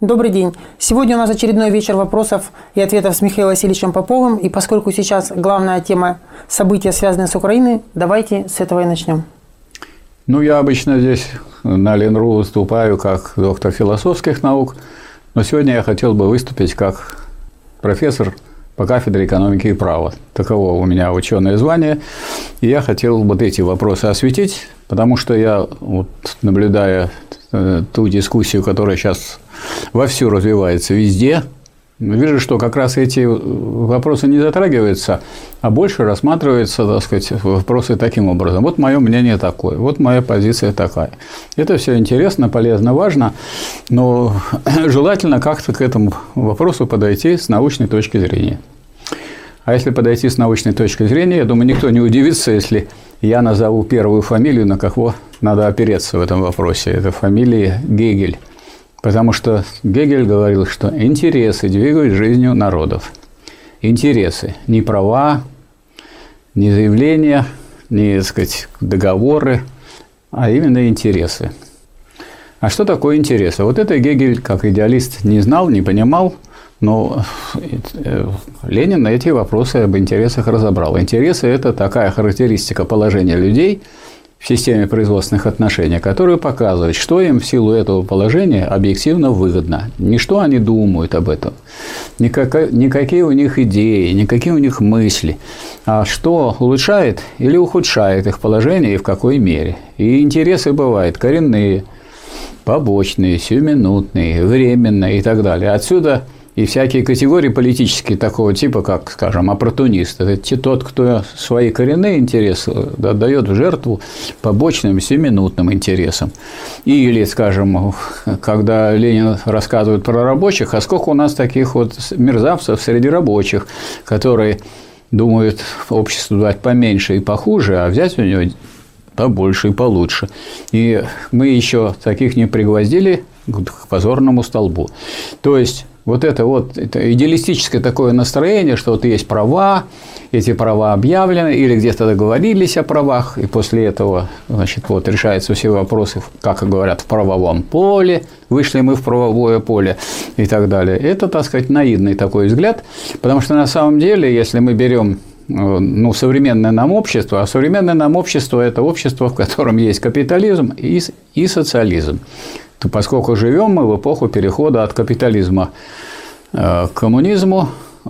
Добрый день. Сегодня у нас очередной вечер вопросов и ответов с Михаилом Васильевичем Поповым. И поскольку сейчас главная тема события, связанные с Украиной, давайте с этого и начнем. Я обычно здесь на Ленру выступаю как доктор философских наук, но сегодня я хотел бы выступить как профессор по кафедре экономики и права. Таково у меня ученое звание. И я хотел вот эти вопросы осветить, потому что я, наблюдая ту дискуссию, которая сейчас вовсю развивается везде, вижу, что как раз эти вопросы не затрагиваются, а больше рассматриваются, так сказать, вопросы таким образом. Вот мое мнение такое, вот моя позиция такая. Это все интересно, полезно, важно, но желательно как-то к этому вопросу подойти с научной точки зрения. А если подойти с научной точки зрения, я думаю, никто не удивится, если я назову первую фамилию, на кого надо опереться в этом вопросе. Это фамилия Гегель. Потому что Гегель говорил, что интересы двигают жизнью народов. Интересы. Не права, не заявления, не, так сказать, договоры, а именно интересы. А что такое интересы? Вот это Гегель, как идеалист, не знал, не понимал, но Ленин на эти вопросы об интересах разобрал. Интересы – это такая характеристика положения людей в системе производственных отношений, которые показывают, что им в силу этого положения объективно выгодно. Не что они думают об этом, никакие у них идеи, никакие у них мысли, а что улучшает или ухудшает их положение и в какой мере. И интересы бывают коренные, побочные, сиюминутные, временные и так далее. Отсюда и всякие категории политические такого типа, как, скажем, оппортунист. Это тот, кто свои коренные интересы отдает в жертву побочным, сиюминутным интересам. Или, скажем, когда Ленин рассказывает про рабочих, а сколько у нас таких вот мерзавцев среди рабочих, которые думают обществу дать поменьше и похуже, а взять у него побольше и получше. И мы еще таких не пригвоздили к позорному столбу. То есть, это идеалистическое такое настроение, что вот есть права, эти права объявлены, или где-то договорились о правах, и после этого, решаются все вопросы, как говорят, в правовом поле, вышли мы в правовое поле и так далее. Это, так сказать, наивный такой взгляд, потому что на самом деле, если мы берем современное нам общество, а современное нам общество – это общество, в котором есть капитализм и социализм. То поскольку живем мы в эпоху перехода от капитализма к коммунизму,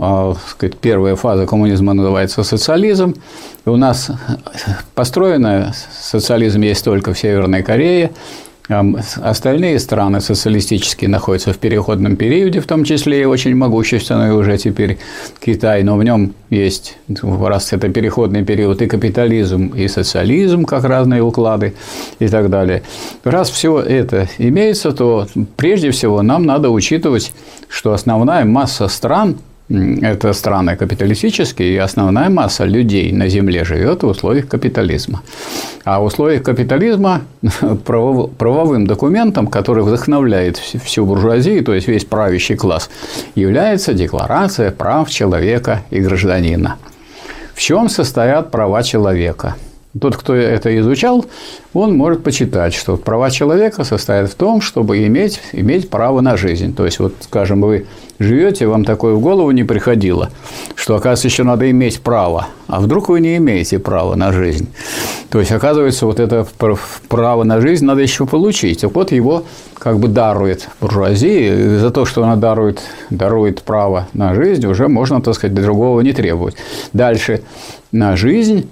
первая фаза коммунизма называется социализм, и у нас построенный социализм есть только в Северной Корее, остальные страны социалистические находятся в переходном периоде, в том числе и очень могущественный уже теперь Китай, но в нем есть, раз это переходный период, и капитализм, и социализм, как разные уклады и так далее. Раз все это имеется, то прежде всего нам надо учитывать, что основная масса стран – это страны капиталистические, и основная масса людей на Земле живет в условиях капитализма. А в условиях капитализма правовым документом, который вдохновляет всю буржуазию, то есть весь правящий класс, является Декларация прав человека и гражданина. В чем состоят права человека? Тот, кто это изучал, он может почитать, что права человека состоят в том, чтобы иметь право на жизнь. То есть, скажем, вы живете, вам такое в голову не приходило, что, оказывается, еще надо иметь право, а вдруг вы не имеете права на жизнь. То есть, оказывается, это право на жизнь надо еще получить. Так его дарует буржуазии, и за то, что она дарует право на жизнь, уже можно, так сказать, другого не требовать. Дальше на жизнь.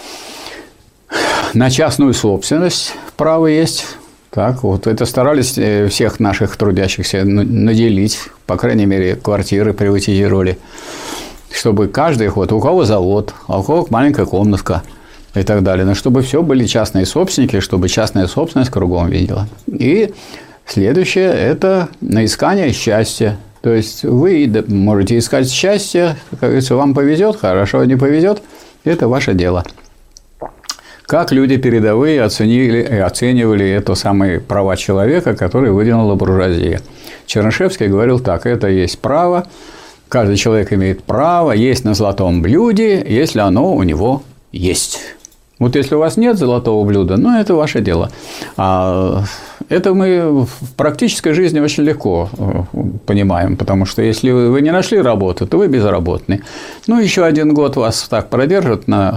На частную собственность право есть. Это старались всех наших трудящихся наделить, по крайней мере, квартиры приватизировали, чтобы каждый, у кого завод, а у кого маленькая комнатка и так далее, но чтобы все были частные собственники, чтобы частная собственность кругом видела. И следующее – это искание счастья. То есть, вы можете искать счастье, как говорится, вам повезет, хорошо, не повезет – это ваше дело. Как люди передовые оценивали это самые права человека, которые выдвинула буржуазия. Чернышевский говорил так: это есть право, каждый человек имеет право есть на золотом блюде, если оно у него есть. Вот если у вас нет золотого блюда, ну, это ваше дело. А это мы в практической жизни очень легко понимаем, потому что если вы не нашли работу, то вы безработный. Ну, еще 1 год вас так продержат на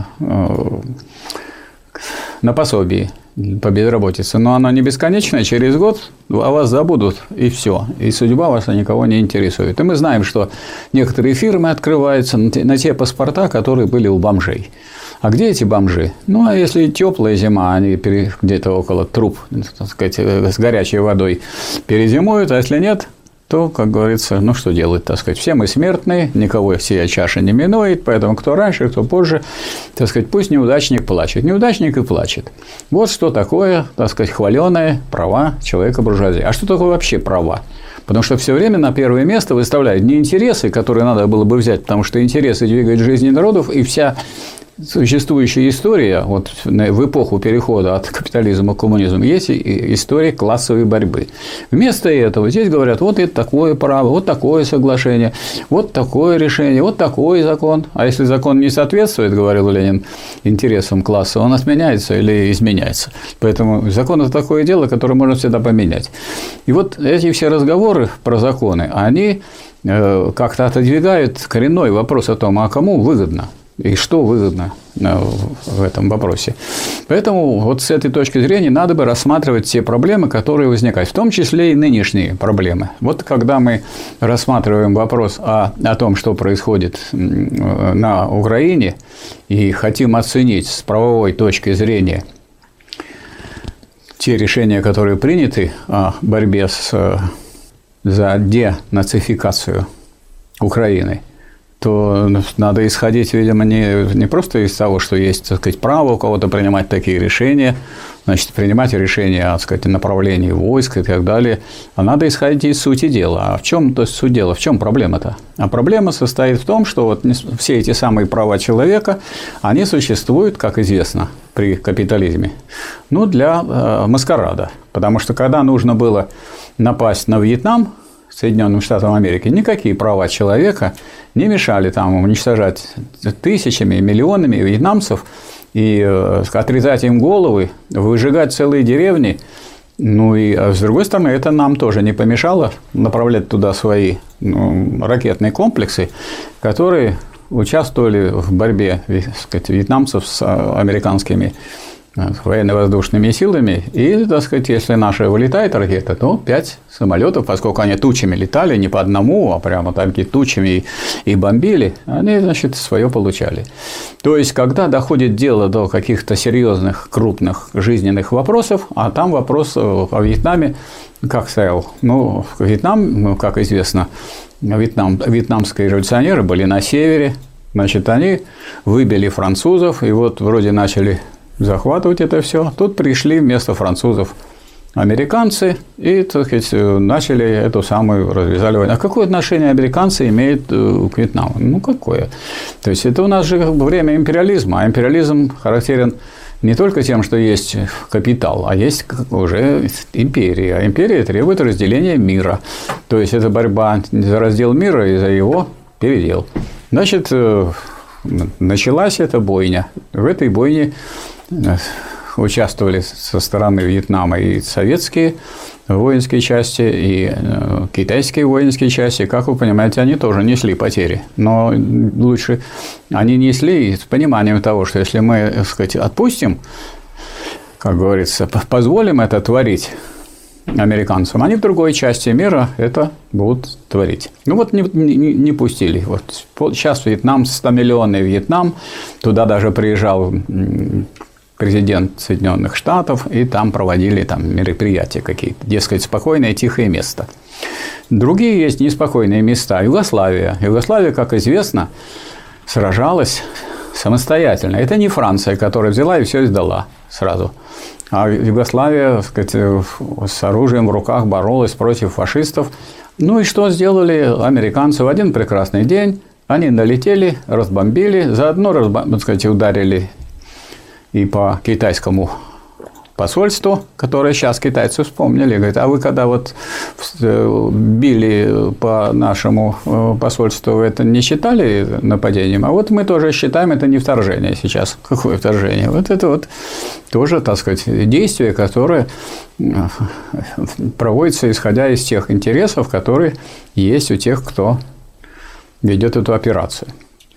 пособии по безработице, но оно не бесконечное, через год о вас забудут, и все, и судьба вас никого не интересует. И мы знаем, что некоторые фирмы открываются на те паспорта, которые были у бомжей. А где эти бомжи? Ну, а если теплая зима, они где-то около труб, так сказать, с горячей водой перезимуют, а если нет, то, как говорится, ну, что делать, так сказать, все мы смертные, никого сия чаша не минует, поэтому кто раньше, кто позже, так сказать, пусть неудачник плачет. Неудачник и плачет. Вот что такое, так сказать, хваленые права человека буржуазии. А что такое вообще права? Потому что все время на первое место выставляют не интересы, которые надо было бы взять, потому что интересы двигают жизни народов, и вся существующая история вот, в эпоху перехода от капитализма к коммунизму есть история классовой борьбы. Вместо этого здесь говорят, вот это такое право, вот такое соглашение, вот такое решение, вот такой закон. А если закон не соответствует, говорил Ленин, интересам класса, он отменяется или изменяется. Поэтому закон – это такое дело, которое можно всегда поменять. И вот эти все разговоры про законы, они как-то отодвигают коренной вопрос о том, а кому выгодно. И что выгодно в этом вопросе. Поэтому вот с этой точки зрения надо бы рассматривать те проблемы, которые возникают, в том числе и нынешние проблемы. Вот когда мы рассматриваем вопрос о том, что происходит на Украине, и хотим оценить с правовой точки зрения те решения, которые приняты о борьбе за денацификацию Украины, то надо исходить, видимо, не просто из того, что есть, так сказать, право у кого-то принимать такие решения, значит, принимать решения, так сказать, о направлении войск и так далее, а надо исходить из сути дела. А в чем суть дела? В чем проблема-то? А проблема состоит в том, что вот все эти самые права человека, они существуют, как известно, при капитализме, ну, для маскарада. Потому что когда нужно было напасть на Вьетнам, Соединенным Штатам Америки, никакие права человека не мешали там уничтожать тысячами, миллионами вьетнамцев и отрезать им головы, выжигать целые деревни. Ну и, с другой стороны, это нам тоже не помешало направлять туда свои ракетные комплексы, которые участвовали в борьбе, так сказать, вьетнамцев с американскими военно-воздушными силами, и, так сказать, если наша вылетает ракета, то 5 самолетов, поскольку они тучами летали, не по одному, а прямо такие тучами и бомбили, они, значит, свое получали. То есть, когда доходит дело до каких-то серьезных, крупных жизненных вопросов, а там вопрос о Вьетнаме как стоял? Ну, Вьетнам, как известно, вьетнамские революционеры были на севере, значит, они выбили французов, и вот вроде начали захватывать это все. Тут пришли вместо французов американцы и, так сказать, начали эту самую развязали войну. А какое отношение американцы имеют к Вьетнаму? Ну, какое? То есть, это у нас же время империализма, а империализм характерен не только тем, что есть капитал, а есть уже империя. А империя требует разделения мира. То есть, это борьба за раздел мира и за его передел. Значит, началась эта бойня. В этой бойне участвовали со стороны Вьетнама и советские воинские части, и китайские воинские части. Как вы понимаете, они тоже несли потери. Но лучше они несли с пониманием того, что если мы, так сказать, отпустим, как говорится, позволим это творить американцам, они в другой части мира это будут творить. Ну вот не пустили. Вот сейчас Вьетнам, 100-миллионный Вьетнам, туда даже приезжал президент Соединенных Штатов, и там проводили там мероприятия какие-то, дескать, спокойное, тихое место. Другие есть неспокойные места. Югославия. Югославия, как известно, сражалась самостоятельно. Это не Франция, которая взяла и все сдала сразу. А Югославия, так сказать, с оружием в руках боролась против фашистов. Ну и что сделали американцы в один прекрасный день? Они налетели, разбомбили, заодно так сказать, ударили и по китайскому посольству, которое сейчас китайцы вспомнили, говорит, а вы когда вот били по нашему посольству, вы это не считали нападением? А вот мы тоже считаем это не вторжение сейчас. Какое вторжение? Вот это вот тоже, так сказать, действие, которое проводится исходя из тех интересов, которые есть у тех, кто ведет эту операцию.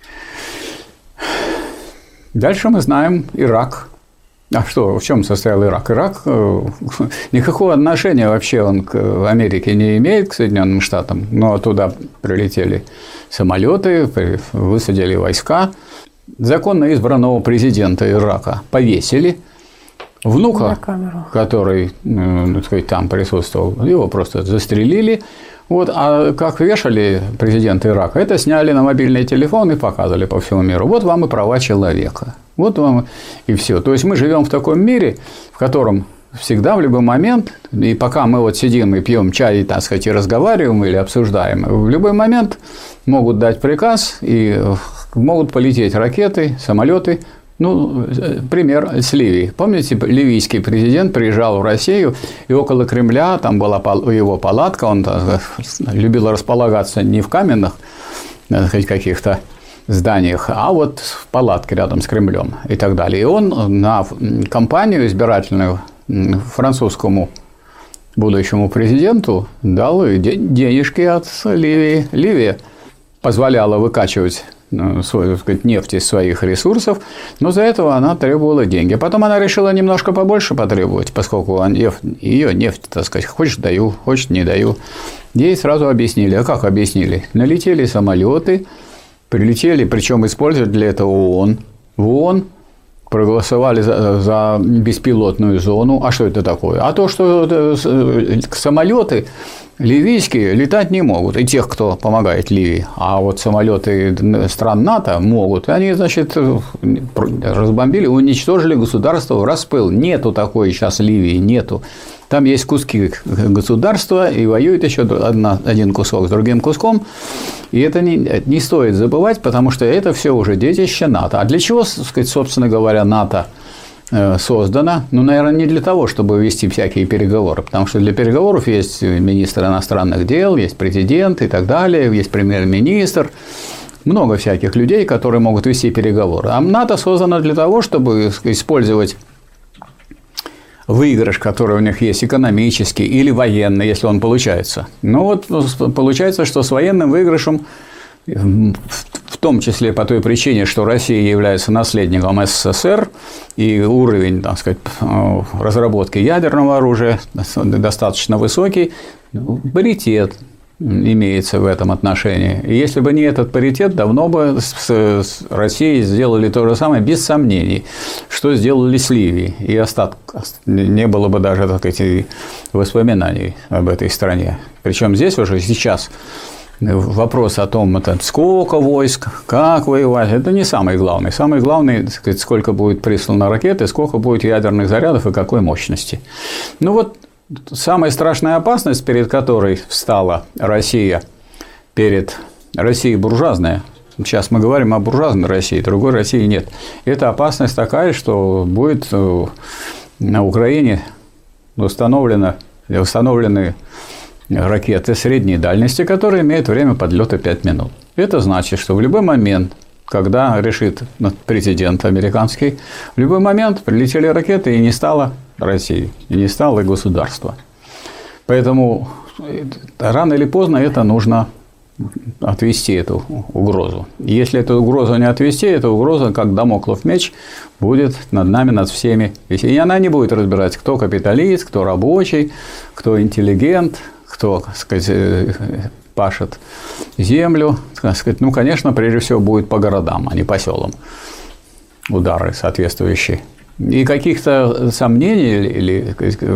Дальше мы знаем Ирак. А что, в чем состоял Ирак? Ирак никакого отношения вообще он к Америке не имеет, к Соединенным Штатам, но туда прилетели самолеты, высадили войска. Законно избранного президента Ирака повесили. Внука, который, так сказать, там присутствовал, его просто застрелили. Вот, а как вешали президента Ирака, это сняли на мобильный телефон и показывали по всему миру. Вот вам и права человека. Вот вам и все. То есть мы живем в таком мире, в котором всегда в любой момент, и пока мы вот сидим и пьем чай, так сказать, и разговариваем или обсуждаем, в любой момент могут дать приказ и могут полететь ракеты, самолеты. Ну, пример с Ливией. Помните, ливийский президент приезжал в Россию, и около Кремля, там была его палатка, он любил располагаться не в каменных каких-то зданиях, а вот в палатке рядом с Кремлем и так далее. И он на кампанию избирательную французскому будущему президенту дал денежки от Ливии. Ливия позволяла выкачивать свою, так сказать, нефть из своих ресурсов, но за этого она требовала деньги. Потом она решила немножко побольше потребовать, поскольку ее нефть, так сказать, хочешь даю, хочешь не даю. Ей сразу объяснили. А как объяснили? Налетели самолеты, прилетели, причем использовали для этого ООН. В ООН проголосовали за беспилотную зону. А что это такое? А то, что самолеты ливийские летать не могут, и тех, кто помогает Ливии. А вот самолеты стран НАТО могут. Они, значит, разбомбили, уничтожили государство в распыл. Нету такой сейчас Ливии, нету. Там есть куски государства, и воюет еще один кусок с другим куском. И это не стоит забывать, потому что это все уже детище НАТО. А для чего, сказать, собственно говоря, НАТО создано? Ну, наверное, не для того, чтобы вести всякие переговоры, потому что для переговоров есть министр иностранных дел, есть президент и так далее, есть премьер-министр, много всяких людей, которые могут вести переговоры. А НАТО создано для того, чтобы использовать выигрыш, который у них есть экономический или военный, если он получается. Ну, вот получается, что с военным выигрышем, в том числе по той причине, что Россия является наследником СССР, и уровень, так сказать, разработки ядерного оружия достаточно высокий, паритет имеется в этом отношении. И если бы не этот паритет, давно бы с Россией сделали то же самое, без сомнений, что сделали с Ливией. И не было бы даже, так сказать, воспоминаний об этой стране. Причем здесь уже сейчас вопрос о том, сколько войск, как воевать, это не самый главный. Самый главный, так сказать, сколько будет прислано ракет, и сколько будет ядерных зарядов и какой мощности. Ну вот, самая страшная опасность, перед которой встала Россия, перед Россией буржуазная, сейчас мы говорим о буржуазной России, другой России нет, это опасность такая, что будет на Украине установлены ракеты средней дальности, которые имеют время подлета 5 минут. Это значит, что в любой момент, когда решит президент американский, в любой момент прилетели ракеты, и не стало России, и не стало государства. Поэтому рано или поздно это нужно отвести, эту угрозу. Если эту угрозу не отвести, эта угроза, как дамоклов меч, будет над нами, над всеми. И она не будет разбирать, кто капиталист, кто рабочий, кто интеллигент, кто, так сказать, пашет землю. Так сказать, ну, конечно, прежде всего будет по городам, а не по селам удары соответствующие. И каких-то сомнений или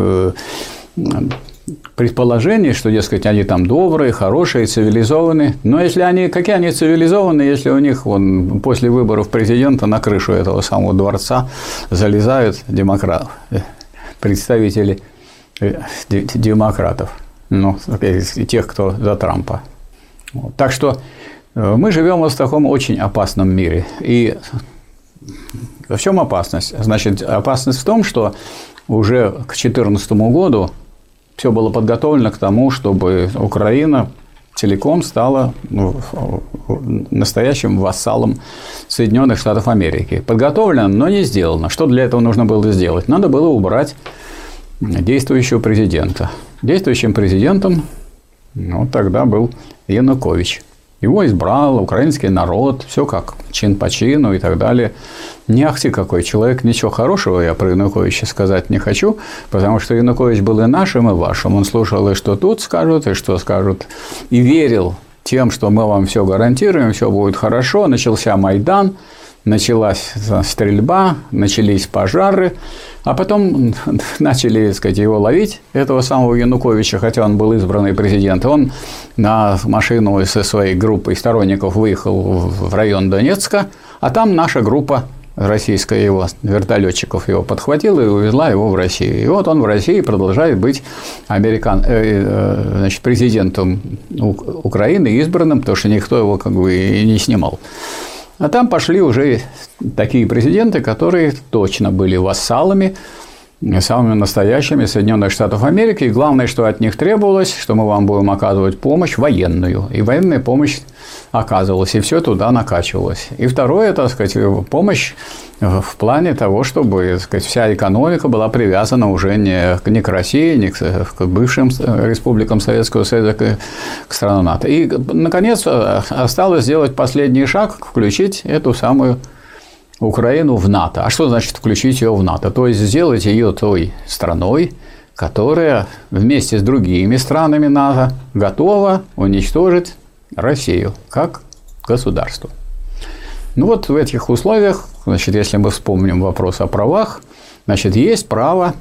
предположений, что, дескать, они там добрые, хорошие, цивилизованные. Но если какие они цивилизованные, если у них после выборов президента на крышу этого самого дворца залезают представители демократов, ну, тех, кто за Трампа. Вот. Так что мы живем в таком очень опасном мире. И в чем опасность? Значит, опасность в том, что уже к 2014 году все было подготовлено к тому, чтобы Украина целиком стала настоящим вассалом Соединенных Штатов Америки. Подготовлено, но не сделано. Что для этого нужно было сделать? Надо было убрать действующего президента. Действующим президентом тогда был Янукович. Его избрал украинский народ, все как чин по чину и так далее. Не ахти какой человек, ничего хорошего я про Януковича сказать не хочу, потому что Янукович был и нашим, и вашим. Он слушал, и что тут скажут, и что скажут, и верил тем, что мы вам все гарантируем, все будет хорошо. Начался Майдан, началась стрельба, начались пожары, а потом начали, так сказать, его ловить, этого самого Януковича, хотя он был избранный президент. Он на машину со своей группой сторонников выехал в район Донецка, а там наша группа российская его, вертолетчиков его подхватила и увезла его в Россию. И вот он в России продолжает быть президентом Украины, избранным, потому что никто его как бы и не снимал. А там пошли уже такие президенты, которые точно были вассалами, самыми настоящими Соединенных Штатов Америки. И главное, что от них требовалось, что мы вам будем оказывать помощь военную. И военная помощь оказывалась, и все туда накачивалось. И второе, так сказать, помощь в плане того, чтобы, так сказать, вся экономика была привязана уже не к России, не к бывшим республикам Советского Союза, к странам НАТО. И, наконец, осталось сделать последний шаг, включить эту самую Украину в НАТО. А что значит включить ее в НАТО? То есть сделать ее той страной, которая вместе с другими странами НАТО готова уничтожить Россию как государство. Ну вот в этих условиях, значит, если мы вспомним вопрос о правах, значит, есть право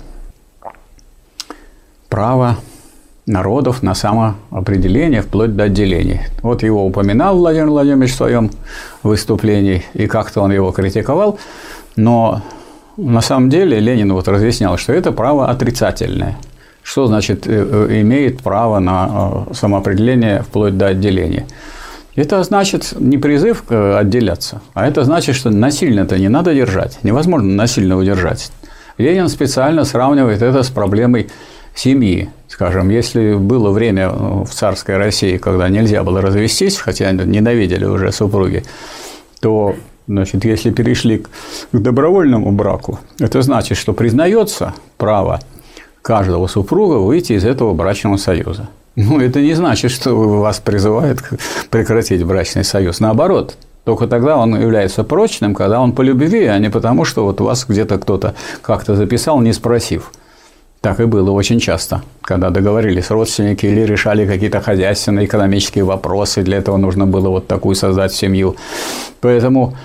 народов на самоопределение вплоть до отделения. Вот его упоминал Владимир Владимирович в своем выступлении, и как-то он его критиковал, но на самом деле Ленин вот разъяснял, что это право отрицательное. Что значит имеет право на самоопределение вплоть до отделения? Это значит не призыв отделяться, а это значит, что насильно-то не надо держать. Невозможно насильно удержать. Ленин специально сравнивает это с проблемой семьи. Скажем, если было время в царской России, когда нельзя было развестись, хотя ненавидели уже супруги, то, значит, если перешли к добровольному браку, это значит, что признается право каждого супруга выйти из этого брачного союза. Ну, это не значит, что вас призывают прекратить брачный союз. Наоборот, только тогда он является прочным, когда он по любви, а не потому, что вот вас где-то кто-то как-то записал, не спросив. Так и было очень часто, когда договорились родственники или решали какие-то хозяйственные, экономические вопросы. Для этого нужно было вот такую создать семью. Поэтому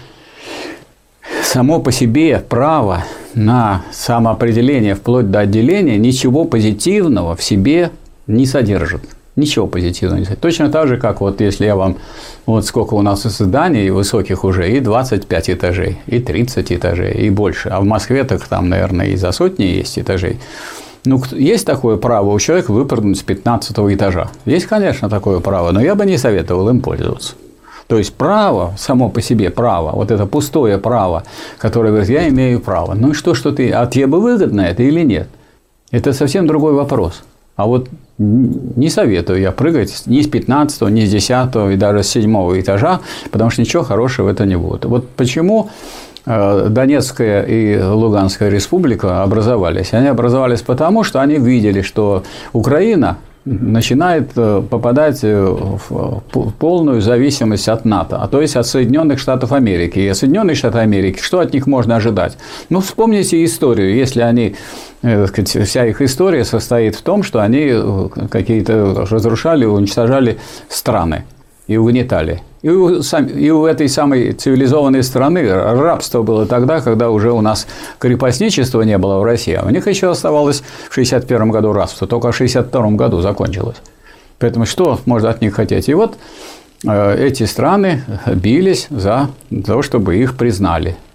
само по себе право на самоопределение вплоть до отделения ничего позитивного в себе не содержит. Ничего позитивного не содержит. Точно так же, как вот если я вам... Вот сколько у нас зданий высоких уже, и 25 этажей, и 30 этажей, и больше. А в Москве так там, наверное, и за сотни есть этажей. Ну, есть такое право у человека выпрыгнуть с 15-го этажа? Есть, конечно, такое право, но я бы не советовал им пользоваться. То есть, право, само по себе право, вот это пустое право, которое говорит, я имею право. Ну и что ты, а тебе бы выгодно это или нет? Это совсем другой вопрос. А вот не советую я прыгать ни с 15-го, ни с 10-го и даже с 7-го этажа, потому что ничего хорошего в это не будет. Вот почему Донецкая и Луганская республика образовались. Они образовались потому, что они видели, что Украина начинает попадать в полную зависимость от НАТО, а то есть от Соединенных Штатов Америки. И Соединенные Штаты Америки, что от них можно ожидать? Ну, вспомните историю. Если они, так сказать, вся их история состоит в том, что они какие-то разрушали, уничтожали страны и угнетали. И у этой самой цивилизованной страны рабство было тогда, когда уже у нас крепостничества не было в России. А у них еще оставалось в 1961 году рабство, только в 1962 году закончилось. Поэтому что можно от них хотеть? И вот эти страны бились за то, чтобы их признали.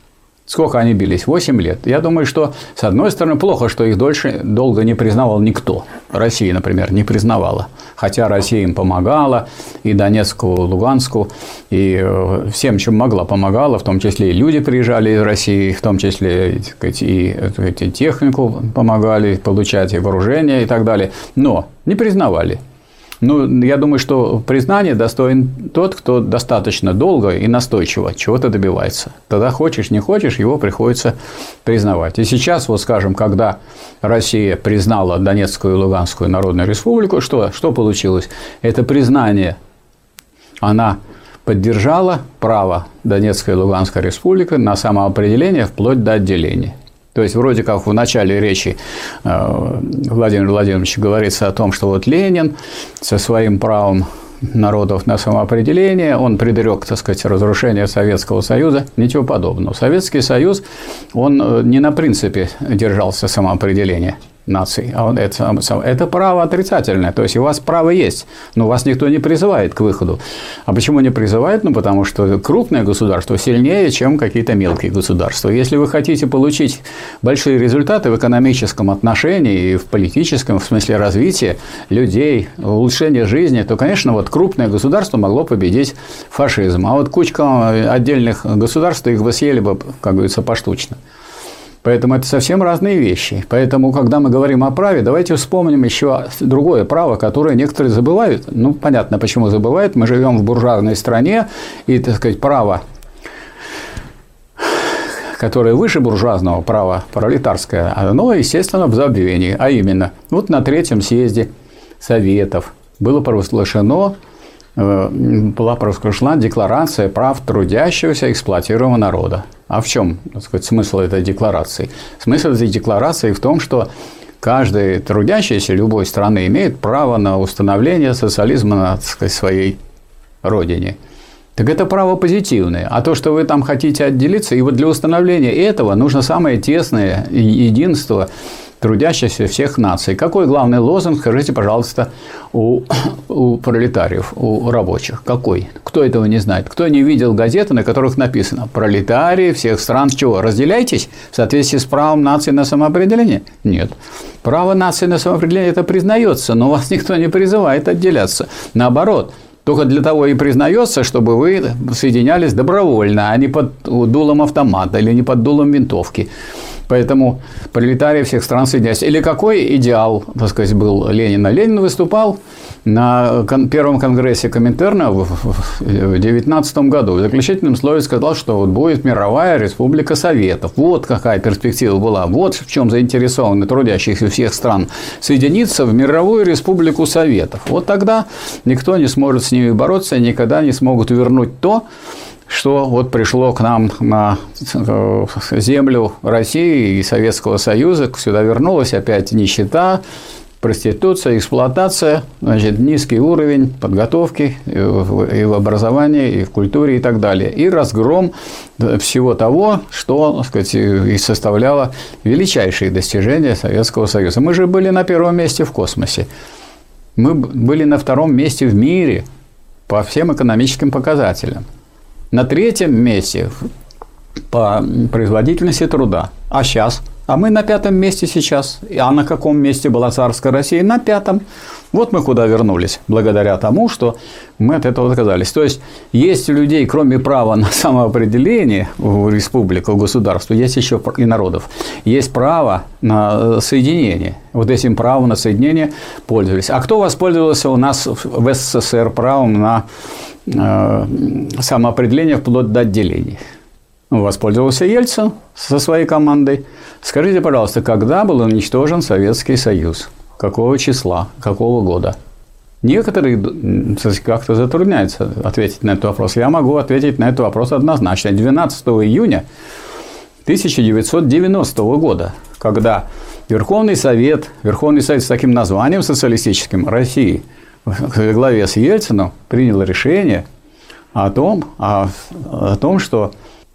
Сколько они бились? 8 лет. Я думаю, что, с одной стороны, плохо, что их долго не признавал никто. Россия, например, не признавала. Хотя Россия им помогала, и Донецку, Луганску, и всем, чем могла, помогала. В том числе и люди приезжали из России, в том числе и технику помогали получать, и вооружение, и так далее. Но не признавали. Ну, я думаю, что признание достоин тот, кто достаточно долго и настойчиво чего-то добивается. Тогда хочешь, не хочешь, его приходится признавать. И сейчас, вот скажем, когда Россия признала Донецкую и Луганскую Народную Республику, что получилось? Это признание, она поддержала право Донецкой и Луганской Республики на самоопределение вплоть до отделения. То есть, вроде как в начале речи Владимир Владимирович говорится о том, что вот Ленин со своим правом народов на самоопределение, он предрек, так сказать, разрушение Советского Союза. Ничего подобного. Советский Союз, он не на принципе держался самоопределения наций, а это право отрицательное, то есть у вас право есть, но вас никто не призывает к выходу. А почему не призывает? Ну, потому что крупное государство сильнее, чем какие-то мелкие государства. Если вы хотите получить большие результаты в экономическом отношении и в политическом, в смысле развития людей, улучшения жизни, то, конечно, вот крупное государство могло победить фашизм, а вот кучка отдельных государств их бы съели бы, как говорится, поштучно. Поэтому это совсем разные вещи. Поэтому, когда мы говорим о праве, давайте вспомним еще другое право, которое некоторые забывают. Ну, понятно, почему забывают. Мы живем в буржуазной стране, и, так сказать, право, которое выше буржуазного права, пролетарское, оно, естественно, в забвении. А именно, вот на 3-м съезде Советов была провозглашена декларация прав трудящегося эксплуатируемого народа. А в чем, так сказать, смысл этой декларации? Смысл этой декларации в том, что каждый трудящийся любой страны имеет право на установление социализма на, так сказать, своей родине. Так это право позитивное. А то, что вы там хотите отделиться, и вот для установления этого нужно самое тесное единство трудящихся всех наций. Какой главный лозунг, скажите, пожалуйста, у пролетариев, у рабочих? Какой? Кто этого не знает? Кто не видел газеты, на которых написано «Пролетарии всех стран чего? Разделяйтесь в соответствии с правом нации на самоопределение?» Нет. Право нации на самоопределение – это признается, но вас никто не призывает отделяться. Наоборот. Только для того и признается, чтобы вы соединялись добровольно, а не под дулом автомата или не под дулом винтовки. Поэтому пролетарии всех стран соединяются. Или какой идеал, так сказать, был Ленина? Ленин выступал на первом конгрессе Коминтерна в 1919 году. В заключительном слове сказал, что вот будет мировая республика Советов. Вот какая перспектива была. Вот в чем заинтересованы трудящихся всех стран соединиться в мировую республику Советов. Вот тогда никто не сможет с ними бороться, никогда не смогут вернуть то, что вот пришло к нам на землю России и Советского Союза. Сюда вернулась опять нищета, проституция, эксплуатация, значит, низкий уровень подготовки и в образовании, и в культуре, и так далее. И разгром всего того, что, так сказать, и составляло величайшие достижения Советского Союза. Мы же были на 1-м месте в космосе. Мы были на 2-м месте в мире по всем экономическим показателям. На 3-м месте по производительности труда. А сейчас? А мы на 5-м месте сейчас. А на каком месте была царская Россия? На 5-м. Вот мы куда вернулись, благодаря тому, что мы от этого отказались. То есть, есть у людей, кроме права на самоопределение в республику, в государство, есть еще и народов, есть право на соединение. Вот этим правом на соединение пользовались. А кто воспользовался у нас в СССР правом на самоопределение вплоть до отделения? Воспользовался Ельцин со своей командой. Скажите, пожалуйста, когда был уничтожен Советский Союз? Какого числа? Какого года? Некоторые как-то затрудняются ответить на этот вопрос. Я могу ответить на этот вопрос однозначно. 12 июня 1990 года, когда Верховный Совет с таким названием социалистическим России во главе с Ельциным принял решение о том, что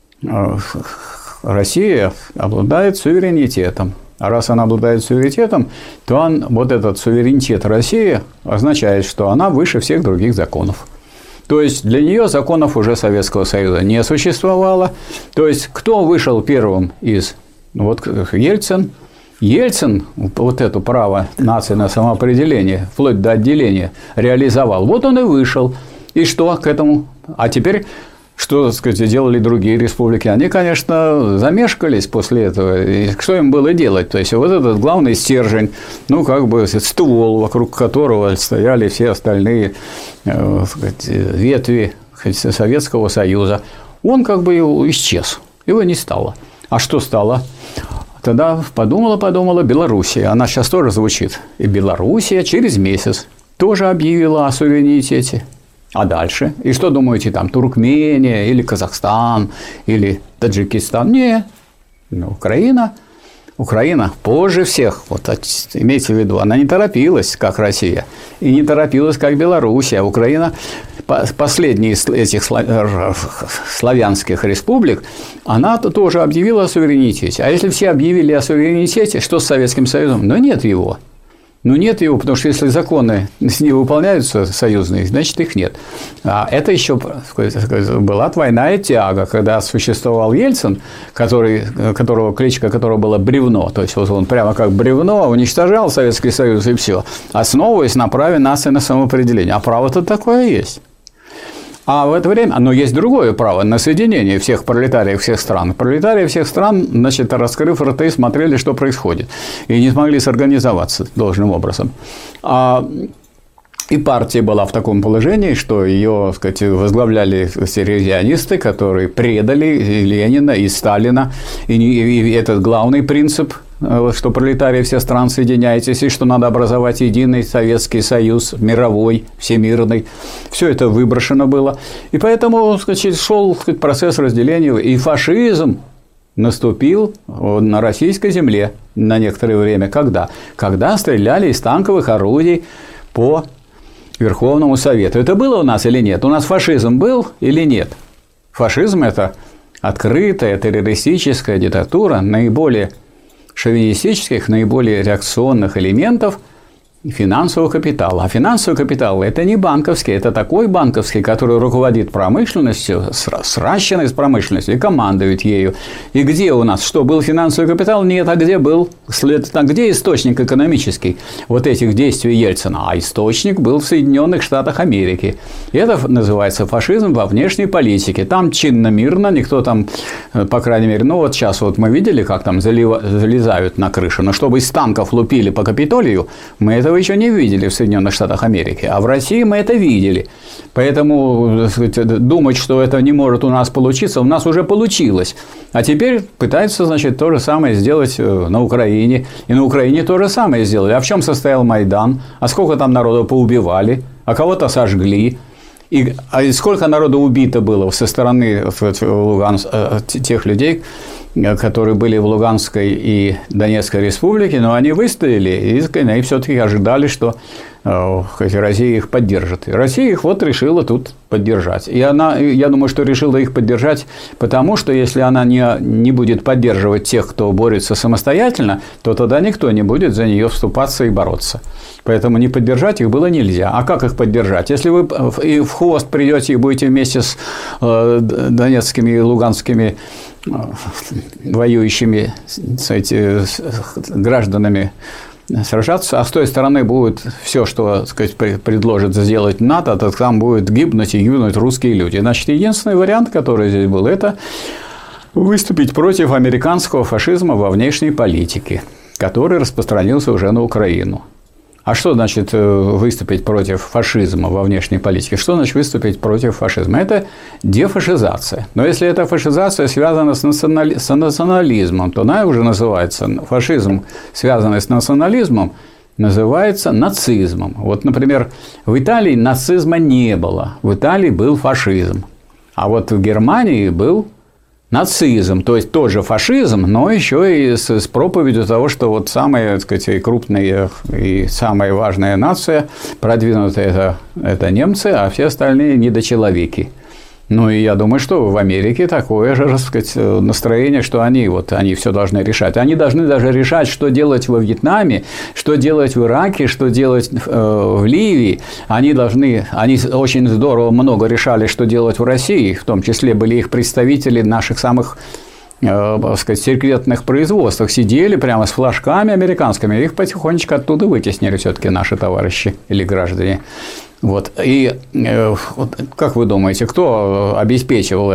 Россия обладает суверенитетом. А раз она обладает суверенитетом, то вот этот суверенитет России означает, что она выше всех других законов. То есть для нее законов уже Советского Союза не существовало. То есть кто вышел первым из... Вот Ельцин. Ельцин вот это право нации на самоопределение, вплоть до отделения, реализовал. Вот он и вышел. И что к этому? А теперь... Что, так сказать, делали другие республики? Они, конечно, замешкались после этого. И что им было делать? То есть, вот этот главный стержень, ну, как бы ствол, вокруг которого стояли все остальные сказать, ветви Советского Союза, он как бы исчез. Его не стало. А что стало? Тогда подумала Белоруссия. Она сейчас тоже звучит. И Белоруссия через месяц тоже объявила о суверенитете. А дальше? И что думаете, там, Туркмения, или Казахстан, или Таджикистан? Нет. Украина. Украина позже всех, вот имейте в виду, она не торопилась, как Россия, и не торопилась, как Белоруссия. Украина, последняя из этих славянских республик, она тоже объявила о суверенитете. А если все объявили о суверенитете, что с Советским Союзом? Ну, нет его. Ну, нет его, потому что если законы не выполняются союзные, значит, их нет. А это еще была двойная тяга, когда существовал Ельцин, кличка которого была «Бревно». То есть, вот он прямо как бревно уничтожал Советский Союз и все, основываясь на праве нации на самоопределение. А право-то такое есть. А в это время, но есть другое право на соединение всех пролетариев всех стран. Пролетарии всех стран, значит, раскрыв рты, смотрели, что происходит. И не смогли сорганизоваться должным образом. И партия была в таком положении, что ее, так сказать, возглавляли ревизионисты, которые предали и Ленина, и Сталина. И этот главный принцип, что пролетарии всех стран соединяйтесь, и что надо образовать единый Советский Союз, мировой, всемирный. Все это выброшено было. И поэтому, сказать, шел процесс разделения, и фашизм наступил на российской земле на некоторое время. Когда? Когда стреляли из танковых орудий по Верховному Совету. Это было у нас или нет? У нас фашизм был или нет? Фашизм – это открытая террористическая диктатура наиболее шовинистических, наиболее реакционных элементов финансового капитала. А финансовый капитал – это не банковский, это такой банковский, который руководит промышленностью, сращенной с промышленностью, и командует ею. И где у нас? Что, был финансовый капитал? Нет. А где был? Где источник экономический вот этих действий Ельцина? А источник был в Соединенных Штатах Америки. И это называется фашизм во внешней политике. Там чинно-мирно, никто там, по крайней мере, ну вот сейчас вот мы видели, как там залезают на крышу, но чтобы из танков лупили по Капитолию, мы этого еще не видели в Соединенных Штатах Америки, а в России мы это видели. Поэтому, так сказать, думать, что это не может у нас получиться, у нас уже получилось. А теперь пытаются, значит, то же самое сделать на Украине. И на Украине то же самое сделали. А в чем состоял Майдан? А сколько там народу поубивали? А кого-то сожгли? И сколько народу убито было со стороны тех людей, которые были в Луганской и Донецкой республике, но они выстояли и все-таки ожидали, что Россия их поддержит. И Россия их вот решила тут поддержать. И она, я думаю, что решила их поддержать, потому что если она не будет поддерживать тех, кто борется самостоятельно, то тогда никто не будет за нее вступаться и бороться. Поэтому не поддержать их было нельзя. А как их поддержать? Если вы и в хвост придете и будете вместе с донецкими и луганскими воюющими с гражданами сражаться, а с той стороны будет все, что, так сказать, предложит сделать НАТО, то там будут гибнуть и гибнуть русские люди. Значит, единственный вариант, который здесь был, это выступить против американского фашизма во внешней политике, который распространился уже на Украину. А что значит выступить против фашизма во внешней политике? Что значит выступить против фашизма? Это дефашизация. Но если эта фашизация связана с национализмом, то она уже называется фашизм, связанный с национализмом, называется нацизмом. Вот, например, в Италии нацизма не было. В Италии был фашизм. А вот в Германии был нацизм, то есть тот же фашизм, но еще и с проповедью того, что вот самая, так сказать, крупная и самая важная нация, продвинутая это немцы, а все остальные недочеловеки. Ну, и я думаю, что в Америке такое же, так сказать, настроение, что они все должны решать. Они должны даже решать, что делать во Вьетнаме, что делать в Ираке, что делать в Ливии. Они очень здорово много решали, что делать в России, в том числе были их представители наших самых, так сказать, секретных производствах, сидели прямо с флажками американскими, их потихонечку оттуда вытеснили все-таки наши товарищи или граждане. Вот. И как вы думаете, кто обеспечивал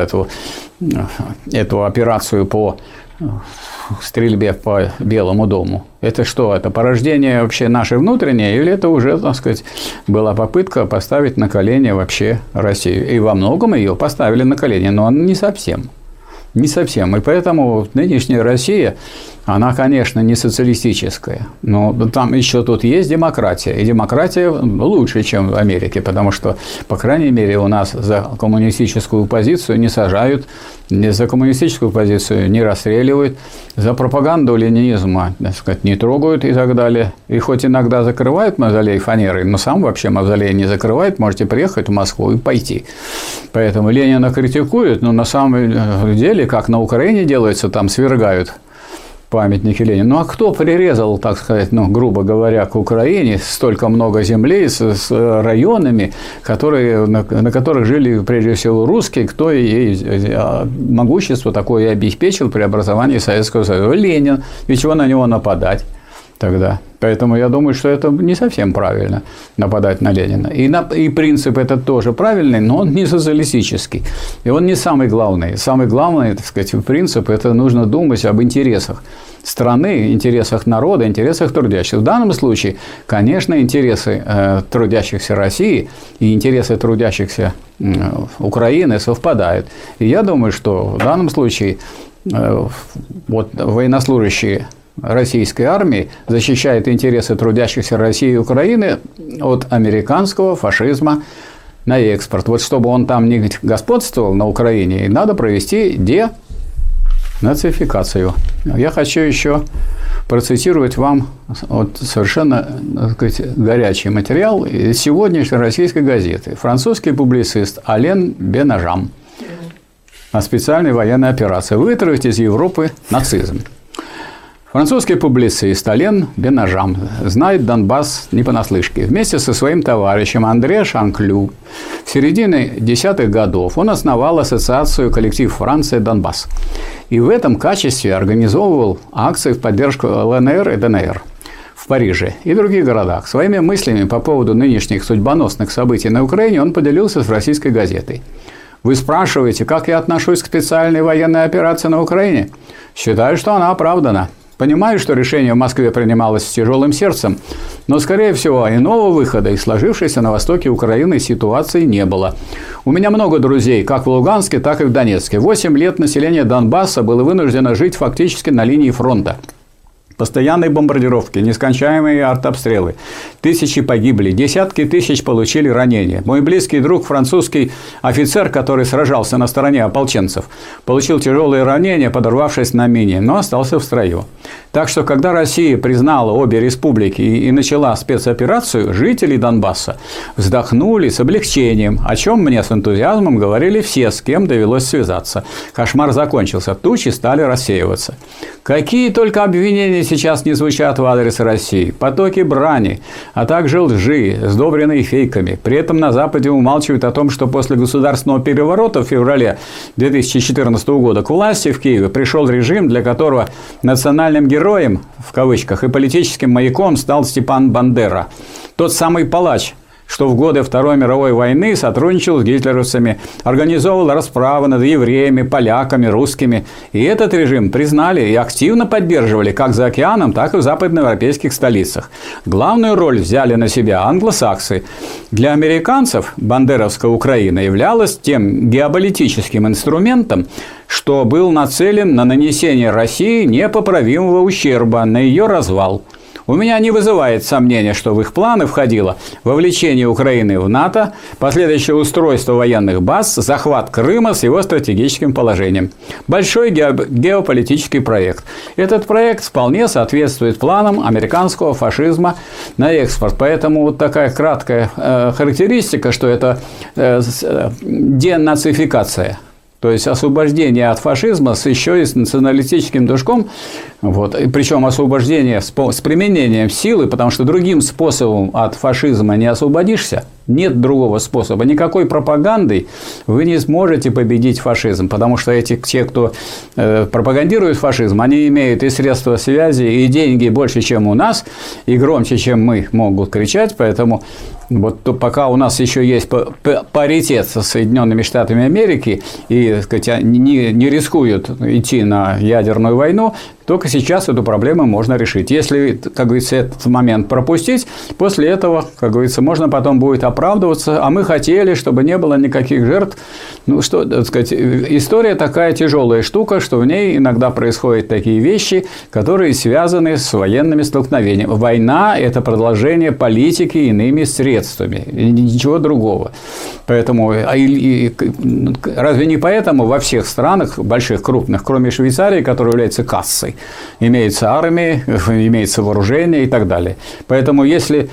эту операцию по стрельбе по Белому дому? Это что? Это порождение вообще наше внутреннее, или это уже, так сказать, была попытка поставить на колени вообще Россию? И во многом ее поставили на колени, но не совсем. Не совсем. И поэтому нынешняя Россия, она, конечно, не социалистическая, но там еще тут есть демократия. И демократия лучше, чем в Америке, потому что, по крайней мере, у нас за коммунистическую позицию не сажают, за коммунистическую позицию не расстреливают, за пропаганду ленинизма, так сказать, не трогают и так далее. И хоть иногда закрывают мавзолей фанерой, но сам вообще мавзолей не закрывает, можете приехать в Москву и пойти. Поэтому Ленина критикуют, но на самом деле, как на Украине делается, там свергают памятники Ленину. Ну, а кто прирезал, так сказать, грубо говоря, к Украине столько много земли с районами, на которых жили, прежде всего, русские, кто ей могущество такое обеспечил при образовании Советского Союза? Ленин. И чего на него нападать тогда? Поэтому я думаю, что это не совсем правильно нападать на Ленина. И принцип этот тоже правильный, но он не социалистический. И он не самый главный. Самый главный, так сказать, принцип – это нужно думать об интересах страны, интересах народа, интересах трудящихся. В данном случае, конечно, интересы трудящихся России и интересы трудящихся Украины совпадают. И я думаю, что в данном случае военнослужащие российской армии защищает интересы трудящихся России и Украины от американского фашизма на экспорт. Вот чтобы он там не господствовал на Украине, надо провести денацификацию. Я хочу еще процитировать вам совершенно, так сказать, горячий материал из сегодняшней российской газеты. Французский публицист Ален Бенажам о специальной военной операции. Вытравить из Европы нацизм. Французский публицист Ален Бенажам знает Донбасс не понаслышке. Вместе со своим товарищем Андре Шанклю в середине 10-х годов он основал ассоциацию «Коллектив Франция Донбасс». И в этом качестве организовывал акции в поддержку ЛНР и ДНР в Париже и других городах. Своими мыслями по поводу нынешних судьбоносных событий на Украине он поделился с российской газетой. Вы спрашиваете, как я отношусь к специальной военной операции на Украине? Считаю, что она оправдана. Понимаю, что решение в Москве принималось с тяжелым сердцем, но, скорее всего, иного выхода из сложившейся на востоке Украины ситуации не было. У меня много друзей, как в Луганске, так и в Донецке. 8 лет население Донбасса было вынуждено жить фактически на линии фронта. Постоянные бомбардировки, нескончаемые артобстрелы. Тысячи погибли, десятки тысяч получили ранения. Мой близкий друг, французский офицер, который сражался на стороне ополченцев, получил тяжелые ранения, подорвавшись на мине, но остался в строю. Так что, когда Россия признала обе республики и начала спецоперацию, жители Донбасса вздохнули с облегчением, о чем мне с энтузиазмом говорили все, с кем довелось связаться. Кошмар закончился, тучи стали рассеиваться. Какие только обвинения сейчас не звучат в адрес России. Потоки брани, а также лжи, сдобренные фейками. При этом на Западе умалчивают о том, что после государственного переворота в феврале 2014 года к власти в Киеве пришел режим, для которого национальным героем, в кавычках, и политическим маяком стал Степан Бандера. Тот самый палач, что в годы Второй мировой войны сотрудничал с гитлеровцами, организовывал расправы над евреями, поляками, русскими. И этот режим признали и активно поддерживали как за океаном, так и в западноевропейских столицах. Главную роль взяли на себя англосаксы. Для американцев бандеровская Украина являлась тем геополитическим инструментом, что был нацелен на нанесение России непоправимого ущерба, на ее развал. У меня не вызывает сомнения, что в их планы входило вовлечение Украины в НАТО, последующее устройство военных баз, захват Крыма с его стратегическим положением. Большой геополитический проект. Этот проект вполне соответствует планам американского фашизма на экспорт. Поэтому вот такая краткая характеристика, что это денацификация. То есть освобождение от фашизма еще и с националистическим душком, вот, причем освобождение с применением силы, потому что другим способом от фашизма не освободишься, нет другого способа. Никакой пропагандой вы не сможете победить фашизм, потому что те, кто пропагандирует фашизм, они имеют и средства связи, и деньги больше, чем у нас, и громче, чем мы, могут кричать, поэтому вот пока у нас еще есть паритет со Соединенными Штатами Америки и, так сказать, не рискуют идти на ядерную войну, только сейчас эту проблему можно решить. Если, как говорится, этот момент пропустить, после этого, как говорится, можно потом будет оправдываться, а мы хотели, чтобы не было никаких жертв. Ну, что, так сказать, история такая тяжелая штука, что в ней иногда происходят такие вещи, которые связаны с военными столкновениями. Война – это продолжение политики иными средствами, ничего другого. Поэтому, разве не поэтому во всех странах, больших, крупных, кроме Швейцарии, которая является кассой, имеется армия, имеется вооружение и так далее. Поэтому, если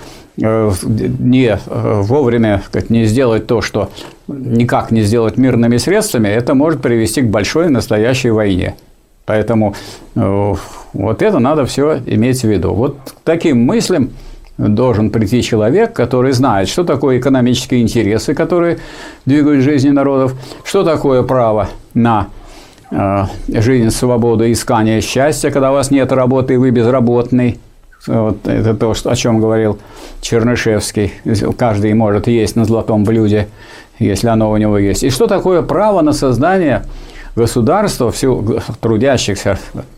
не вовремя не сделать то, что никак не сделать мирными средствами, это может привести к большой настоящей войне. Поэтому вот это надо все иметь в виду. Вот к таким мыслям должен прийти человек, который знает, что такое экономические интересы, которые двигают жизни народов, что такое право на жизнь, свободу, искание счастья, когда у вас нет работы и вы безработный. Вот это то, о чем говорил Чернышевский. Каждый может есть на золотом блюде, если оно у него есть. И что такое право на создание государства, трудящихся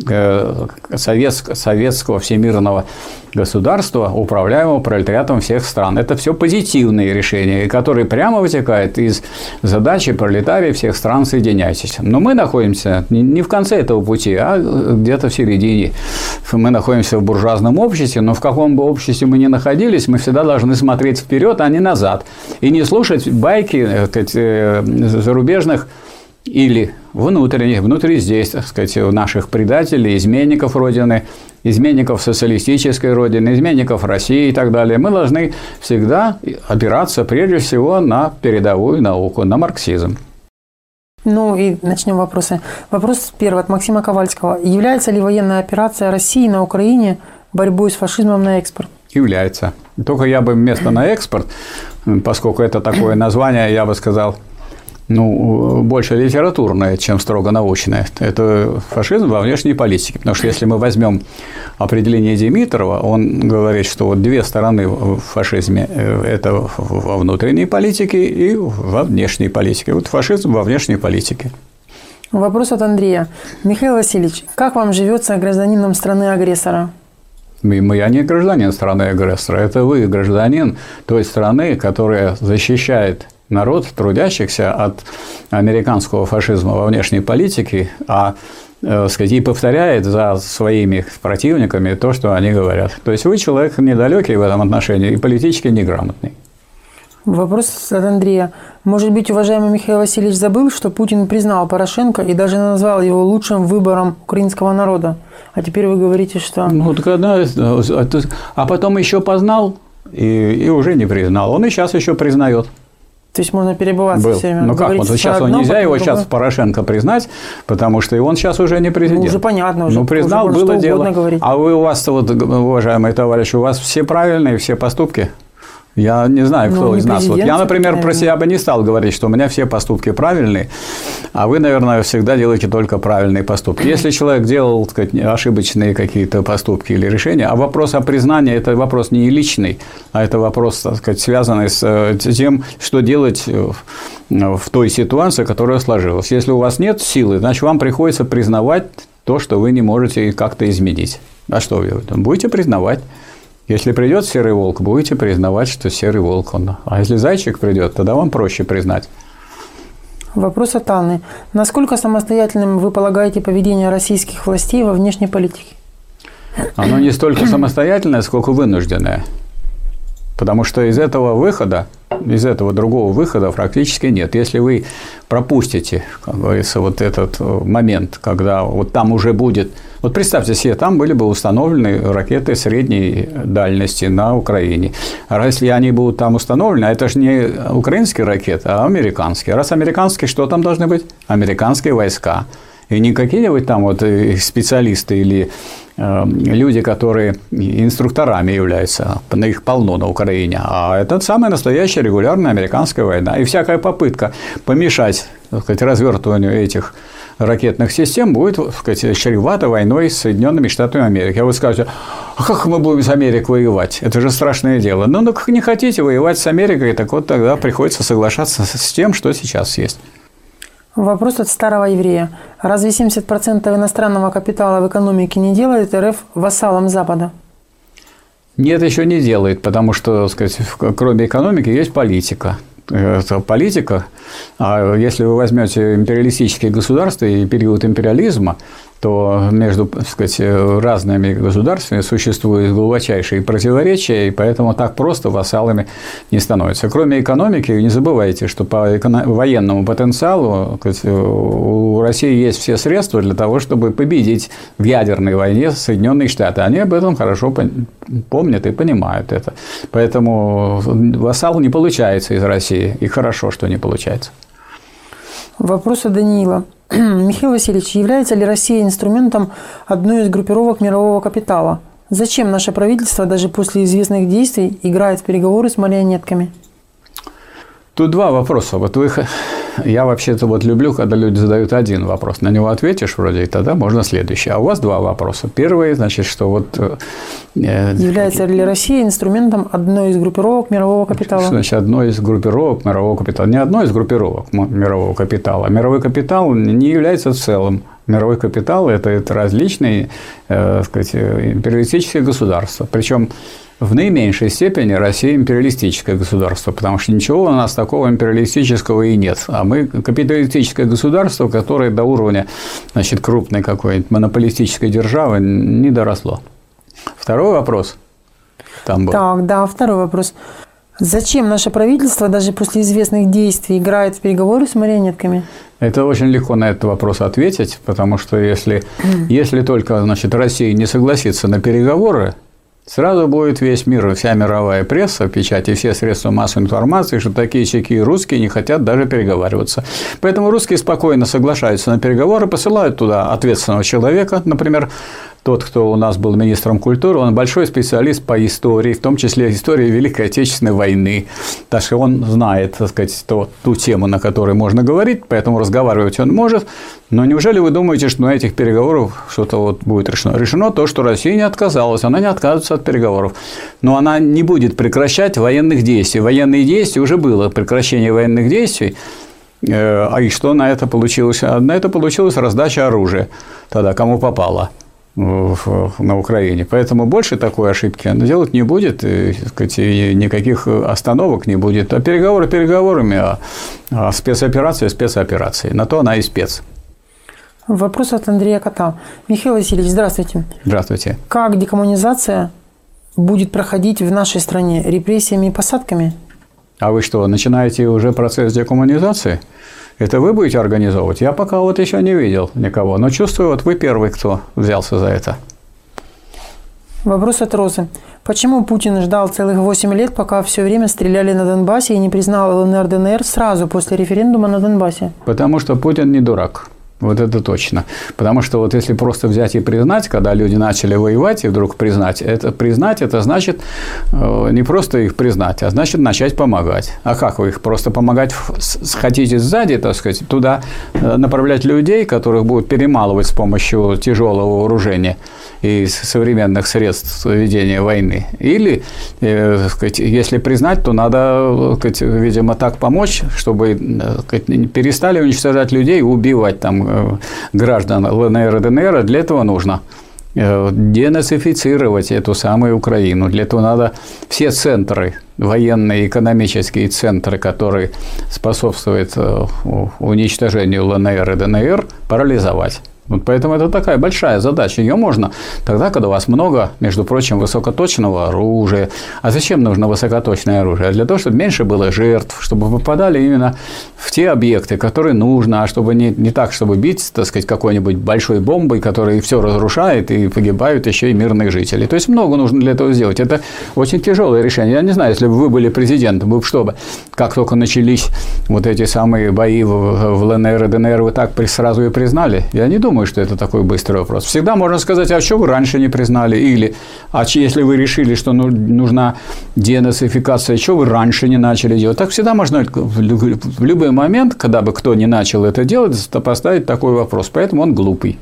советского всемирного государства, управляемого пролетариатом всех стран. Это все позитивные решения, которые прямо вытекают из задачи пролетарии всех стран «Соединяйтесь». Но мы находимся не в конце этого пути, а где-то в середине. Мы находимся в буржуазном обществе, но в каком бы обществе мы ни находились, мы всегда должны смотреть вперед, а не назад. И не слушать байки зарубежных или внутри здесь, так сказать, наших предателей, изменников Родины, изменников социалистической Родины, изменников России и так далее. Мы должны всегда опираться прежде всего на передовую науку, на марксизм. Ну и начнем вопросы. Вопрос первый от Максима Ковальского. Является ли военная операция России на Украине борьбой с фашизмом на экспорт? Является. Только я бы вместо на экспорт, поскольку это такое название, я бы сказал, больше литературное, чем строго научное. Это фашизм во внешней политике. Потому что если мы возьмем определение Димитрова, он говорит, что вот две стороны в фашизме – это во внутренней политике и во внешней политике. Вот фашизм во внешней политике. Вопрос от Андрея. Михаил Васильевич, как вам живется гражданином страны-агрессора? Я не гражданин страны-агрессора. Это вы гражданин той страны, которая защищает народ трудящихся от американского фашизма во внешней политике, и повторяет за своими противниками то, что они говорят. То есть вы человек недалекий в этом отношении и политически неграмотный. Вопрос от Андрея. Может быть, уважаемый Михаил Васильевич забыл, что Путин признал Порошенко и даже назвал его лучшим выбором украинского народа? А теперь вы говорите, что… А потом еще познал и уже не признал. Он и сейчас еще признает. То есть можно перебываться все время. Ну как? Вот сейчас нельзя его сейчас Порошенко признать, потому что и он сейчас уже не президент. Уже понятно, уже. Признал, уже было дело. Говорить. А у вас, уважаемый товарищ, у вас все правильные, все поступки? Я не знаю, кто из нас. Я, например, про себя бы не стал говорить, что у меня все поступки правильные, а вы, наверное, всегда делаете только правильные поступки. Если человек делал, так сказать, ошибочные какие-то поступки или решения, а вопрос о признании – это вопрос не личный, а это вопрос, так сказать, связанный с тем, что делать в той ситуации, которая сложилась. Если у вас нет силы, значит, вам приходится признавать то, что вы не можете как-то изменить. А что вы будете признавать? Если придет серый волк, будете признавать, что серый волк он. А если зайчик придет, тогда вам проще признать. Вопрос от Анны. Насколько самостоятельным вы полагаете поведение российских властей во внешней политике? оно не столько самостоятельное, сколько вынужденное. Потому что из этого другого выхода практически нет. Если вы пропустите, как говорится, вот этот момент, когда вот там уже будет… Вот представьте себе, там были бы установлены ракеты средней дальности на Украине. А если они будут там установлены, это же не украинские ракеты, а американские. Раз американские, что там должны быть? Американские войска. И не какие-нибудь там вот специалисты или люди, которые инструкторами являются, их полно на Украине, а это самая настоящая регулярная американская война. И всякая попытка помешать, так сказать, развертыванию этих ракетных систем будет, так сказать, чревата войной с Соединенными Штатами Америки. А вы скажете, а как мы будем с Америкой воевать? Это же страшное дело. Ну, как не хотите воевать с Америкой, так вот тогда приходится соглашаться с тем, что сейчас есть. Вопрос от старого еврея. Разве 70% иностранного капитала в экономике не делает РФ вассалом Запада? Нет, еще не делает, потому что, так сказать, кроме экономики есть политика. Это политика. А если вы возьмете империалистические государства и период империализма, то между, так сказать, разными государствами существуют глубочайшие противоречия, и поэтому так просто вассалами не становятся. Кроме экономики, не забывайте, что по военному потенциалу, так сказать, у России есть все средства для того, чтобы победить в ядерной войне Соединенные Штаты. Они об этом хорошо помнят и понимают это. Поэтому вассал не получается из России, и хорошо, что не получается. Вопрос от Даниила. Михаил Васильевич, является ли Россия инструментом одной из группировок мирового капитала? Зачем наше правительство даже после известных действий играет в переговоры с марионетками? Тут два вопроса. Я вообще-то люблю, когда люди задают один вопрос. На него ответишь вроде, и тогда можно следующий. А у вас два вопроса. Первый, значит, что является ли Россия инструментом одной из группировок мирового капитала? Значит, одной из группировок мирового капитала. Не одной из группировок мирового капитала. Мировой капитал не является целым. Мировой капитал – это различные, так сказать, империалистические государства. Причем в наименьшей степени Россия империалистическое государство, потому что ничего у нас такого империалистического и нет. А мы капиталистическое государство, которое до уровня, значит, крупной какой-нибудь монополистической державы не доросло. Второй вопрос там был. Так, да, второй вопрос. Зачем наше правительство даже после известных действий играет в переговоры с марионетками? Это очень легко на этот вопрос ответить, потому что если только, значит, Россия не согласится на переговоры, сразу будет весь мир, вся мировая пресса, печать и все средства массовой информации, что такие-сякие русские не хотят даже переговариваться. Поэтому русские спокойно соглашаются на переговоры, посылают туда ответственного человека, например, тот, кто у нас был министром культуры, он большой специалист по истории, в том числе истории Великой Отечественной войны. Так что он знает, так сказать, ту тему, на которой можно говорить, поэтому разговаривать он может. Но неужели вы думаете, что на этих переговорах что-то будет решено? Решено то, что Россия не отказалась, она не отказывается от переговоров. Но она не будет прекращать военных действий. Военные действия уже было, прекращение военных действий. А и что на это получилось? На это получилась раздача оружия тогда, кому попало на Украине. Поэтому больше такой ошибки она делать не будет, и, так сказать, и никаких остановок не будет. А переговоры переговорами, а спецоперация спецоперацией. На то она и спец. Вопрос от Андрея Кота. Михаил Васильевич, здравствуйте. Здравствуйте. Как декоммунизация будет проходить в нашей стране? Репрессиями и посадками? А вы что, начинаете уже процесс декоммунизации? Это вы будете организовывать? Я пока еще не видел никого, но чувствую, вы первый, кто взялся за это. Вопрос от Розы. Почему Путин ждал целых 8 лет, пока все время стреляли на Донбассе и не признал ЛНР, ДНР сразу после референдума на Донбассе? Потому что Путин не дурак. Вот это точно. Потому что если просто взять и признать, когда люди начали воевать, и вдруг признать, это значит не просто их признать, а значит начать помогать. А как вы их просто помогать хотите сзади, так сказать, туда направлять людей, которых будут перемалывать с помощью тяжелого вооружения и современных средств ведения войны? Или, так сказать, если признать, то надо, так сказать, видимо, так помочь, чтобы, так сказать, перестали уничтожать людей и убивать там граждан ЛНР и ДНР. Для этого нужно денацифицировать эту самую Украину. Для этого надо все центры, военные, экономические центры, которые способствуют уничтожению ЛНР и ДНР, парализовать. Вот поэтому это такая большая задача. Ее можно тогда, когда у вас много, между прочим, высокоточного оружия. А зачем нужно высокоточное оружие? Для того, чтобы меньше было жертв, чтобы попадали именно в те объекты, которые нужно, а чтобы не так, чтобы бить, так сказать, какой-нибудь большой бомбой, которая все разрушает и погибают еще и мирные жители. То есть много нужно для этого сделать. Это очень тяжелое решение. Я не знаю, если бы вы были президентом, вы бы что бы, как только начались вот эти самые бои в ЛНР и ДНР, вы так сразу и признали? Я не думаю, что это такой быстрый вопрос. Всегда можно сказать, а что вы раньше не признали? Или, а если вы решили, что нужна денацификация, что вы раньше не начали делать? Так всегда можно в любой момент, когда бы кто не начал это делать, поставить такой вопрос. Поэтому он глупый.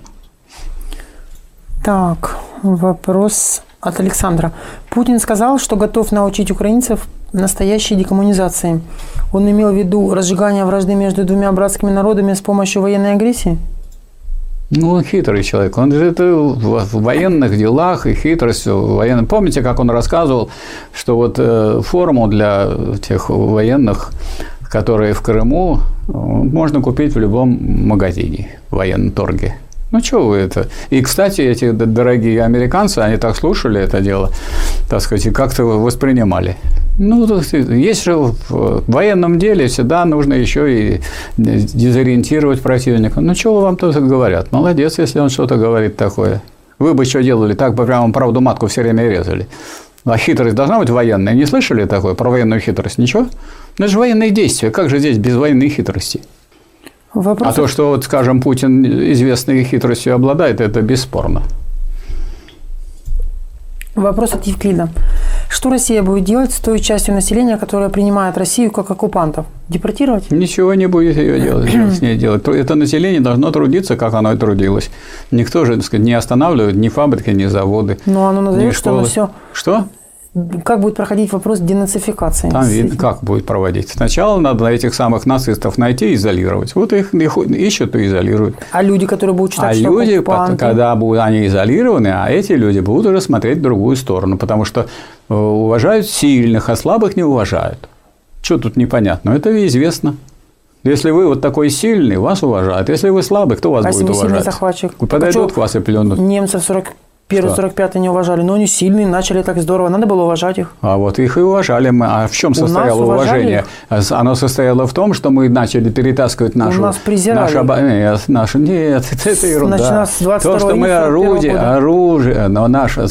Так, вопрос от Александра. Путин сказал, что готов научить украинцев настоящей декоммунизации. Он имел в виду разжигание вражды между двумя братскими народами с помощью военной агрессии? Ну, он хитрый человек. Он же это в военных делах и хитрость военных. Помните, как он рассказывал, что вот форму для тех военных, которые в Крыму, можно купить в любом магазине, в военном торге. Ну, что вы это? И, кстати, эти дорогие американцы, они так слушали это дело, так сказать, и как-то воспринимали. Ну, есть же в военном деле всегда нужно еще и дезориентировать противника. Ну, чего вам тут говорят? Молодец, если он что-то говорит такое. Вы бы что делали? Так бы прямо правду матку все время резали. А хитрость должна быть военная. Не слышали такое про военную хитрость? Ничего? Ну, это же военные действия. Как же здесь без военной хитрости? Вопрос... А то, что, вот, скажем, Путин известной хитростью обладает, это бесспорно. Вопрос от Евклида. Что Россия будет делать с той частью населения, которая принимает Россию как оккупантов? Депортировать? Ничего не будет ее делать, с ней делать. Это население должно трудиться, как оно и трудилось. Никто же, так сказать, не останавливает ни фабрики, ни заводы. Но оно назовет, что оно все... Что? Как будет проходить вопрос денацификации? Там видно, как будет проводить. Сначала надо этих самых нацистов найти и изолировать. Вот их ищут и изолируют. А люди, которые будут считать, что люди, оккупанты... когда будут они изолированы, а эти люди будут уже смотреть в другую сторону, потому что уважают сильных, а слабых не уважают. Что тут непонятно? Это известно. Если вы вот такой сильный, вас уважают. Если вы слабый, кто вас будет уважать? Сильный захватчик. Подойдут к вас и плюнут. Немцев 41-45 не уважали, но они сильные, начали так здорово, надо было уважать их. А вот их и уважали мы. А в чем состояло уважение? Оно состояло в том, что мы начали перетаскивать нашу... У нас презирали. Нет, это ерунда. Значит, то, что мы оружие, но наши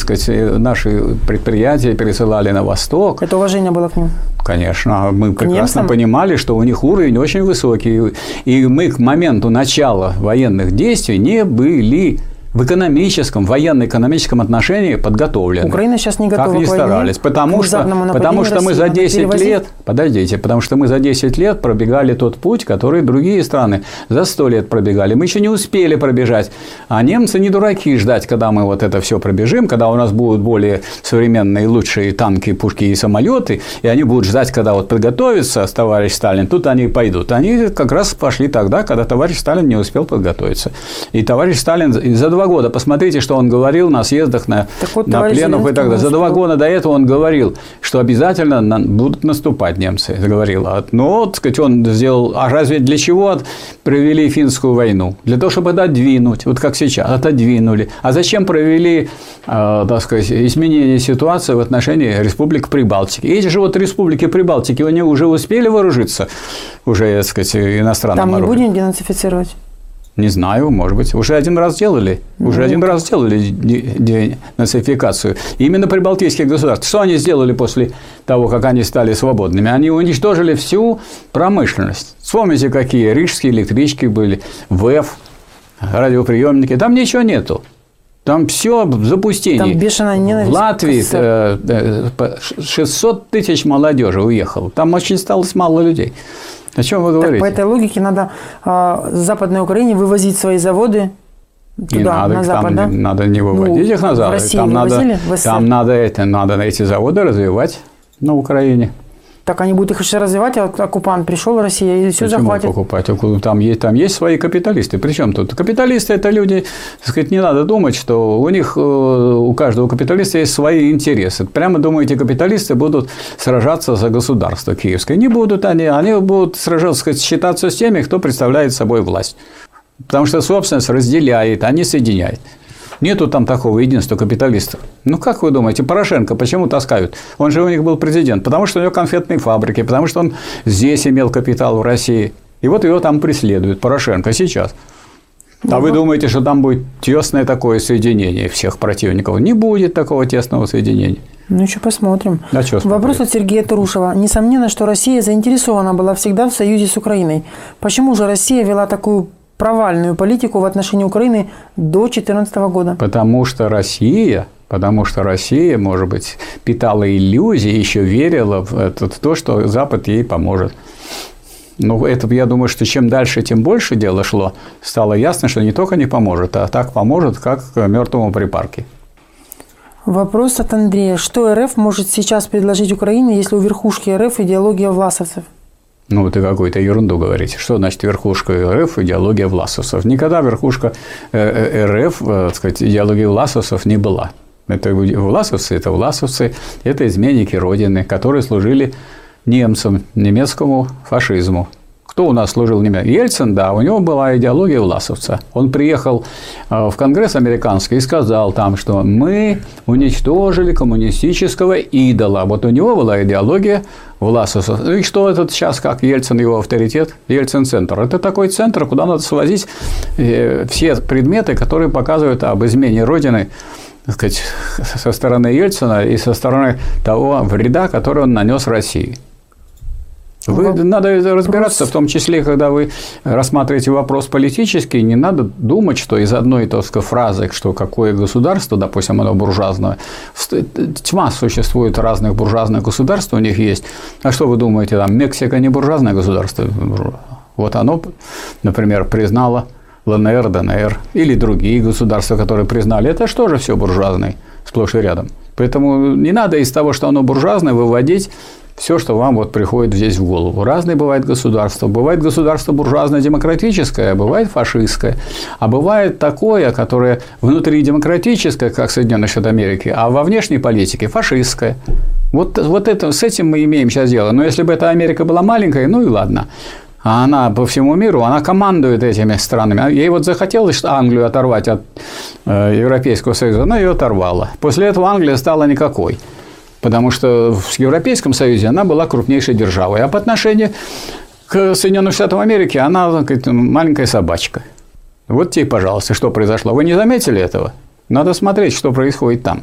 предприятия пересылали на восток. Это уважение было к ним? Конечно. Мы прекрасно понимали, что у них уровень очень высокий. И мы к моменту начала военных действий не были... в экономическом, военно-экономическом отношении подготовлены. Украина сейчас не готова как ни старались, потому что мы за 10 лет, потому что мы за 10 лет пробегали тот путь, который другие страны за 100 лет пробегали. Мы еще не успели пробежать. А немцы не дураки ждать, когда мы вот это все пробежим, когда у нас будут более современные, лучшие танки, пушки и самолеты, и они будут ждать, когда вот подготовится товарищ Сталин, тут они пойдут. Они как раз пошли тогда, когда товарищ Сталин не успел подготовиться. И товарищ Сталин за 2 года, посмотрите, что он говорил на съездах, на пленах и так далее. За 2 года до этого он говорил, что обязательно будут наступать немцы. Говорил. Но, так сказать, он сделал... А разве для чего провели финскую войну? Для того, чтобы отодвинуть, вот как сейчас, отодвинули. А зачем провели, так сказать, изменение ситуации в отношении республик Прибалтики? Эти же вот республики Прибалтики, они уже успели вооружиться, уже, так сказать, иностранным оружием. Там не будем денацифицировать? Не знаю, может быть. Уже один раз делали. Один раз делали денацификацию. Именно прибалтийских государств. Что они сделали после того, как они стали свободными? Они уничтожили всю промышленность. Вспомните, какие рижские электрички были, ВЭФ, радиоприемники. Там ничего нету. Там все в запустении. Там бешеная ненависть. В Латвии 600 тысяч молодежи уехало. Там очень осталось мало людей. О чем вы говорите? Так, по этой логике надо с Западной Украины вывозить свои заводы туда, на Запад, да? Надо не выводить их на Запад. В России вывозили? Там надо эти заводы развивать на Украине. Так они будут их еще развивать, а оккупант пришел, Россия, и все захватит. Покупать? Там есть свои капиталисты. Причем тут капиталисты – это люди, так сказать, не надо думать, что у них, у каждого капиталиста есть свои интересы. Прямо думаете, капиталисты будут сражаться за государство киевское? Не будут они будут сражаться, сказать, считаться с теми, кто представляет собой власть. Потому что собственность разделяет, а не соединяет. Нету там такого единства капиталистов. Ну, как вы думаете, Порошенко почему таскают? Он же у них был президент. Потому что у него конфетные фабрики, потому что он здесь имел капитал в России. И вот его там преследуют, Порошенко, сейчас. А вы думаете, что там будет тесное такое соединение всех противников? Не будет такого тесного соединения. Ну, еще посмотрим. Да, что смотреть? Вопрос от Сергея Турушева. Несомненно, что Россия заинтересована была всегда в союзе с Украиной. Почему же Россия вела такую провальную политику в отношении Украины до 2014 года? Потому что Россия, может быть, питала иллюзии, еще верила в то, что Запад ей поможет. Ну, это, я думаю, что чем дальше, тем больше дело шло. Стало ясно, что не только не поможет, а так поможет, как мертвому припарке. Вопрос от Андрея. Что РФ может сейчас предложить Украине, если у верхушки РФ идеология власовцев? Ну, вы какую-то ерунду говорите. Что значит верхушка РФ идеология власовцев? Никогда верхушка РФ, так сказать, идеология власовцев не была. Это власовцы, это изменники Родины, которые служили немцам, немецкому фашизму. Кто у нас служил немцам? Ельцин, да, у него была идеология власовца. Он приехал в Конгресс американский и сказал там, что мы уничтожили коммунистического идола. Вот у него была идеология власовца. И что это сейчас, как Ельцин, его авторитет? Ельцин-центр. Это такой центр, куда надо свозить все предметы, которые показывают об измене Родины, так сказать, со стороны Ельцина и со стороны того вреда, который он нанес России. Надо разбираться, в том числе, когда вы рассматриваете вопрос политический, не надо думать, что из одной только фразы, что какое государство, допустим, оно буржуазное, тьма существует разных буржуазных государств, у них есть. А что вы думаете, там Мексика не буржуазное государство? Вот оно, например, признало ЛНР, ДНР или другие государства, которые признали, это что же все буржуазное, сплошь и рядом. Поэтому не надо из того, что оно буржуазное, выводить все, что вам вот приходит здесь в голову. Разные бывают государства. Бывает государство буржуазно-демократическое, а бывает фашистское. А бывает такое, которое внутри демократическое, как Соединенные Штаты Америки, а во внешней политике фашистское. Вот это, с этим мы имеем сейчас дело. Но если бы эта Америка была маленькая, ну и ладно. А она по всему миру, она командует этими странами. Ей вот захотелось Англию оторвать от Европейского Союза, она ее оторвала. После этого Англия стала никакой. Потому что в Европейском Союзе она была крупнейшей державой. А по отношению к Соединенным Штатам Америки она, так сказать, маленькая собачка. Вот тебе, пожалуйста, что произошло. Вы не заметили этого? Надо смотреть, что происходит там.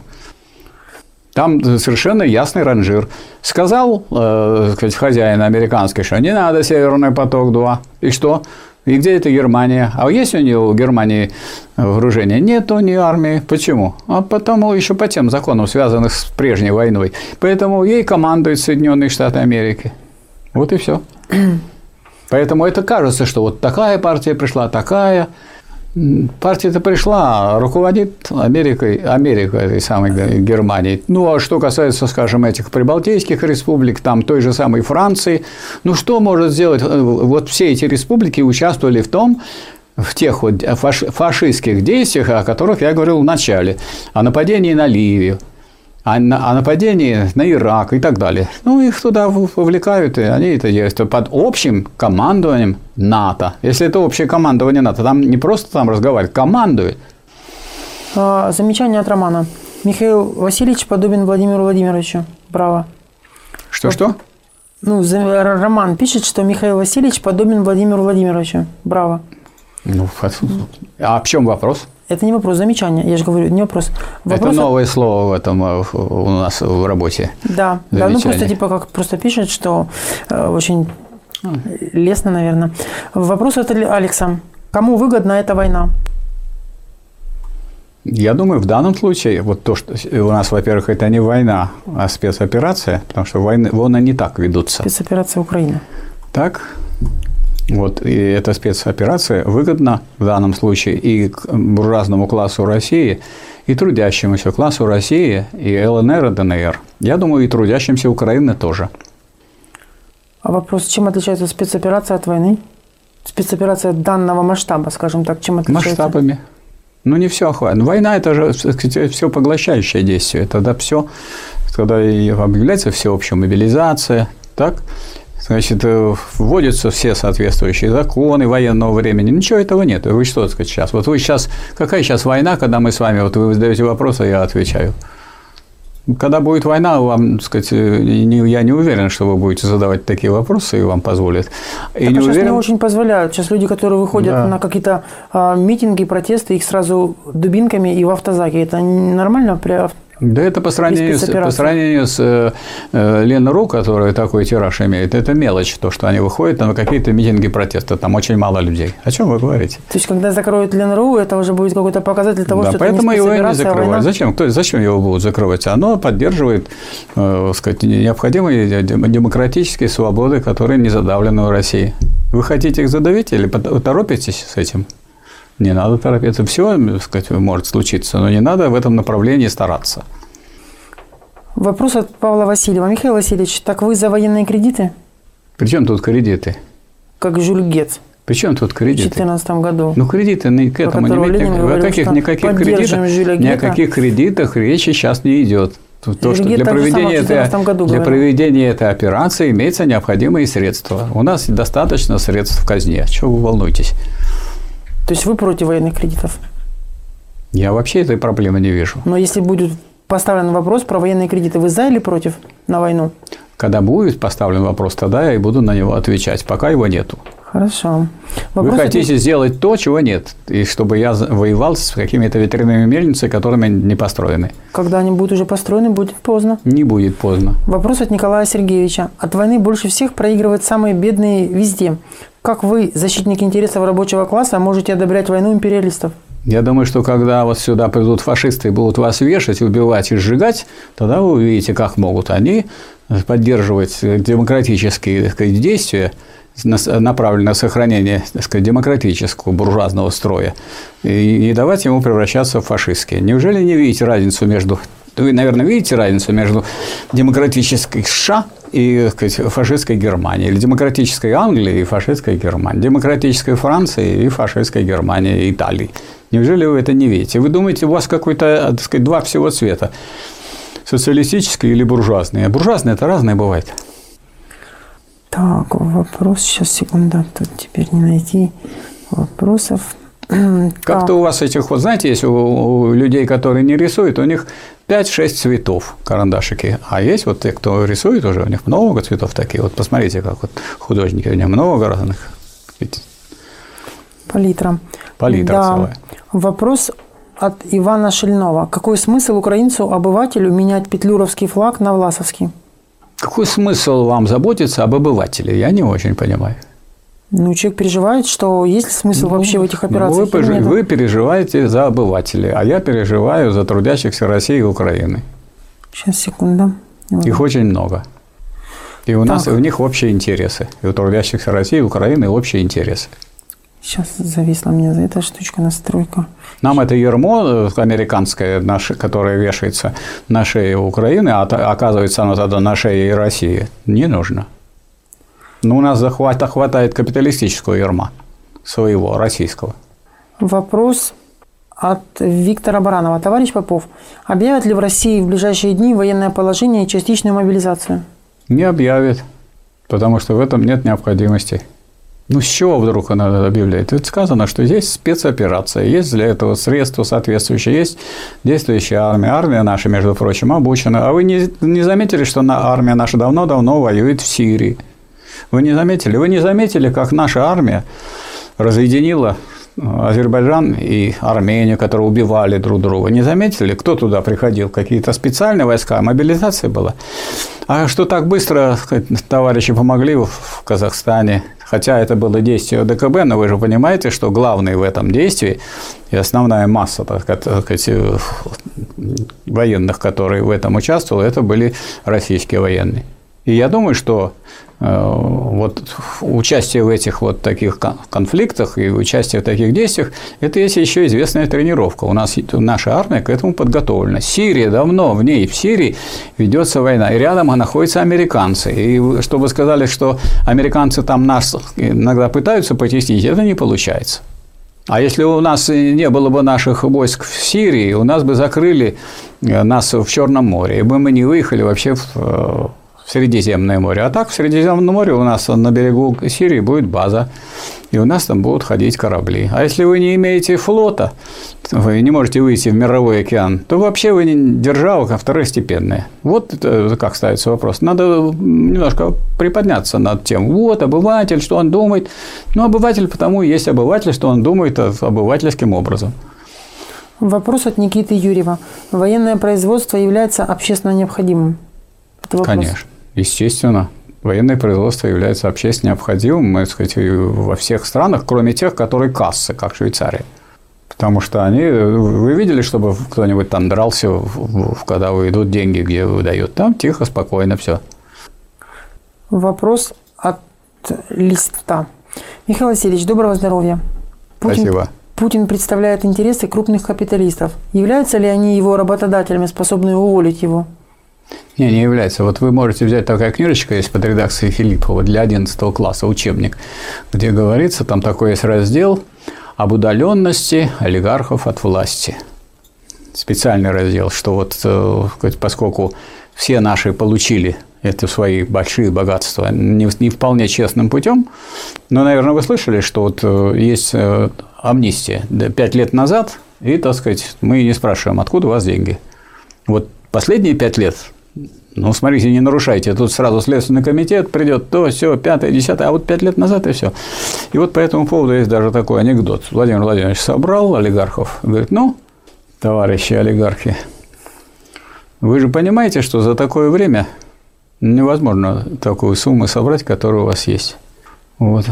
Там совершенно ясный ранжир. Сказал, так сказать, хозяин американский, что не надо Северный поток-2. И что? И где это Германия? А есть у нее у Германии вооружение? Нет у нее армии. Почему? А потому еще по тем законам, связанным с прежней войной. Поэтому ей командуют Соединенные Штаты Америки. Вот и все. Поэтому это кажется, что вот такая партия пришла, такая. Партия-то пришла, руководит Америка этой самой Германии. Ну, а что касается, скажем, этих прибалтийских республик, там той же самой Франции, ну, что может сделать? Вот все эти республики участвовали в тех вот фашистских действиях, о которых я говорил в начале, о нападении на Ливию, о нападении на Ирак и так далее. Ну, их туда вовлекают, и они это делают под общим командованием НАТО. Если это общее командование НАТО, там не просто там разговаривают, командуют. Замечание от Романа. Михаил Васильевич подобен Владимиру Владимировичу. Браво. Что? Ну, Роман пишет, что Михаил Васильевич подобен Владимиру Владимировичу. Браво. Ну, а в чем вопрос? Это не вопрос, замечание. Я же говорю, не вопрос. Это новое слово в этом у нас в работе. Да, ну просто типа как просто пишет, что очень лестно, наверное. Вопрос от Алекса. Кому выгодна эта война? Я думаю, в данном случае, вот то, что у нас, во-первых, это не война, а спецоперация, потому что войны не так ведутся. Спецоперация Украины. Так. Вот, и эта спецоперация выгодна в данном случае и к буржуазному классу России, и трудящемуся классу России, и ЛНР, и ДНР. Я думаю, и трудящимся Украины тоже. А вопрос, чем отличается спецоперация от войны? Спецоперация данного масштаба, скажем так, чем отличается? Масштабами. Ну, не все охватывает. Война – это же все поглощающее действие. Тогда все, когда объявляется всеобщая мобилизация, так? Значит, вводятся все соответствующие законы военного времени. Ничего этого нет. Вы что, так сказать, сейчас? Вот вы сейчас… Какая сейчас война, когда мы с вами… Вот вы задаете вопрос, а я отвечаю. Когда будет война, вам, так сказать, я не уверен, что вы будете задавать такие вопросы, и вам позволят. И не сейчас не очень позволяют. Сейчас люди, которые выходят на какие-то митинги, протесты, их сразу дубинками и в автозаке. Это нормально? Да это по сравнению с Ленру, которая такой тираж имеет, это мелочь, то, что они выходят на какие-то митинги протеста, там очень мало людей. О чем вы говорите? То есть, когда закроют Ленру, это уже будет какой-то показатель того, что поэтому это не его не закрывают. Зачем его будут закрывать? Оно поддерживает, сказать, необходимые демократические свободы, которые не задавлены в России. Вы хотите их задавить или торопитесь с этим? Не надо торопиться. Все, так сказать, может случиться, но не надо в этом направлении стараться. Вопрос от Павла Васильева. Михаил Васильевич, так вы за военные кредиты? При чем тут кредиты? Как Жюль Гетц. При чем тут кредиты? В 2014 году. Ну, кредиты к этому не имеют. Ни о каких кредитах речи сейчас не идет. То, что для проведения этой операции имеются необходимые средства. У нас достаточно средств в казне. Чего вы волнуетесь? То есть вы против военных кредитов? Я вообще этой проблемы не вижу. Но если будет поставлен вопрос про военные кредиты, вы за или против на войну? Когда будет поставлен вопрос, тогда я и буду на него отвечать. Пока его нету. Хорошо. Вы хотите сделать то, чего нет, и чтобы я воевал с какими-то ветряными мельницами, которыми не построены. Когда они будут уже построены, будет поздно. Не будет поздно. Вопрос от Николая Сергеевича. От войны больше всех проигрывают самые бедные везде. Как вы, защитник интересов рабочего класса, можете одобрять войну империалистов? Я думаю, что когда вот сюда придут фашисты и будут вас вешать, убивать и сжигать, тогда вы увидите, как могут они поддерживать демократические, так сказать, действия, направленные на сохранение, так сказать, демократического буржуазного строя, и не давать ему превращаться в фашистские. Неужели не видите разницу между… Вы, наверное, видите разницу между демократической США и, так сказать, фашистской Германией, или демократической Англией и фашистской Германией, демократической Францией и фашистской Германией и Италией. Неужели вы это не видите? Вы думаете, у вас какой-то, так сказать, два всего цвета – социалистический или буржуазный? А буржуазный – это разное бывает. Так, вопрос, сейчас, секунду, тут теперь не найти вопросов. Как-то у вас этих, вот знаете, есть у людей, которые не рисуют, у них 5-6 цветов карандашики. А есть вот те, кто рисует уже, у них много цветов таких. Вот посмотрите, как вот художники, у них много разных. Палитра. Палитра целая. Вопрос от Ивана Шельнова. Какой смысл украинцу-обывателю менять петлюровский флаг на власовский? Какой смысл вам заботиться об обывателе? Я не очень понимаю. Ну, человек переживает, что есть ли смысл вообще в этих операциях? Вы переживаете за обывателей, а я переживаю за трудящихся России и Украины. Сейчас, секунду. Их очень много. И у нас, и у них общие интересы. И у трудящихся России и Украины общие интересы. Сейчас зависла мне за эта штучка настройка. Нам это ярмо американское, которое вешается на шее Украины, а оказывается оно тогда на шее и России, не нужно. Но у нас хватает капиталистического ярма, своего, российского. Вопрос от Виктора Баранова. Товарищ Попов, объявят ли в России в ближайшие дни военное положение и частичную мобилизацию? Не объявят, потому что в этом нет необходимости. Ну, с чего вдруг она объявляет? Тут сказано, что есть спецоперация, есть для этого средства соответствующие, есть действующая армия. Армия наша, между прочим, обучена. А вы не заметили, что армия наша давно-давно воюет в Сирии? Вы не заметили? Вы не заметили, как наша армия разъединила Азербайджан и Армению, которые убивали друг друга? Не заметили? Кто туда приходил? Какие-то специальные войска? Мобилизация была? А что так быстро товарищи помогли в Казахстане? Хотя это было действие ОДКБ, но вы же понимаете, что главный в этом действии и основная масса, так сказать, военных, которые в этом участвовали, это были российские военные. И я думаю, что вот участие в этих вот таких конфликтах и участие в таких действиях – это есть еще известная тренировка. У нас наша армия к этому подготовлена. Сирия давно, в Сирии ведется война, и рядом находятся американцы. И чтобы сказали, что американцы там нас иногда пытаются потеснить, это не получается. А если у нас не было бы наших войск в Сирии, у нас бы закрыли нас в Черном море, и бы мы не выехали вообще в Средиземное море. А так в Средиземном море у нас на берегу Сирии будет база, и у нас там будут ходить корабли. А если вы не имеете флота, вы не можете выйти в мировой океан, то вообще вы держава второстепенная. Вот как ставится вопрос. Надо немножко приподняться над тем. Вот обыватель, что он думает. Ну, обыватель потому и есть обыватель, что он думает обывательским образом. Вопрос от Никиты Юрьева. Военное производство является общественно необходимым? Конечно, естественно. Военное производство является общественно необходимым, так сказать, во всех странах, кроме тех, которые кассы, как Швейцария. Потому что вы видели, чтобы кто-нибудь там дрался, когда идут деньги, где выдают? Там тихо, спокойно, все. Вопрос от Листа. Михаил Васильевич, доброго здоровья. Спасибо. Путин представляет интересы крупных капиталистов. Являются ли они его работодателями, способные уволить его? Не является. Вот вы можете взять, такая книжечка есть под редакцией Филиппова для 11 класса, учебник, где говорится, там такой есть раздел об удаленности олигархов от власти. Специальный раздел, что вот поскольку все наши получили это свои большие богатства не вполне честным путем, но, наверное, вы слышали, что вот есть амнистия 5 лет назад, и, так сказать, мы не спрашиваем, откуда у вас деньги. Вот последние 5 лет, ну, смотрите, не нарушайте, тут сразу Следственный комитет придет, то, все, 5-е, 10-е, а вот 5 лет назад и все. И вот по этому поводу есть даже такой анекдот. Владимир Владимирович собрал олигархов, говорит, ну, товарищи олигархи, вы же понимаете, что за такое время невозможно такую сумму собрать, которая у вас есть. Вот.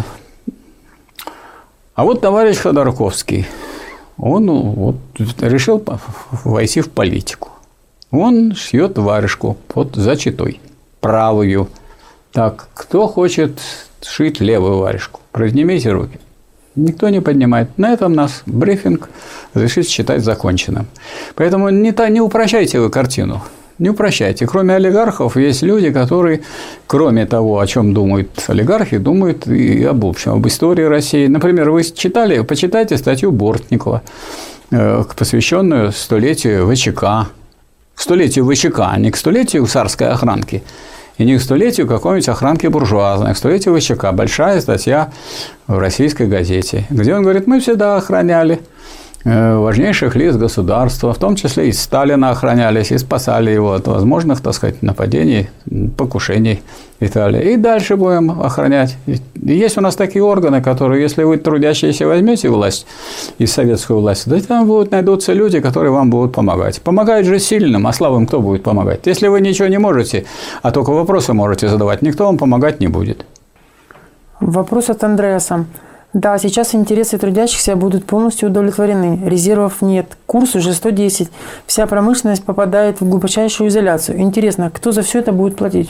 А вот товарищ Ходорковский, он вот решил войти в политику. Он шьет варежку под зачетой, правую. Так, кто хочет шить левую варежку? Поднимите руки. Никто не поднимает. На этом нас брифинг разрешит считать законченным. Поэтому не упрощайте вы картину. Не упрощайте. Кроме олигархов, есть люди, которые, кроме того, о чем думают олигархи, думают и об общем, об истории России. Например, вы почитайте статью Бортникова, посвященную столетию ВЧК. К столетию ВЧК, а не к столетию царской охранки. И не к столетию какой-нибудь охранки буржуазной, а к столетию ВЧК. Большая статья в российской газете, где он говорит, мы всегда охраняли важнейших лиц государства, в том числе и Сталина охранялись, и спасали его от возможных, так сказать, нападений, покушений и так далее. И дальше будем охранять. И есть у нас такие органы, которые, если вы, трудящиеся, возьмете власть и советскую власть, то там найдутся люди, которые вам будут помогать. Помогают же сильным, а слабым кто будет помогать? Если вы ничего не можете, а только вопросы можете задавать, никто вам помогать не будет. Вопрос от Андреаса. Да, сейчас интересы трудящихся будут полностью удовлетворены. Резервов нет. Курс уже 110. Вся промышленность попадает в глубочайшую изоляцию. Интересно, кто за все это будет платить?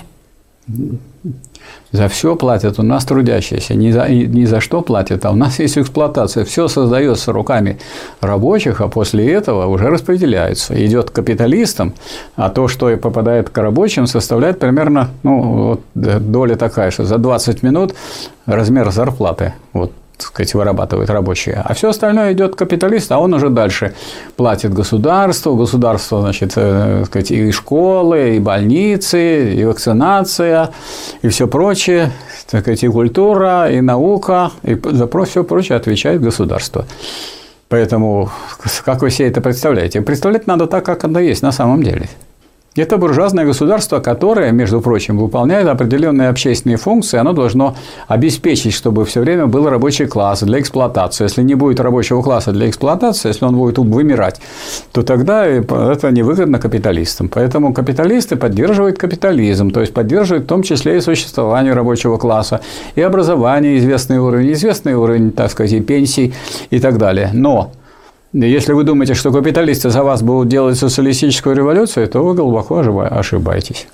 За все платят у нас трудящиеся. Не за что платят, а у нас есть эксплуатация. Все создается руками рабочих, а после этого уже распределяется. Идет к капиталистам, а то, что попадает к рабочим, составляет примерно доля такая, что за 20 минут размер зарплаты. Вот. Так сказать, вырабатывают рабочие. А все остальное идет капиталист, а он уже дальше платит государству. Государство, значит, сказать, и школы, и больницы, и вакцинация, и все прочее. Так сказать, и культура, и наука, и за все прочее отвечает государство. Поэтому, как вы себе это представляете? Представлять надо так, как оно есть на самом деле. Это буржуазное государство, которое, между прочим, выполняет определенные общественные функции. Оно должно обеспечить, чтобы все время был рабочий класс для эксплуатации. Если не будет рабочего класса для эксплуатации, если он будет вымирать, то тогда это невыгодно капиталистам. Поэтому капиталисты поддерживают капитализм, то есть поддерживают в том числе и существование рабочего класса, и образование, известный уровень, так сказать, и пенсий и так далее. Но если вы думаете, что капиталисты за вас будут делать социалистическую революцию, то вы глубоко ошибаетесь.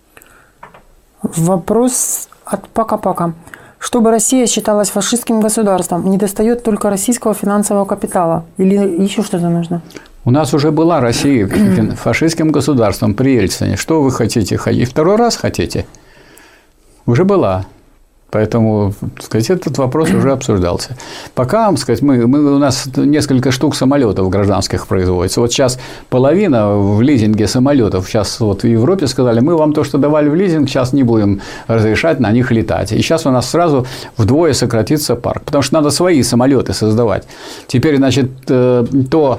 Вопрос от Пака-Пака. Чтобы Россия считалась фашистским государством, недостает только российского финансового капитала? Или еще что-то нужно? У нас уже была Россия фашистским государством при Ельцине. Что вы хотите? И второй раз хотите? Уже была. Поэтому, так сказать, этот вопрос уже обсуждался. Пока, так сказать, у нас несколько штук самолетов гражданских производится. Вот сейчас половина в лизинге самолетов. Сейчас вот в Европе сказали, мы вам то, что давали в лизинг, сейчас не будем разрешать на них летать. И сейчас у нас сразу вдвое сократится парк. Потому что надо свои самолеты создавать. Теперь, значит, то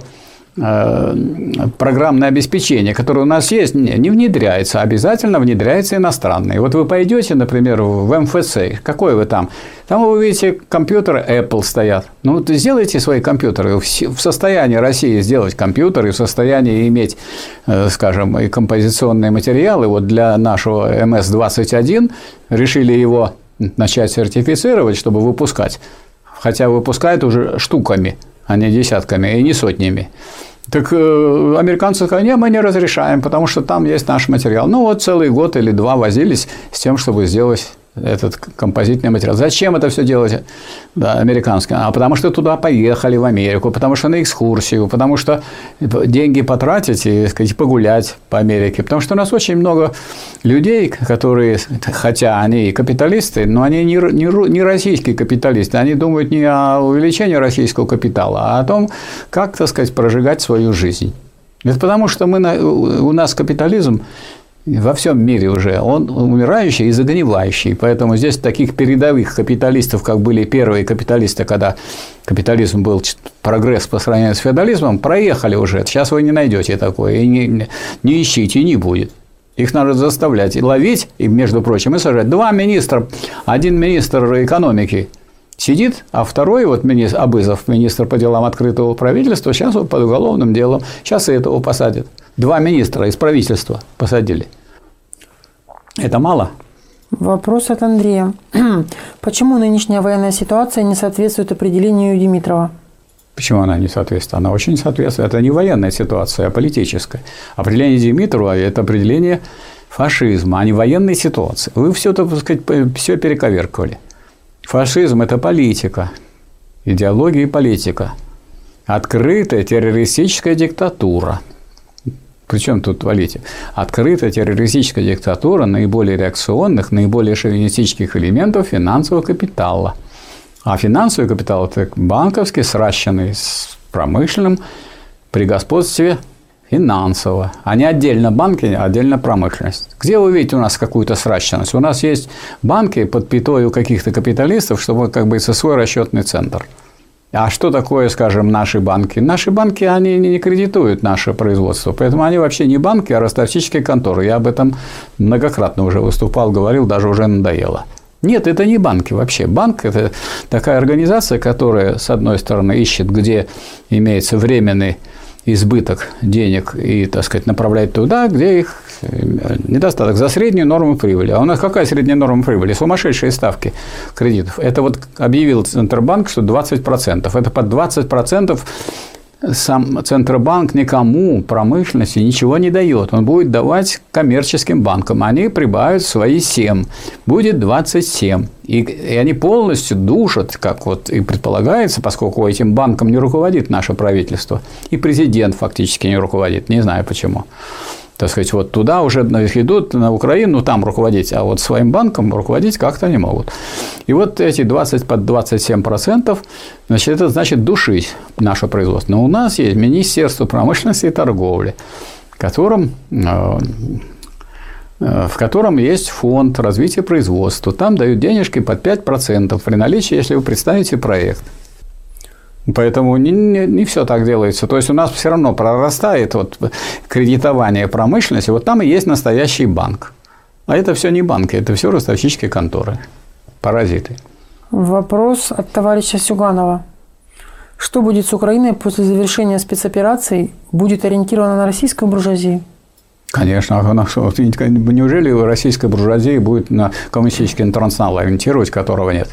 программное обеспечение, которое у нас есть, не внедряется, обязательно внедряется иностранное. И вот вы пойдете, например, в МФЦ, какой вы там? Там вы увидите компьютеры Apple стоят. Ну, вот сделайте свои компьютеры. В состоянии России сделать компьютеры, в состоянии иметь, скажем, и композиционные материалы. Вот для нашего МС-21 решили его начать сертифицировать, чтобы выпускать. Хотя выпускают уже штуками, а не десятками и не сотнями. Так американцы сказали, нет, мы не разрешаем, потому что там есть наш материал. Ну, вот целый год или два возились с тем, чтобы сделать этот композитный материал. Зачем это все делать, да, американский? А потому что туда поехали в Америку, потому что на экскурсию, потому что деньги потратить и, сказать, погулять по Америке. Потому что у нас очень много людей, которые, хотя они и капиталисты, но они не российские капиталисты. Они думают не о увеличении российского капитала, а о том, как, так сказать, прожигать свою жизнь. Это потому что у нас капитализм во всем мире уже, он умирающий и загнивающий. Поэтому здесь таких передовых капиталистов, как были первые капиталисты, когда капитализм был прогресс по сравнению с феодализмом, проехали уже. Сейчас вы не найдете такое. И не ищите, и не будет. Их надо заставлять и ловить, и, между прочим, и сажать. Два министра, один министр экономики сидит, а второй, вот министр Абызов, министр по делам открытого правительства, сейчас вот под уголовным делом. Сейчас и этого посадят. Два министра из правительства посадили. Это мало? Вопрос от Андрея. Почему нынешняя военная ситуация не соответствует определению Димитрова? Почему она не соответствует? Она очень соответствует. Это не военная ситуация, а политическая. Определение Димитрова – это определение фашизма, а не военной ситуации. Вы все, так сказать, все перековеркивали. Фашизм – это политика, идеология и политика. Открытая террористическая диктатура. Причем тут политика? Открытая террористическая диктатура наиболее реакционных, наиболее шовинистических элементов финансового капитала. А финансовый капитал – это банковский, сращенный с промышленным при господстве финансового. А не отдельно банки, а отдельно промышленность. Где вы видите у нас какую-то сращенность? У нас есть банки под пятой у каких-то капиталистов, чтобы, как бы, свой расчетный центр. А что такое, скажем, наши банки? Наши банки, они не кредитуют наше производство. Поэтому они вообще не банки, а ростовщические конторы. Я об этом многократно уже выступал, говорил, даже уже надоело. Нет, это не банки вообще. Банк – это такая организация, которая, с одной стороны, ищет, где имеется временный избыток денег и, так сказать, направляет туда, где их недостаток, за среднюю норму прибыли. А у нас какая средняя норма прибыли? Сумасшедшие ставки кредитов. Это вот объявил Центробанк, что 20%. Это под 20% сам Центробанк никому, промышленности, ничего не дает. Он будет давать коммерческим банкам. Они прибавят свои 7. Будет 27. И они полностью душат, как вот и предполагается, поскольку этим банком не руководит наше правительство. И президент фактически не руководит. Не знаю почему. Так сказать, вот туда уже идут на Украину, там руководить, а вот своим банком руководить как-то не могут. И вот эти 20 под 27%, значит, это значит душить наше производство. Но у нас есть Министерство промышленности и торговли, в котором есть фонд развития производства. Там дают денежки под 5% при наличии, если вы представите проект. Поэтому не все так делается. То есть у нас все равно прорастает вот кредитование промышленности. Вот там и есть настоящий банк. А это все не банки, это все ростовщические конторы. Паразиты. Вопрос от товарища Сюганова. Что будет с Украиной после завершения спецопераций? Будет ориентировано на российскую буржуазию? Конечно. Неужели российская буржуазия будет на коммунистический интернационал ориентировать, которого нет?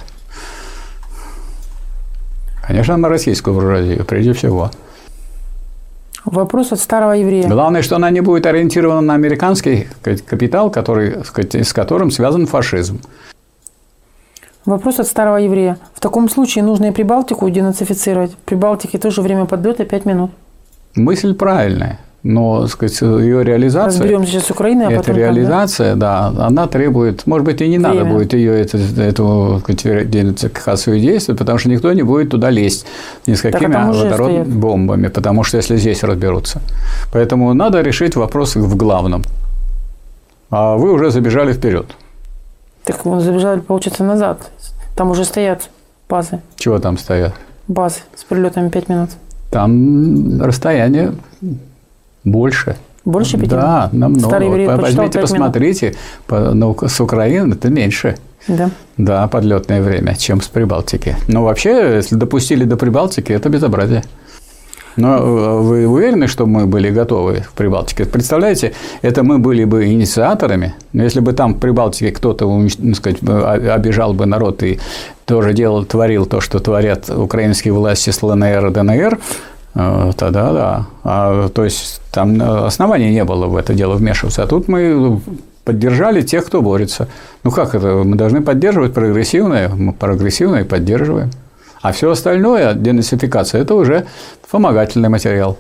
Конечно, на российскую буржуазию, прежде всего. Вопрос от старого еврея. Главное, что она не будет ориентирована на американский капитал, с которым связан фашизм. Вопрос от старого еврея. В таком случае нужно и Прибалтику денацифицировать. В Прибалтике тоже время подлета 5 минут. Мысль правильная. Но, так сказать, ее реализация... Разберемся сейчас с Украиной, а эта потом... реализация, да, она требует... Может быть, и не надо будет ее, эту денацификацию действовать, потому что никто не будет туда лезть ни с какими водородбомбами, потому что если здесь разберутся. Поэтому надо решить вопрос в главном. А вы уже забежали вперед. Так мы забежали, получается, назад. Там уже стоят базы. Чего там стоят? Базы с прилетами 5 минут. Там расстояние больше. Больше 5 минут? Да, намного. Возьмите, посмотрите, с Украины это меньше. Да. Да, подлетное время, чем с Прибалтики. Но вообще, если допустили до Прибалтики, это безобразие. Но вы уверены, что мы были готовы в Прибалтике? Представляете, это мы были бы инициаторами, но если бы там в Прибалтике кто-то, так сказать, обижал бы народ и тоже творил то, что творят украинские власти с ЛНР и ДНР, тогда да. То есть там оснований не было в это дело вмешиваться. А тут мы поддержали тех, кто борется. Ну как это? Мы должны поддерживать прогрессивное, мы прогрессивное поддерживаем. А все остальное, денацификация, это уже вспомогательный материал.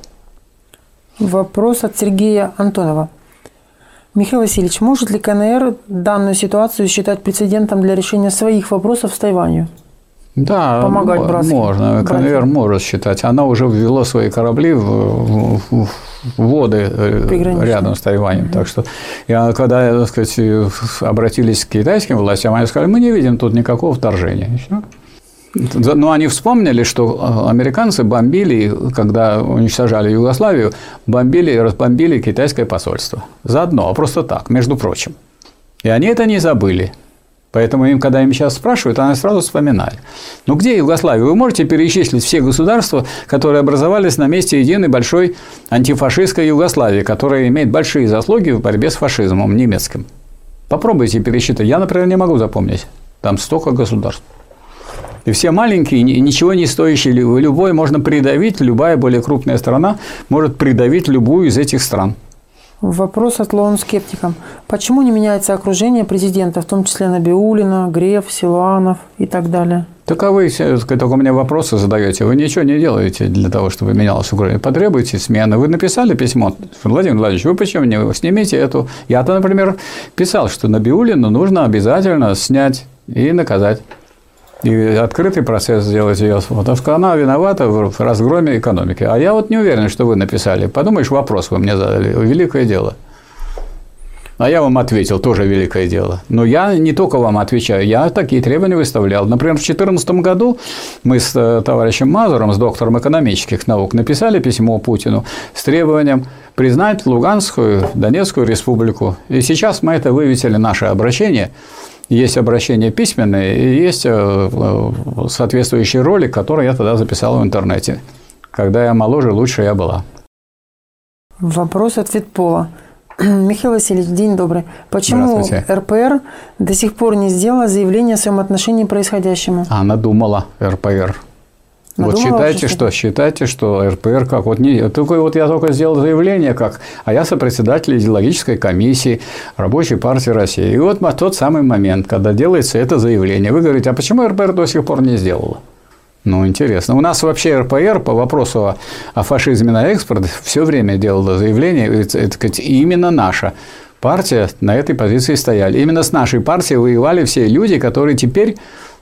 Вопрос от Сергея Антонова. Михаил Васильевич, может ли КНР данную ситуацию считать прецедентом для решения своих вопросов с Тайванью? Да, помогать можно. КНР может считать. Она уже ввела свои корабли в воды рядом с Тайванем. Так что, когда, так сказать, обратились к китайским властям, они сказали, мы не видим тут никакого вторжения. И все. Но они вспомнили, что американцы бомбили, когда уничтожали Югославию, бомбили и разбомбили китайское посольство. Заодно, а просто так, между прочим. И они это не забыли. Поэтому когда им сейчас спрашивают, они сразу вспоминают. Ну, где Югославия? Вы можете перечислить все государства, которые образовались на месте единой большой антифашистской Югославии, которая имеет большие заслуги в борьбе с фашизмом немецким. Попробуйте пересчитать. Я, например, не могу запомнить. Там столько государств. И все маленькие, ничего не стоящие, любой можно придавить, любая более крупная страна может придавить любую из этих стран. Вопрос от лоун-скептика. Почему не меняется окружение президента, в том числе Набиуллина, Греф, Силуанов и так далее? Так а вы только мне вопросы задаете, вы ничего не делаете для того, чтобы менялось окружение. Потребуйте смены. Вы написали письмо, Владимир Владимирович, вы почему не снимите эту? Я-то, например, писал, что Набиуллину нужно обязательно снять и наказать. И открытый процесс сделать ее, потому что она виновата в разгроме экономики. А я вот не уверен, что вы написали. Подумаешь, вопрос вы мне задали. Великое дело. А я вам ответил, тоже великое дело. Но я не только вам отвечаю, я такие требования выставлял. Например, в 2014 году мы с товарищем Мазуром, с доктором экономических наук, написали письмо Путину с требованием признать Луганскую, Донецкую республику. И сейчас мы это вывесили, наше обращение. Есть обращение письменное и есть соответствующий ролик, который я тогда записал в интернете. Когда я моложе, лучше я была. Вопрос от Ветпола. Михаил Васильевич, день добрый. Почему РПР до сих пор не сделала заявление о своем отношении к происходящему? Она думала, РПР. Вот считайте, что РПР как вот не. Вот я только сделал заявление, а я сопредседатель идеологической комиссии Рабочей партии России. И вот тот самый момент, когда делается это заявление, вы говорите, а почему РПР до сих пор не сделала? Ну, интересно. У нас вообще РПР по вопросу о фашизме на экспорт все время делала заявление, это именно наша партия на этой позиции стояли. Именно с нашей партией воевали все люди, которые теперь,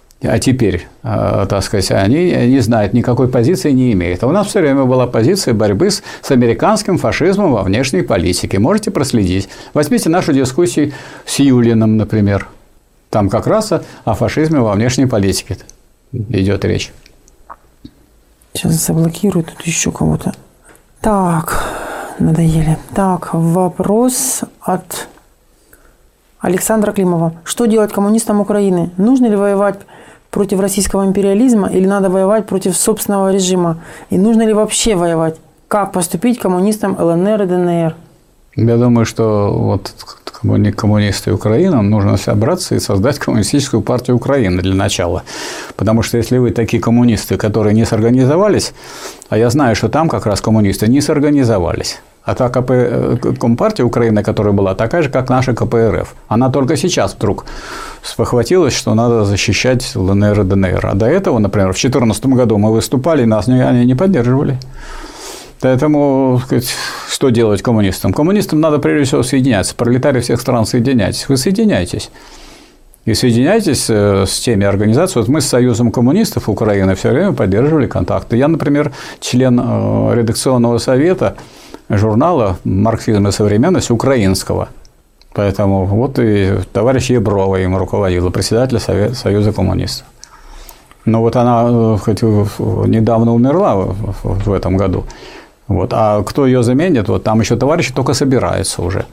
так сказать, они не знают, никакой позиции не имеют. А у нас все время была позиция борьбы с американским фашизмом во внешней политике. Можете проследить. Возьмите нашу дискуссию с Юлиным, например. Там как раз о фашизме во внешней политике идет речь. Сейчас заблокирую тут еще кого-то. Так, надоели. Так, вопрос от Александра Климова. Что делать коммунистам Украины? Нужно ли воевать против российского империализма или надо воевать против собственного режима? И нужно ли вообще воевать? Как поступить коммунистам ЛНР и ДНР? Я думаю, что вот коммунисты Украины нужно собраться и создать коммунистическую партию Украины для начала. Потому что если вы такие коммунисты, которые не сорганизовались, а я знаю, что там как раз коммунисты не сорганизовались. А та Компартия Украины, которая была такая же, как наша КПРФ, она только сейчас вдруг спохватилась, что надо защищать ЛНР и ДНР. А до этого, например, в 2014 году мы выступали, и нас они не поддерживали. Поэтому, что делать коммунистам? Коммунистам надо прежде всего соединяться. Пролетарии всех стран, соединяйтесь. Вы соединяйтесь. И соединяйтесь с теми организациями. Вот мы с Союзом коммунистов Украины все время поддерживали контакты. Я, например, член редакционного совета журнала «Марксизм и современность» украинского. Поэтому вот и товарищ Еброва им руководила, председатель Союза коммунистов. Но вот она хоть недавно умерла в этом году. Вот. А кто ее заменит, вот там еще товарищи только собираются уже.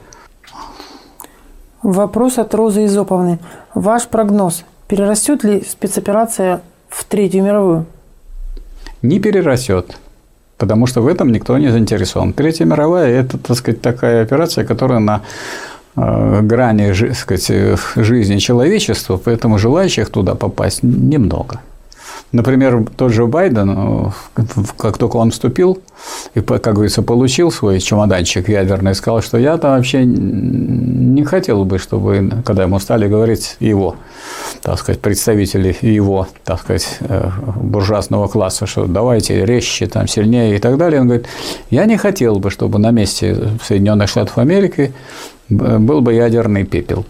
Вопрос от Розы Изоповны. Ваш прогноз. Перерастет ли спецоперация в Третью мировую? Не перерастет. Потому что в этом никто не заинтересован. Третья мировая – это, так сказать, такая операция, которая на грани, так сказать, жизни человечества, поэтому желающих туда попасть немного. Например, тот же Байден, как только он вступил и, как говорится, получил свой чемоданчик ядерный, сказал, что я-то вообще не хотел бы, чтобы, когда ему стали говорить его, так сказать, представители его, так сказать, буржуазного класса, что давайте резче, там, сильнее и так далее, он говорит, я не хотел бы, чтобы на месте Соединенных Штатов Америки был бы ядерный пепел.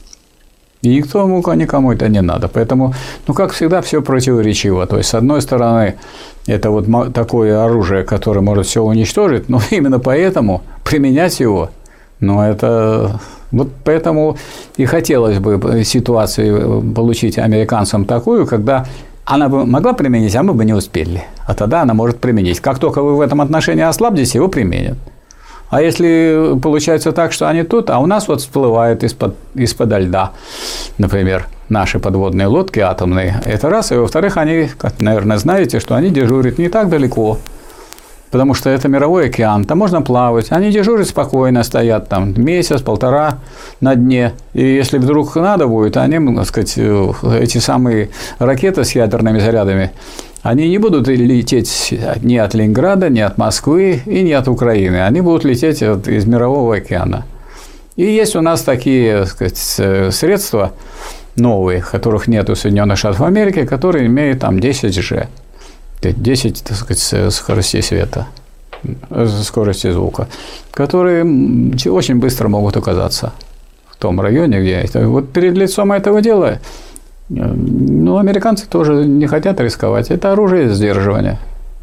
И никому это не надо. Поэтому, как всегда, все противоречиво. То есть, с одной стороны, это вот такое оружие, которое может все уничтожить, но именно поэтому применять его, это вот поэтому и хотелось бы ситуацию получить американцам такую, когда она бы могла применить, а мы бы не успели. А тогда она может применить. Как только вы в этом отношении ослабнете, его применят. А если получается так, что они тут, а у нас вот всплывают из-под льда, например, наши подводные лодки атомные, это раз. И, во-вторых, они, как, наверное, знаете, что они дежурят не так далеко, потому что это мировой океан, там можно плавать. Они дежурят спокойно, стоят там месяц-полтора на дне. И если вдруг надо будет, они, так сказать, эти самые ракеты с ядерными зарядами, они не будут лететь ни от Ленинграда, ни от Москвы и ни от Украины. Они будут лететь из Мирового океана. И есть у нас такие, так сказать, средства новые, которых нет у Соединенных Штатов Америки, которые имеют там 10 G. 10, так сказать, скоростей света, скорости звука, которые очень быстро могут оказаться в том районе, где это. Вот перед лицом этого дела. Американцы тоже не хотят рисковать. Это оружие сдерживания.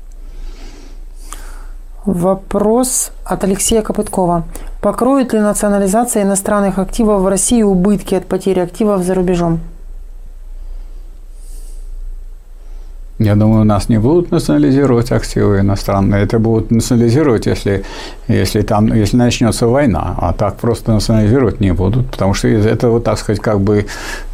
Вопрос от Алексея Копыткова. Покроет ли национализация иностранных активов в России убытки от потери активов за рубежом? Я думаю, у нас не будут национализировать активы иностранные. Это будут национализировать, если начнется война. А так просто национализировать не будут. Потому что это, вот так сказать, как бы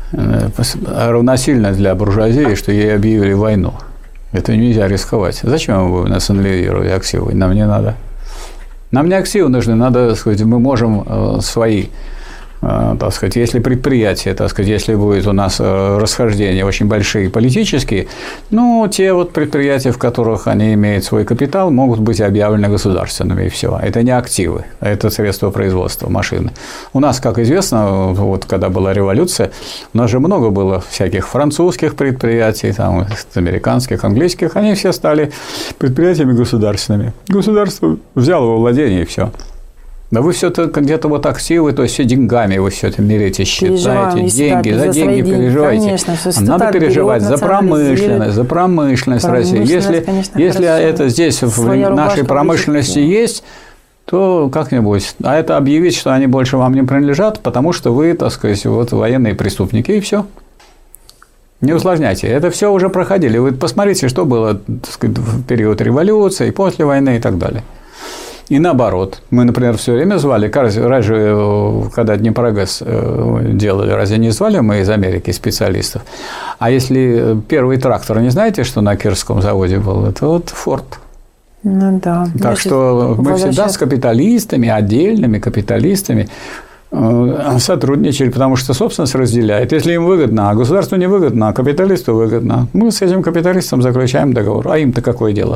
равносильно для буржуазии, что ей объявили войну. Это нельзя рисковать. Зачем мы будем национализировать активы? Нам не надо. Нам не активы нужны, надо, так сказать, мы можем свои, так сказать, если предприятия, так сказать, если будет у нас расхождения очень большие политические, те вот предприятия, в которых они имеют свой капитал, могут быть объявлены государственными, и все. Это не активы, это средства производства, машины. У нас, как известно, вот когда была революция, у нас же много было всяких французских предприятий, там, американских, английских, они все стали предприятиями государственными. Государство взяло во владение, и все. Да вы все это где-то вот активы, то есть все деньгами вы все это мерите, считаете, деньги, за деньги переживаете. Конечно, надо переживать за промышленность России. Если это здесь в нашей промышленности есть, то как-нибудь. А это объявить, что они больше вам не принадлежат, потому что вы, так сказать, вот военные преступники, и все. Не усложняйте. Это все уже проходили. Вы посмотрите, что было, так сказать, в период революции, после войны и так далее. И наоборот. Мы, например, все время звали, раньше, когда Днепрогэс делали, разве не звали мы из Америки специалистов? А если первый трактор, не знаете, что на Кирском заводе был? Это вот Форд. Да. Так что мы всегда с капиталистами, отдельными капиталистами сотрудничали, потому что собственность разделяет. Если им выгодно, а государству не выгодно, а капиталисту выгодно, мы с этим капиталистом заключаем договор. А им-то какое дело?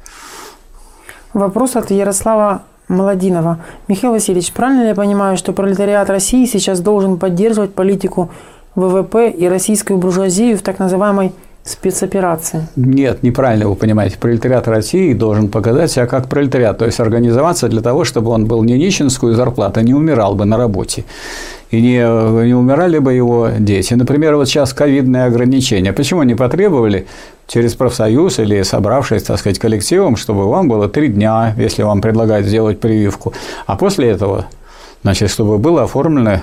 Вопрос от Ярослава Молодинова. Михаил Васильевич, правильно ли я понимаю, что пролетариат России сейчас должен поддерживать политику ВВП и российскую буржуазию в так называемой спецоперации. Нет, неправильно вы понимаете. Пролетариат России должен показать себя как пролетариат, то есть организоваться для того, чтобы он был не нищенскую зарплату, а не умирал бы на работе. И не умирали бы его дети. Например, вот сейчас ковидные ограничения. Почему не потребовали через профсоюз или собравшись, так сказать, коллективом, чтобы вам было 3 дня, если вам предлагают сделать прививку, а после этого, значит, чтобы было оформлено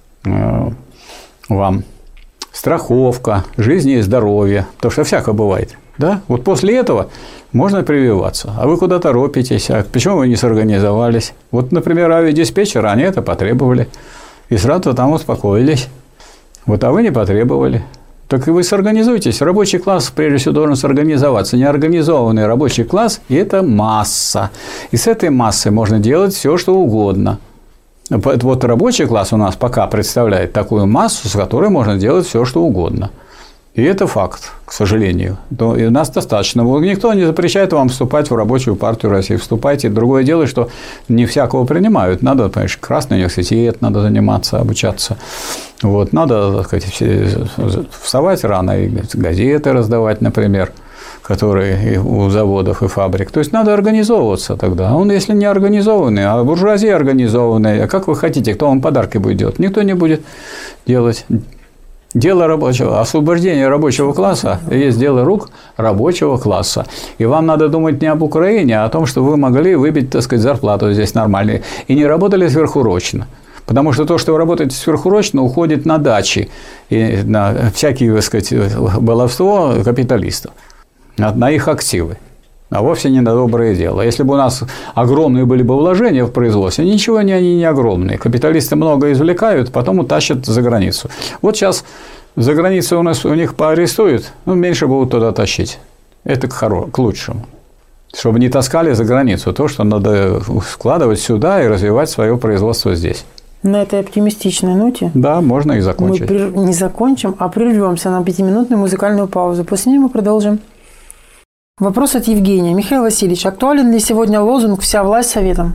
вам страховка жизни и здоровья, потому что всякое бывает. Да? Вот после этого можно прививаться. А вы куда торопитесь? А почему вы не сорганизовались? Вот, например, авиадиспетчеры, они это потребовали. И сразу там успокоились. Вот, а вы не потребовали. Так и вы сорганизуйтесь. Рабочий класс, прежде всего, должен сорганизоваться. Неорганизованный рабочий класс – это масса. И с этой массой можно делать все, что угодно. Вот рабочий класс у нас пока представляет такую массу, с которой можно делать все, что угодно. И это факт, к сожалению. И у нас достаточно. Никто не запрещает вам вступать в рабочую партию России. Вступайте. Другое дело, что не всякого принимают. Надо, понимаешь, Красный университет, надо заниматься, обучаться. Вот. Надо, так сказать, вставать рано и газеты раздавать, например, которые у заводов и фабрик. То есть надо организовываться тогда. А он, если не организованный, а буржуазия организованная, а как вы хотите, кто вам подарки будет делать? Никто не будет делать. Дело рабочего, освобождение рабочего класса есть дело рук рабочего класса. И вам надо думать не об Украине, а о том, что вы могли выбить, так сказать, зарплату здесь нормальную. И не работали сверхурочно. Потому что то, что вы работаете сверхурочно, уходит на дачи и на всякие, так сказать, баловство капиталистов, на их активы. А вовсе не на доброе дело. Если бы у нас огромные были бы вложения в производстве, ничего они не огромные. Капиталисты много извлекают, потом утащат за границу. Вот сейчас за границу у них поарестуют, меньше будут туда тащить. Это к лучшему. Чтобы не таскали за границу то, что надо вкладывать сюда и развивать свое производство здесь. На этой оптимистичной ноте да, можно и закончить. Мы не закончим, а прервемся на 5-минутную музыкальную паузу. После нее мы продолжим. Вопрос от Евгения. Михаил Васильевич, актуален ли сегодня лозунг «Вся власть советом»?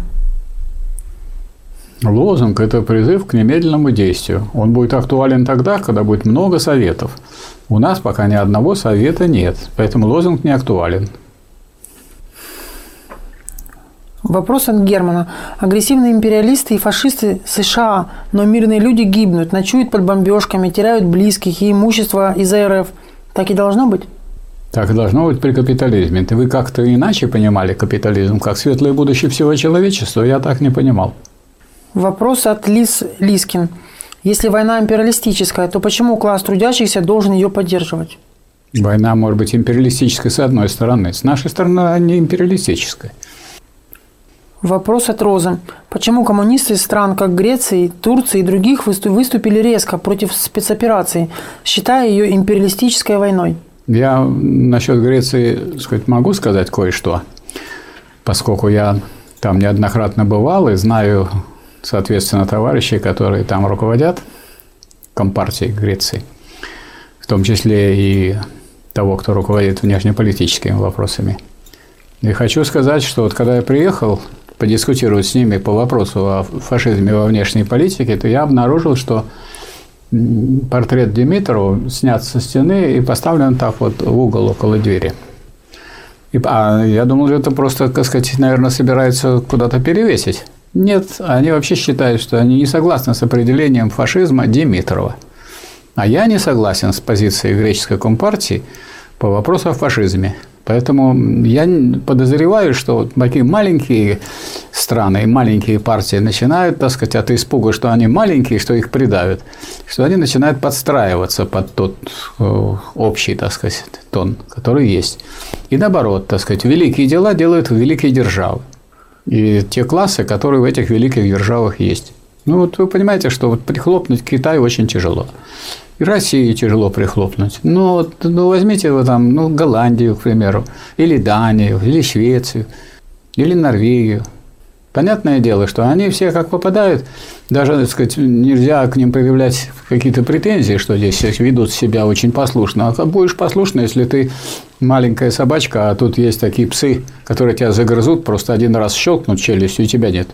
Лозунг – это призыв к немедленному действию. Он будет актуален тогда, когда будет много советов. У нас пока ни одного совета нет, поэтому лозунг не актуален. Вопрос от Германа. Агрессивные империалисты и фашисты США, но мирные люди гибнут, ночуют под бомбежками, теряют близких и имущество из-за РФ. Так и должно быть? Так и должно быть при капитализме. Вы как-то иначе понимали капитализм, как светлое будущее всего человечества? Я так не понимал. Вопрос от Лискин. Если война империалистическая, то почему класс трудящихся должен ее поддерживать? Война может быть империалистической с одной стороны. С нашей стороны она не империалистическая. Вопрос от Розы. Почему коммунисты из стран, как Греции, Турции и других, выступили резко против спецопераций, считая ее империалистической войной? Я насчет Греции, так сказать, могу сказать кое-что, поскольку я там неоднократно бывал и знаю, соответственно, товарищей, которые там руководят Компартией Греции, в том числе и того, кто руководит внешнеполитическими вопросами. И хочу сказать, что вот когда я приехал подискутировать с ними по вопросу о фашизме во внешней политике, то я обнаружил, что портрет Димитрова снят со стены и поставлен так вот в угол около двери. Я думал, что это просто, так сказать, наверное, собираются куда-то перевесить. Нет, они вообще считают, что они не согласны с определением фашизма Димитрова. А я не согласен с позицией греческой компартии по вопросу о фашизме. Поэтому я подозреваю, что вот такие маленькие страны и маленькие партии начинают, так сказать, от испуга, что они маленькие, что их придавят, что они начинают подстраиваться под тот общий, так сказать, тон, который есть. И наоборот, так сказать, великие дела делают великие державы. И те классы, которые в этих великих державах есть. Ну, вот вы понимаете, что вот прихлопнуть Китай очень тяжело. И России тяжело прихлопнуть. Ну, возьмите вы там, Голландию, к примеру, или Данию, или Швецию, или Норвегию. Понятное дело, что они все как попадают, даже, так сказать, нельзя к ним предъявлять какие-то претензии, что здесь ведут себя очень послушно. А как будешь послушно, если ты маленькая собачка, а тут есть такие псы, которые тебя загрызут, просто один раз щелкнут челюстью, и тебя нет.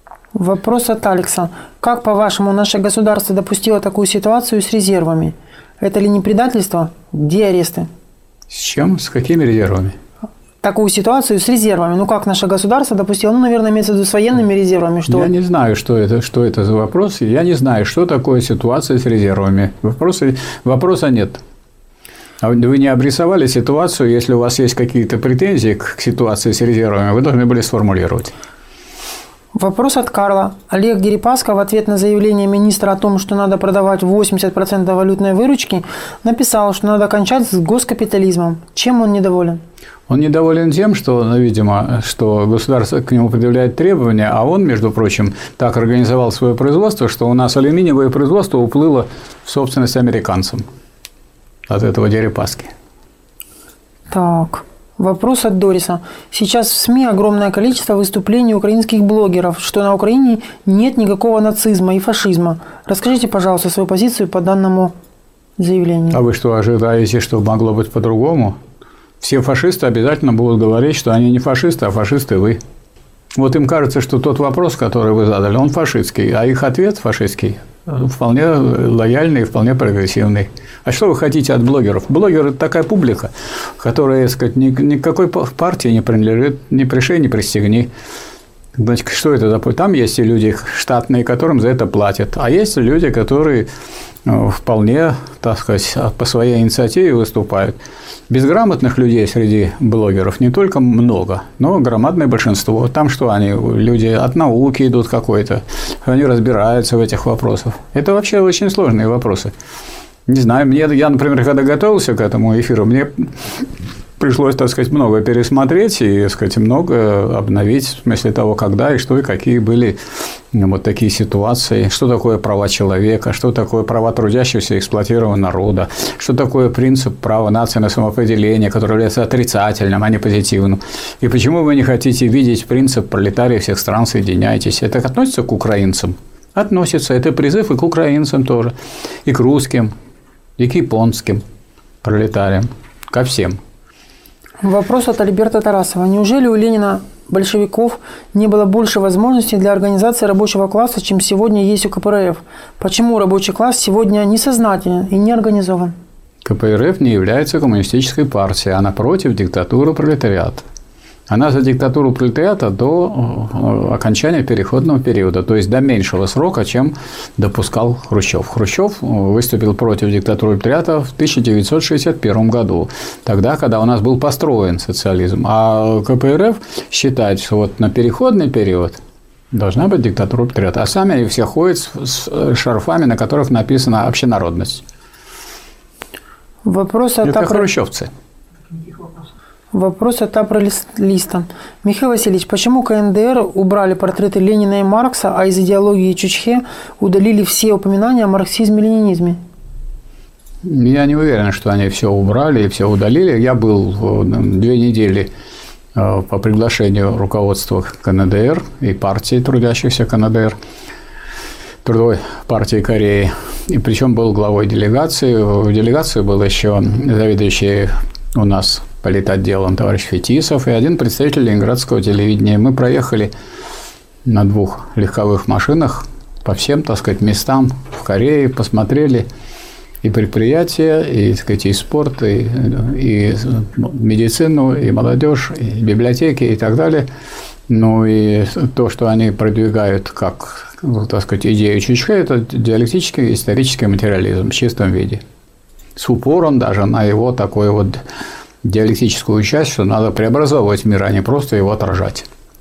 Вопрос от Алекса. Как, по-вашему, наше государство допустило такую ситуацию с резервами? Это ли не предательство? Где аресты? С чем? С какими резервами? Такую ситуацию с резервами. Ну, как наше государство допустило? Ну, наверное, имеется в виду с военными резервами. Что... Я не знаю, что это за вопрос. Я не знаю, что такое ситуация с резервами. Вопроса нет. А вы не обрисовали ситуацию, если у вас есть какие-то претензии к ситуации с резервами, вы должны были сформулировать. Вопрос от Карла. Олег Дерипаска в ответ на заявление министра о том, что надо продавать 80% валютной выручки, написал, что надо кончать с госкапитализмом. Чем он недоволен? Он недоволен тем, что, видимо, что государство к нему предъявляет требования, а он, между прочим, так организовал свое производство, что у нас алюминиевое производство уплыло в собственность американцам от этого Дерипаски. Так, вопрос от Дориса. Сейчас в СМИ огромное количество выступлений украинских блогеров, что на Украине нет никакого нацизма и фашизма. Расскажите, пожалуйста, свою позицию по данному заявлению. А вы что, ожидаете, что могло быть по-другому? Все фашисты обязательно будут говорить, что они не фашисты, а фашисты вы. Вот им кажется, что тот вопрос, который вы задали, он фашистский, а их ответ фашистский вполне лояльный и вполне прогрессивный. А что вы хотите от блогеров? Блогеры – это такая публика, которая, так сказать, никакой партии не принадлежит, ни пришей, ни пристегни. Значит, что это за... Там есть и люди штатные, которым за это платят, а есть люди, которые вполне, так сказать, по своей инициативе выступают. Безграмотных людей среди блогеров не только много, но громадное большинство. Там что они? Люди от науки идут какой-то, они разбираются в этих вопросах. Это вообще очень сложные вопросы. Не знаю, я, например, когда готовился к этому эфиру, мне пришлось, так сказать, много пересмотреть и, так сказать, много обновить в смысле того, когда и что, и какие были вот такие ситуации, что такое права человека, что такое права трудящегося и эксплуатированного народа, что такое принцип права нации на самоопределение, который является отрицательным, а не позитивным, и почему вы не хотите видеть принцип пролетарии всех стран, соединяйтесь. Это относится к украинцам? Относится. Это призыв и к украинцам тоже, и к русским, и к японским пролетариям, ко всем. Вопрос от Альберта Тарасова. Неужели у Ленина, большевиков, не было больше возможностей для организации рабочего класса, чем сегодня есть у КПРФ? Почему рабочий класс сегодня несознателен и не организован? КПРФ не является коммунистической партией, она против диктатуры пролетариата. Она за диктатуру пролетариата до окончания переходного периода, то есть до меньшего срока, чем допускал Хрущев. Хрущев выступил против диктатуры пролетариата в 1961 году, тогда, когда у нас был построен социализм. А КПРФ считает, что вот на переходный период должна быть диктатура пролетариата. А сами они все ходят с шарфами, на которых написано «общенародность». Вопрос от Это хрущевцы. Вопрос от Апрелиста. Михаил Васильевич, почему КНДР убрали портреты Ленина и Маркса, а из идеологии Чучхе удалили все упоминания о марксизме-ленинизме? Я не уверен, что они все убрали и все удалили. Я был 2 недели по приглашению руководства КНДР и партии трудящихся КНДР, Трудовой партии Кореи. И причем был главой делегации. В делегации был еще заведующий у нас политотделом товарищ Фетисов и один представитель ленинградского телевидения. Мы проехали на 2 легковых машинах по всем, так сказать, местам в Корее, посмотрели и предприятия, и, так сказать, и спорт, и медицину, и молодежь, и библиотеки, и так далее. Ну и то, что они продвигают как, так сказать, идею Чучхе, это диалектический исторический материализм в чистом виде. С упором даже на его такой вот диалектическую часть, что надо преобразовывать мир, а не просто его отражать.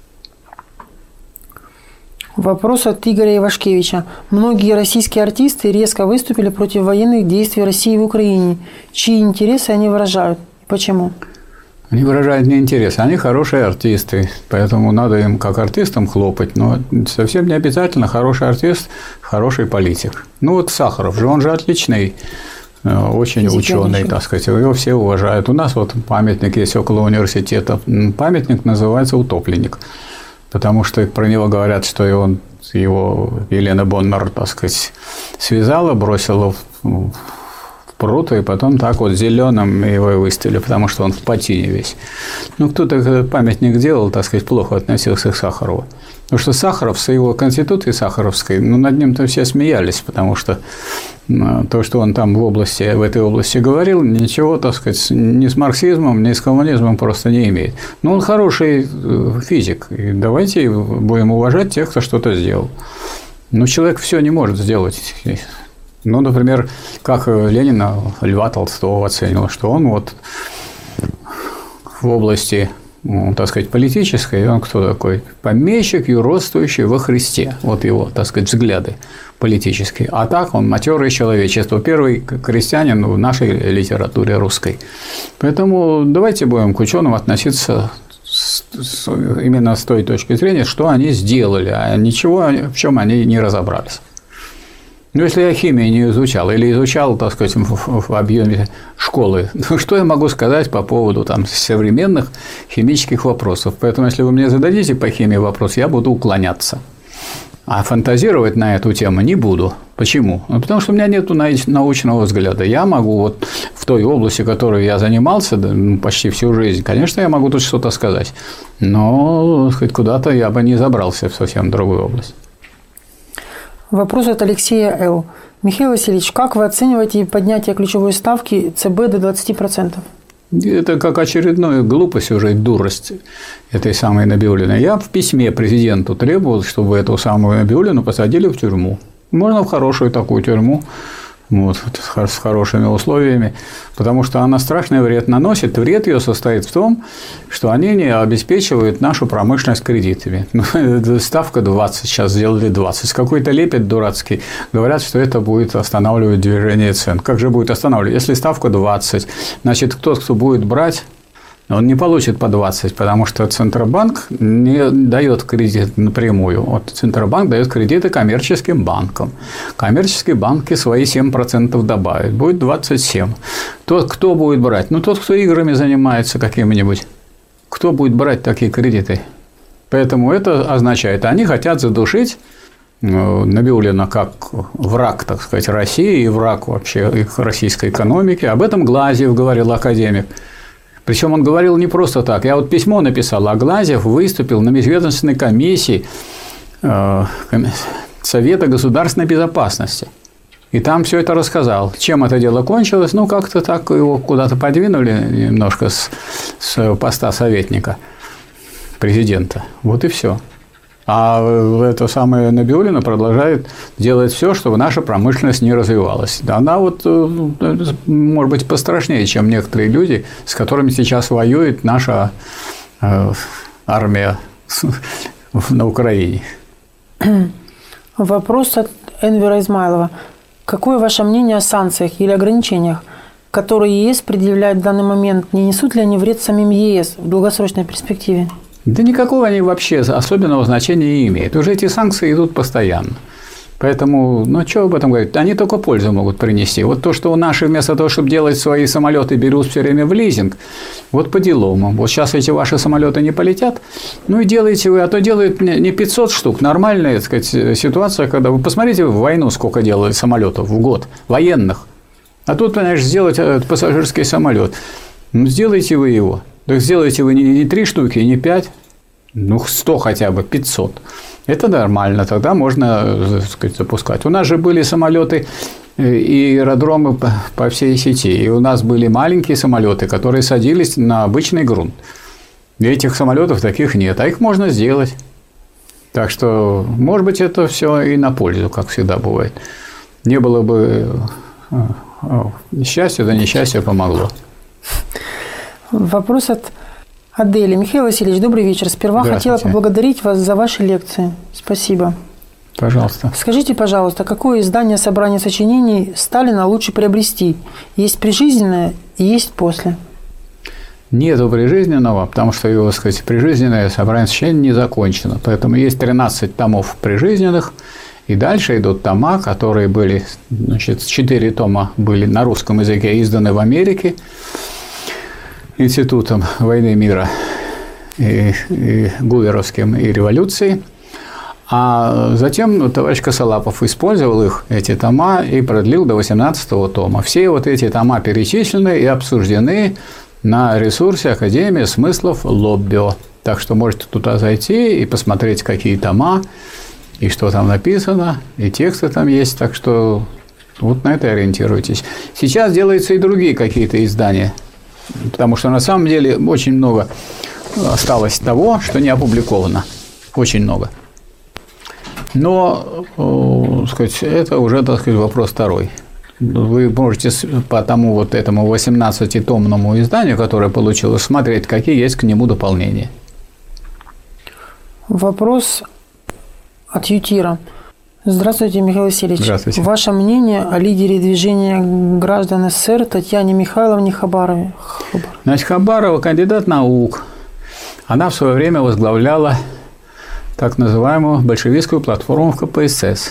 Вопрос от Игоря Ивашкевича. Многие российские артисты резко выступили против военных действий России в Украине. Чьи интересы они выражают? Почему? Они выражают не интересы. Они хорошие артисты, поэтому надо им как артистам хлопать. Но совсем не обязательно хороший артист, хороший политик. Ну вот Сахаров же, он же отличный. Очень ученый, так сказать, его все уважают. У нас вот памятник есть около университета. Памятник называется «Утопленник», потому что про него говорят, что его Елена Боннер, так сказать, связала, бросила в пруд, и потом так вот зеленым его и выставили, потому что он в патине весь. Ну, кто-то этот памятник делал, так сказать, плохо относился к Сахарову. Потому что Сахаров с его конституцией сахаровской, ну, над ним-то все смеялись, потому что то, что он там в этой области говорил, ничего, так сказать, ни с марксизмом, ни с коммунизмом просто не имеет. Но он хороший физик, и давайте будем уважать тех, кто что-то сделал. Но человек все не может сделать. Ну, например, как Ленина Льва Толстого оценил, что он вот в области, так сказать, политической, он кто такой? Помещик, юродствующий во Христе. Вот его, так сказать, взгляды политические. А так он матерое человечество. Первый крестьянин в нашей литературе русской. Поэтому давайте будем к ученым относиться именно с той точки зрения, что они сделали, а ничего, в чем они не разобрались. Ну, если я химию не изучал или изучал, так сказать, в объеме школы, ну, что я могу сказать по поводу там, современных химических вопросов? Поэтому, если вы мне зададите по химии вопрос, я буду уклоняться. А фантазировать на эту тему не буду. Почему? Ну, потому что у меня нет научного взгляда. Я могу вот в той области, которой я занимался почти всю жизнь, конечно, я могу тут что-то сказать. Но хоть куда-то я бы не забрался в совсем другую область. Вопрос от Алексея Л. Михаил Васильевич, как вы оцениваете поднятие ключевой ставки ЦБ до 20%? Это как очередная глупость уже, дурость этой самой Набиуллиной. Я в письме президенту требовал, чтобы эту самую Набиуллину посадили в тюрьму. Можно в хорошую такую тюрьму, вот, с хорошими условиями, потому что она страшный вред наносит. Вред ее состоит в том, что они не обеспечивают нашу промышленность кредитами. Ставка 20, сейчас сделали 20. Какой-то лепет дурацкий. Говорят, что это будет останавливать движение цен. Как же будет останавливать? Если ставка 20, значит, тот, кто будет брать, он не получит по 20, потому что Центробанк не дает кредит напрямую. Вот Центробанк дает кредиты коммерческим банкам. Коммерческие банки свои 7% добавят. Будет 27. Тот, кто будет брать? Ну, тот, кто играми занимается какими-нибудь. Кто будет брать такие кредиты? Поэтому это означает, они хотят задушить Набиуллина как враг, так сказать, России и враг вообще российской экономики. Об этом Глазьев говорил, академик. Причем он говорил не просто так. Я вот письмо написал, а Глазьев выступил на межведомственной комиссии Совета государственной безопасности. И там все это рассказал. Чем это дело кончилось? Ну, как-то так его куда-то подвинули немножко с поста советника президента. Вот и все. А эта самая Набиуллина продолжает делать все, чтобы наша промышленность не развивалась. Она вот, может быть, пострашнее, чем некоторые люди, с которыми сейчас воюет наша армия на Украине. Вопрос от Энвера Измайлова. Какое ваше мнение о санкциях или ограничениях, которые ЕС предъявляет в данный момент? Не несут ли они вред самим ЕС в долгосрочной перспективе? Да никакого они вообще особенного значения не имеют. Уже эти санкции идут постоянно. Поэтому, ну, что об этом говорить? Они только пользу могут принести. Вот то, что наши вместо того, чтобы делать свои самолеты, берут все время в лизинг, вот по делам. Вот сейчас эти ваши самолеты не полетят, ну и делаете вы, а то делают не 500 штук. Нормальная, так сказать, ситуация, когда вы посмотрите в войну, сколько делали самолетов в год, военных. А тут, понимаешь, сделать пассажирский самолет. Ну, сделайте вы его. Так сделайте вы не 3 штуки, не 5, ну 100 хотя бы, 500. Это нормально, тогда можно, так сказать, запускать. У нас же были самолеты и аэродромы по всей сети. И у нас были маленькие самолеты, которые садились на обычный грунт. И этих самолетов таких нет, а их можно сделать. Так что, может быть, это все и на пользу, как всегда бывает. Не было бы счастья, да несчастье помогло. Вопрос от Адели. Михаил Васильевич, добрый вечер. Сперва хотела поблагодарить вас за ваши лекции. Спасибо. Пожалуйста. Скажите, пожалуйста, какое издание собрания сочинений Сталина лучше приобрести? Есть прижизненное и есть после? Нету прижизненного, потому что его, так сказать, прижизненное собрание сочинений не закончено. Поэтому есть 13 томов прижизненных, и дальше идут тома, которые были, значит, 4 тома были на русском языке изданы в Америке Институтом войны и мира и Гуверовским и революции. А затем товарищ Косолапов использовал их, эти тома, и продлил до 18-го тома. Все вот эти тома перечислены и обсуждены на ресурсе Академии смыслов Лоббио. Так что можете туда зайти и посмотреть, какие тома, и что там написано, и тексты там есть. Так что Вот на это ориентируйтесь. Сейчас делаются и другие какие-то издания. Потому что на самом деле очень много осталось того, что не опубликовано. Очень много. Но, сказать, это уже, так сказать, вопрос второй. Вы можете по тому вот этому 18-томному изданию, которое получилось, смотреть, какие есть к нему дополнения. Вопрос от Ютира. Здравствуйте, Михаил Васильевич. Здравствуйте. Ваше мнение о лидере движения граждан СССР Татьяне Михайловне Хабаровой? Значит, Хабарова кандидат наук. Она в свое время возглавляла так называемую большевистскую платформу в КПСС.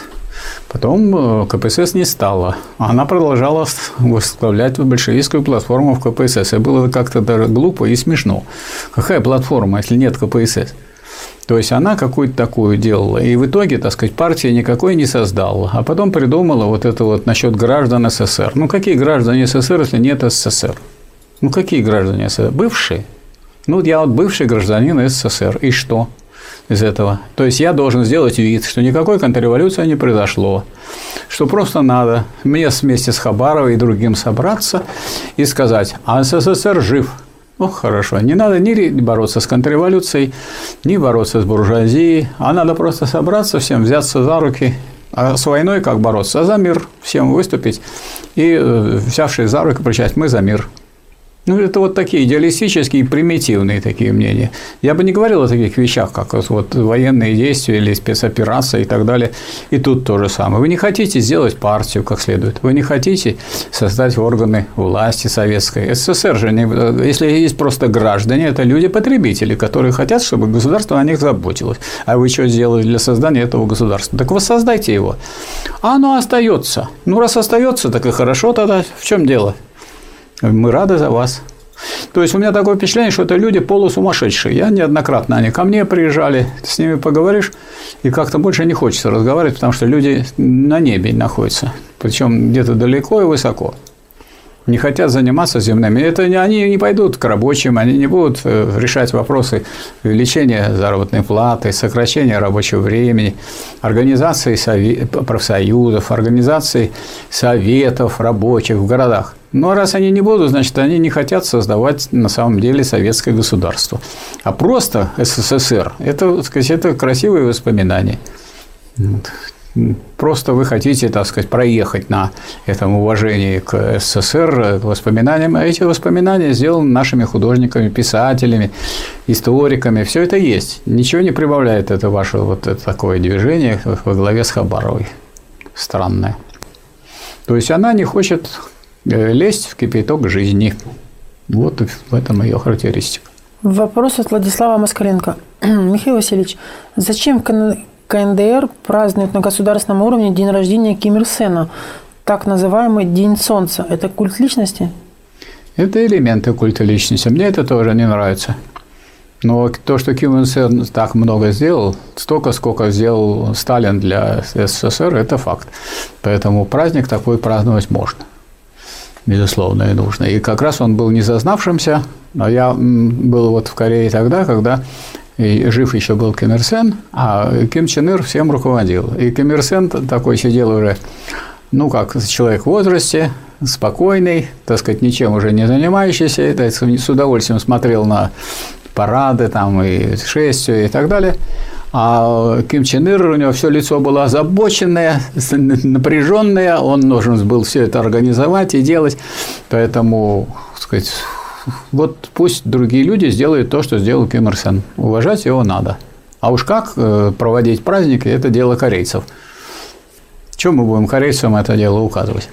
Потом КПСС не стало. Она продолжала возглавлять большевистскую платформу в КПСС. И было как-то даже глупо и смешно. Какая платформа, если нет КПСС? То есть она какую-то такую делала. И в итоге, так сказать, партия никакой не создала. А потом придумала вот это вот насчет граждан СССР. Ну, какие граждане СССР, если нет СССР? Ну, какие граждане СССР? Бывшие. Ну, я вот бывший гражданин СССР. И что из этого? То есть я должен сделать вид, что никакой контрреволюции не произошло, что просто надо мне вместе с Хабаровой и другим собраться и сказать: а СССР жив. Ну, хорошо. Не надо ни бороться с контрреволюцией, ни бороться с буржуазией, а надо просто собраться всем, взяться за руки. А с войной как бороться? А за мир всем выступить и, взявшись за руки, кричать: мы за мир. Ну, это вот такие идеалистические, примитивные такие мнения. Я бы не говорил о таких вещах, как вот военные действия или спецоперации и так далее. И тут то же самое. Вы не хотите сделать партию как следует. Вы не хотите создать органы власти советской. СССР же, если есть просто граждане, это люди-потребители, которые хотят, чтобы государство о них заботилось. А вы что сделали для создания этого государства? Так воссоздайте его. А оно остается. Ну, раз остается, так и хорошо тогда. В чем дело? Мы рады за вас. То есть у меня такое впечатление, что это люди полусумасшедшие. Я неоднократно, они ко мне приезжали, с ними поговоришь, и как-то больше не хочется разговаривать, потому что люди на небе находятся, причем где-то далеко и высоко. Не хотят заниматься земными. Это они не пойдут к рабочим, они не будут решать вопросы увеличения заработной платы, сокращения рабочего времени, организации профсоюзов, организации советов рабочих в городах. Ну, а раз они не будут, значит, они не хотят создавать на самом деле советское государство. А просто СССР – это, так сказать, это красивые воспоминания. Просто вы хотите, так сказать, проехать на этом уважении к СССР, к воспоминаниям. А эти воспоминания сделаны нашими художниками, писателями, историками. Все это есть. Ничего не прибавляет это ваше вот это такое движение во главе с Хабаровой. Странное. То есть она не хочет лезть в кипяток жизни. Вот в этом ее характеристика. Вопрос от Владислава Москаленко. Михаил Васильевич, зачем КНДР празднует на государственном уровне день рождения Ким Ир Сена, так называемый День Солнца? Это культ личности? Это элементы культа личности. Мне это тоже не нравится. Но то, что Ким Ир Сен так много сделал, столько, сколько сделал Сталин для СССР, это факт. Поэтому праздник такой праздновать можно. Безусловно, и нужно. И как раз он был не зазнавшимся. А я был вот в Корее тогда, когда и жив еще был Ким Ир Сен, а Ким Чен Ир всем руководил. И Ким Ир Сен такой сидел уже, ну, как человек в возрасте, спокойный, так сказать, ничем уже не занимающийся, с удовольствием смотрел на парады там, и шествия и так далее. А Ким Чен Ир, у него все лицо было озабоченное, напряженное, он должен был все это организовать и делать. Поэтому, так сказать, вот пусть другие люди сделают то, что сделал Ким Ир Сен. Уважать его надо. А уж как проводить праздники, это дело корейцев. Чем мы будем корейцам это дело указывать?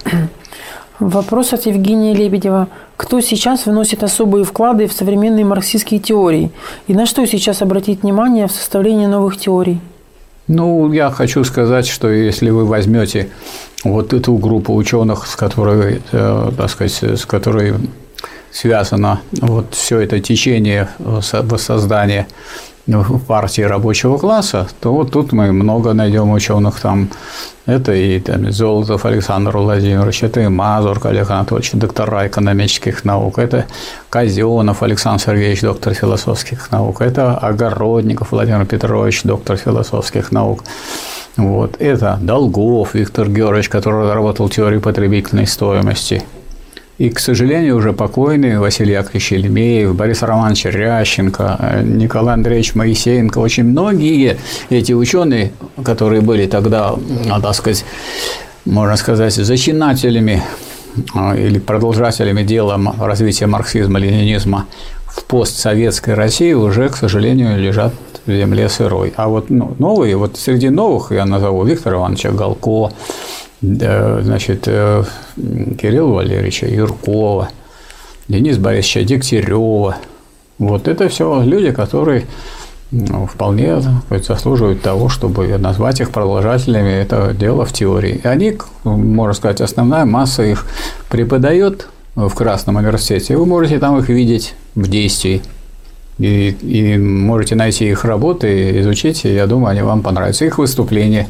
Вопрос от Евгения Лебедева. Кто сейчас вносит особые вклады в современные марксистские теории? И на что сейчас обратить внимание в составлении новых теорий? Ну, я хочу сказать, что если вы возьмете вот эту группу ученых, с которой, так сказать, с которой связано вот все это течение воссоздания партии рабочего класса, то вот тут мы много найдем ученых там. Это и там, Золотов Александр Владимирович, это и Мазурк Олег Анатольевич, доктора экономических наук, это Казенов Александр Сергеевич, доктор философских наук, это Огородников Владимир Петрович, доктор философских наук. Вот. Это Долгов Виктор Георгиевич, который разработал теорию потребительной стоимости. И, к сожалению, уже покойный Василий Яковлевич Еремеев, Борис Романович Рященко, Николай Андреевич Моисеенко. Очень многие эти ученые, которые были тогда, так сказать, можно сказать, зачинателями или продолжателями дела развития марксизма-ленинизма в постсоветской России, уже, к сожалению, лежат в земле сырой. А вот новые, вот среди новых я назову Виктора Ивановича Галко, значит, Кирилла Валерьевича Юркова, Дениса Борисовича Дегтярева. Вот это все люди, которые вполне заслуживают того, чтобы назвать их продолжателями этого дела в теории. И они, можно сказать, основная масса их преподает в Красном университете. Вы можете там их видеть в действии. И можете найти их работы, изучить, и я думаю, они вам понравятся. Их выступления.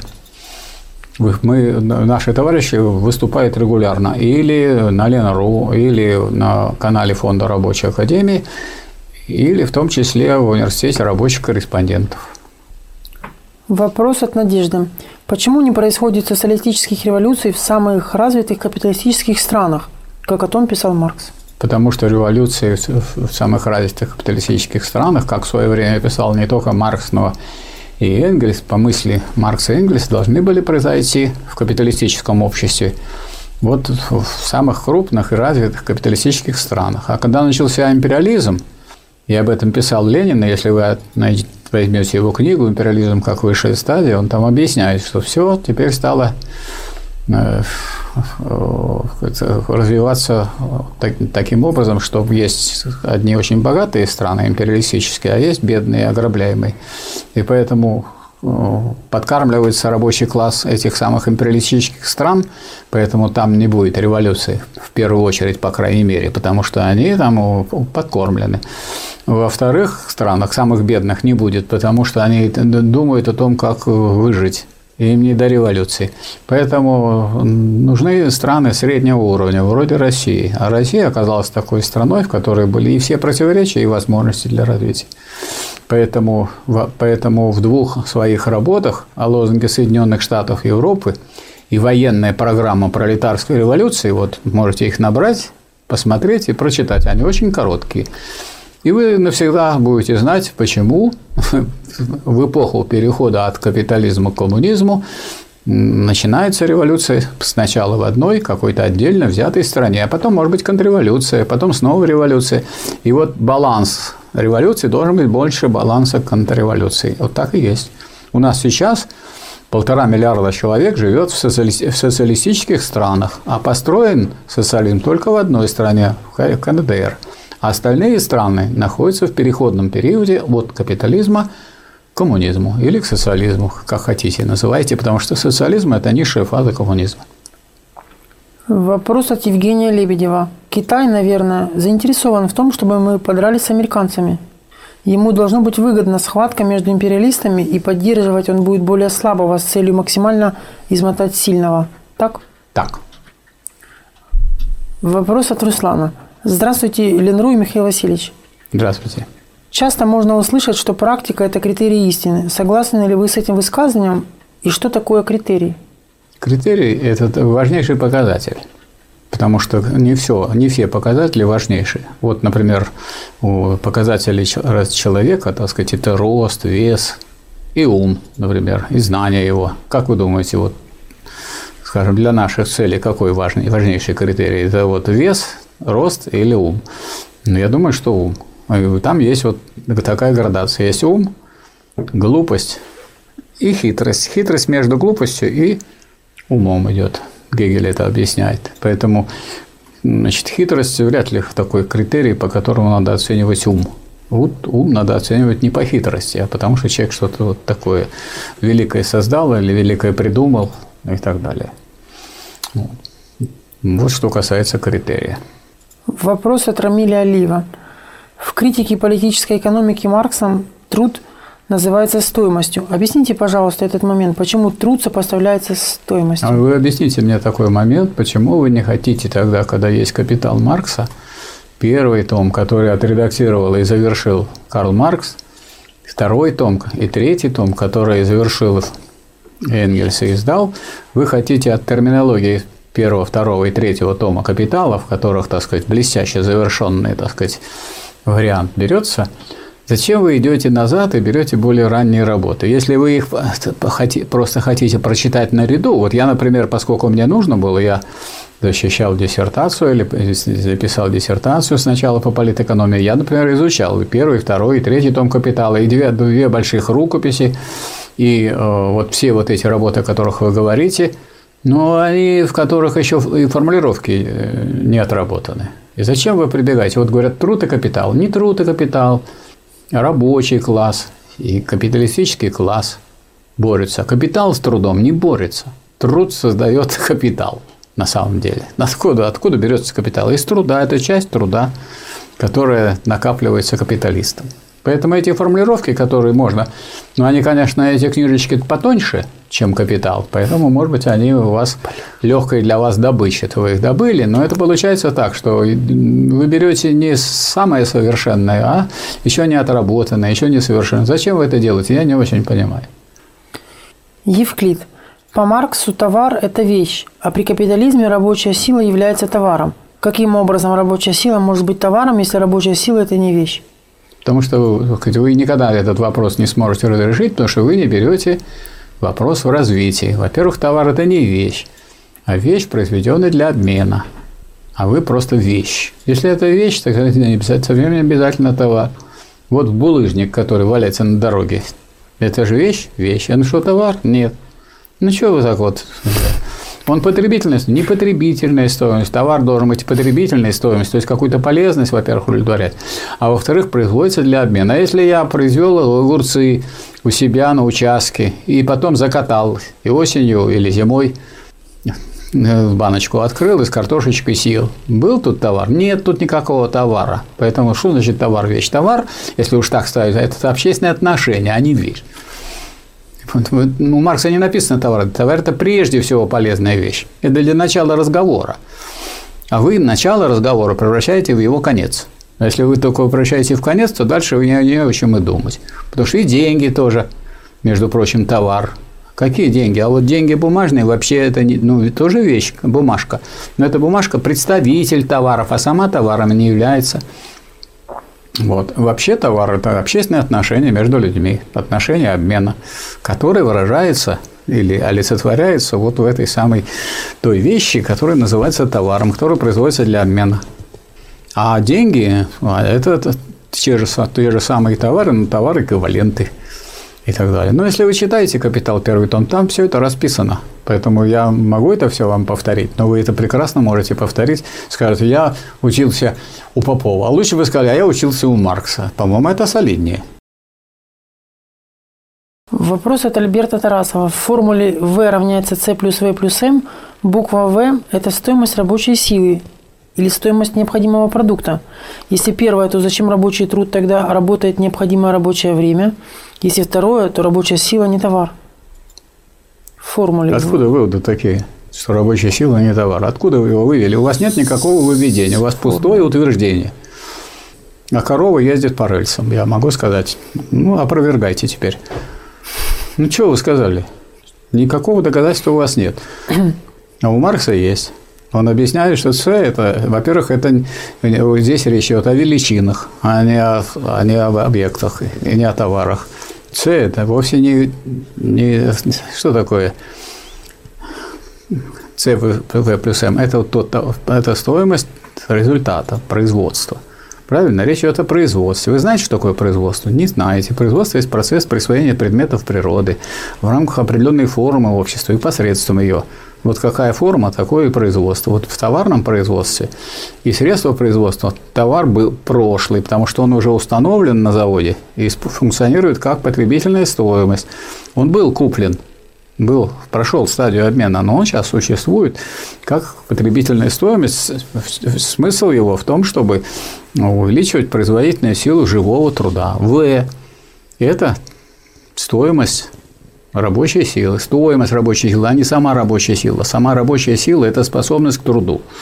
Наши товарищи выступают регулярно или на Ленру, или на канале Фонда Рабочей Академии, или в том числе в университете рабочих корреспондентов. Вопрос от Надежды. Почему не происходит социалистических революций в самых развитых капиталистических странах, как о том писал Маркс? Потому что революции в самых развитых капиталистических странах, как в свое время писал не только Маркс, но и Энгельс, по мысли Маркса и Энгельса, должны были произойти в капиталистическом обществе, вот в самых крупных и развитых капиталистических странах. А когда начался империализм, и об этом писал Ленин, если вы возьмете его книгу «Империализм как высшая стадия», он там объясняет, что все теперь стало развиваться таким образом, что есть одни очень богатые страны империалистические, а есть бедные, ограбляемые. И поэтому подкармливается рабочий класс этих самых империалистических стран, поэтому там не будет революции, в первую очередь, по крайней мере, потому что они там подкормлены. Во вторых странах, самых бедных, не будет, потому что они думают о том, как выжить. Им не до революции. Поэтому нужны страны среднего уровня, вроде России. А Россия оказалась такой страной, в которой были и все противоречия, и возможности для развития. Поэтому в двух своих работах о лозунге Соединенных Штатов Европы и военная программа пролетарской революции, вот можете их набрать, посмотреть и прочитать. Они очень короткие. И вы навсегда будете знать, почему в эпоху перехода от капитализма к коммунизму начинается революция сначала в одной какой-то отдельно взятой стране, а потом, может быть, контрреволюция, потом снова революция. И вот баланс революции должен быть больше баланса контрреволюции. Вот так и есть. У нас сейчас 1,5 миллиарда человек живет в социалистических странах, а построен социализм только в одной стране, в КНДР. А остальные страны находятся в переходном периоде от капитализма к коммунизму или к социализму, как хотите называйте, потому что социализм – это низшая фаза коммунизма. Вопрос от Евгения Лебедева. Китай, наверное, заинтересован в том, чтобы мы подрались с американцами. Ему должно быть выгодна схватка между империалистами, и поддерживать он будет более слабого с целью максимально измотать сильного. Так? Так. Вопрос от Руслана. Здравствуйте, Ленру и Михаил Васильевич. Здравствуйте. Часто можно услышать, что практика – это критерий истины. Согласны ли вы с этим высказыванием? И что такое критерий? Критерий – это важнейший показатель. Потому что не все показатели важнейшие. Вот, например, показатели человека, так сказать, это рост, вес и ум, например, и знание его. Как вы думаете, вот, скажем, для наших целей какой важнейший критерий? Это вот вес, рост или ум? Ну, я думаю, что ум. Там есть вот такая градация. Есть ум, глупость и хитрость. Хитрость между глупостью и умом идет. Гегель это объясняет. Поэтому, значит, хитрость вряд ли такой критерий, по которому надо оценивать ум. Вот ум надо оценивать не по хитрости, а потому что человек что-то вот такое великое создал или великое придумал и так далее. Вот что касается критерия. Вопрос от Рамиля Алиева. В критике политической экономики Марксом труд называется стоимостью. Объясните, пожалуйста, этот момент. Почему труд сопоставляется с стоимостью? А вы объясните мне такой момент, почему вы не хотите тогда, когда есть «Капитал» Маркса, первый том, который отредактировал и завершил Карл Маркс, второй том и третий том, который завершил Энгельса издал. Вы хотите от терминологии первого, второго и третьего тома «Капитала», в которых, так сказать, блестяще завершенный, так сказать, вариант берется, зачем вы идете назад и берете более ранние работы? Если вы их просто хотите прочитать наряду, вот я, например, поскольку мне нужно было, я защищал диссертацию или записал диссертацию сначала по политэкономии, я, например, изучал и первый, и второй, и третий том «Капитала», и две больших рукописи, и вот все вот эти работы, о которых вы говорите, но они, в которых еще и формулировки не отработаны. И зачем вы прибегаете? Вот говорят, труд и капитал. Не труд и капитал, а рабочий класс и капиталистический класс борются. Капитал с трудом не борется. Труд создает капитал на самом деле. Откуда берется капитал? Из труда. Это часть труда, которая накапливается капиталистом. Поэтому эти формулировки, которые можно, ну, они, конечно, эти книжечки потоньше, чем «Капитал», поэтому, может быть, они у вас легкой для вас добычи. Вы их добыли, но это получается так, что вы берете не самое совершенное, а еще не отработанное, еще не совершенное. Зачем вы это делаете? Я не очень понимаю. Евклид. По Марксу товар – это вещь, а при капитализме рабочая сила является товаром. Каким образом рабочая сила может быть товаром, если рабочая сила – это не вещь? Потому что вы никогда этот вопрос не сможете разрешить, потому что вы не берете вопрос в развитии. Во-первых, товар – это не вещь, а вещь, произведенная для обмена. А вы просто вещь. Если это вещь, то это не обязательно товар. Вот булыжник, который валяется на дороге. Это же вещь? Вещь. А ну что, товар? Нет. Ну что вы так вот? Он потребительная стоимость, не потребительная стоимость. Товар должен быть потребительной стоимостью, то есть какую-то полезность, во-первых, удовлетворять, а во-вторых, производится для обмена. А если я произвел огурцы у себя на участке и потом закатал и осенью или зимой баночку открыл и с картошечкой съел, был тут товар? Нет, тут никакого товара. Поэтому что значит товар, вещь? Товар, если уж так ставить, это общественные отношения, а не вещь. У Маркса не написано товар. Товар – это прежде всего полезная вещь. Это для начала разговора. А вы начало разговора превращаете в его конец. А если вы только превращаете в конец, то дальше вы не о чем и думать. Потому что и деньги тоже, между прочим, товар. Какие деньги? А вот деньги бумажные вообще это тоже вещь, бумажка. Но эта бумажка – представитель товаров, а сама товаром не является. Вот. Вообще товар – это общественные отношения между людьми, отношения обмена, которые выражаются или олицетворяются вот в этой самой той вещи, которая называется товаром, которая производится для обмена. А деньги – это те же самые товары, но товары-эквиваленты и так далее. Но если вы читаете «Капитал», первый том, там все это расписано. Поэтому я могу это все вам повторить, но вы это прекрасно можете повторить. Скажете, я учился у Попова. А лучше бы сказали, а я учился у Маркса. По-моему, это солиднее. Вопрос от Альберта Тарасова. В формуле V равняется C плюс V плюс M буква V – это стоимость рабочей силы или стоимость необходимого продукта. Если первое, то зачем рабочий труд тогда работает необходимое рабочее время? Если второе, то рабочая сила не товар. В формуле. Откуда выводы такие, что рабочая сила не товар? Откуда вы его вывели? У вас нет никакого выведения, у вас пустое утверждение. А корова ездит по рельсам, я могу сказать. Ну, опровергайте теперь. Ну, что вы сказали? Никакого доказательства у вас нет. А у Маркса есть. Он объясняет, что С – это, во-первых, это здесь речь идет о величинах, а не об объектах и не о товарах. С – это вовсе не что такое С плюс М – это стоимость результата, производства. Правильно? Речь идет о производстве. Вы знаете, что такое производство? Не знаете. Производство есть процесс присвоения предметов природы в рамках определенной формы общества и посредством ее. Вот какая форма, такое и производство. Вот в товарном производстве и средства производства товар был прошлый, потому что он уже установлен на заводе и функционирует как потребительная стоимость. Он был куплен, прошел стадию обмена, но он сейчас существует как потребительная стоимость. Смысл его в том, чтобы увеличивать производительную силу живого труда. В – это стоимость рабочей силы, стоимость рабочей силы, а не сама рабочая сила. Сама рабочая сила – это способность к труду.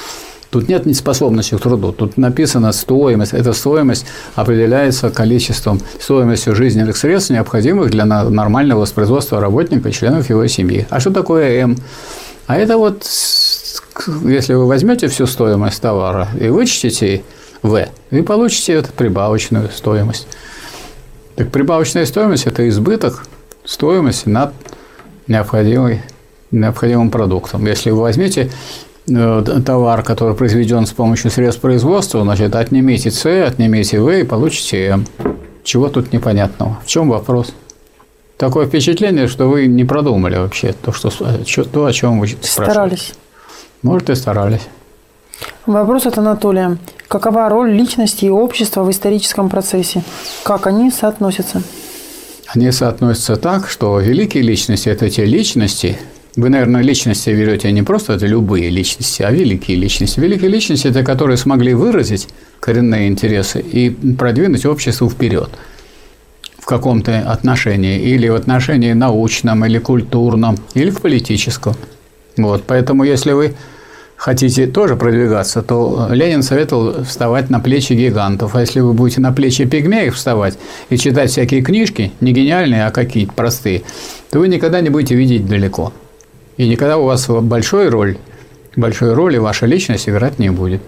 Тут нет неспособности к труду. Тут написано стоимость. Эта стоимость определяется количеством, стоимостью жизненных средств, необходимых для нормального воспроизводства работника и членов его семьи. А что такое М? А это вот, если вы возьмете всю стоимость товара и вычтете В, вы получите эту прибавочную стоимость. Так прибавочная стоимость – это избыток стоимости над необходимым продуктом. Если вы возьмете товар, который произведен с помощью средств производства, значит, отнимите С, отнимите В и получите М. Чего тут непонятного? В чем вопрос? Такое впечатление, что вы не продумали вообще то, о чем вы спрашиваете. Старались. Может, и старались. Вопрос от Анатолия. Какова роль личности и общества в историческом процессе? Как они соотносятся? Они соотносятся так, что великие личности – это те личности. Вы, наверное, личности берете не просто это любые личности, а великие личности. Великие личности – это которые смогли выразить коренные интересы и продвинуть общество вперед в каком-то отношении, или в отношении научном, или культурном, или в политическом. Вот. Поэтому, если вы хотите тоже продвигаться, то Ленин советовал вставать на плечи гигантов. А если вы будете на плечи пигмеев вставать и читать всякие книжки, не гениальные, а какие-то простые, то вы никогда не будете видеть далеко. И никогда у вас большой роли ваша личность играть не будет.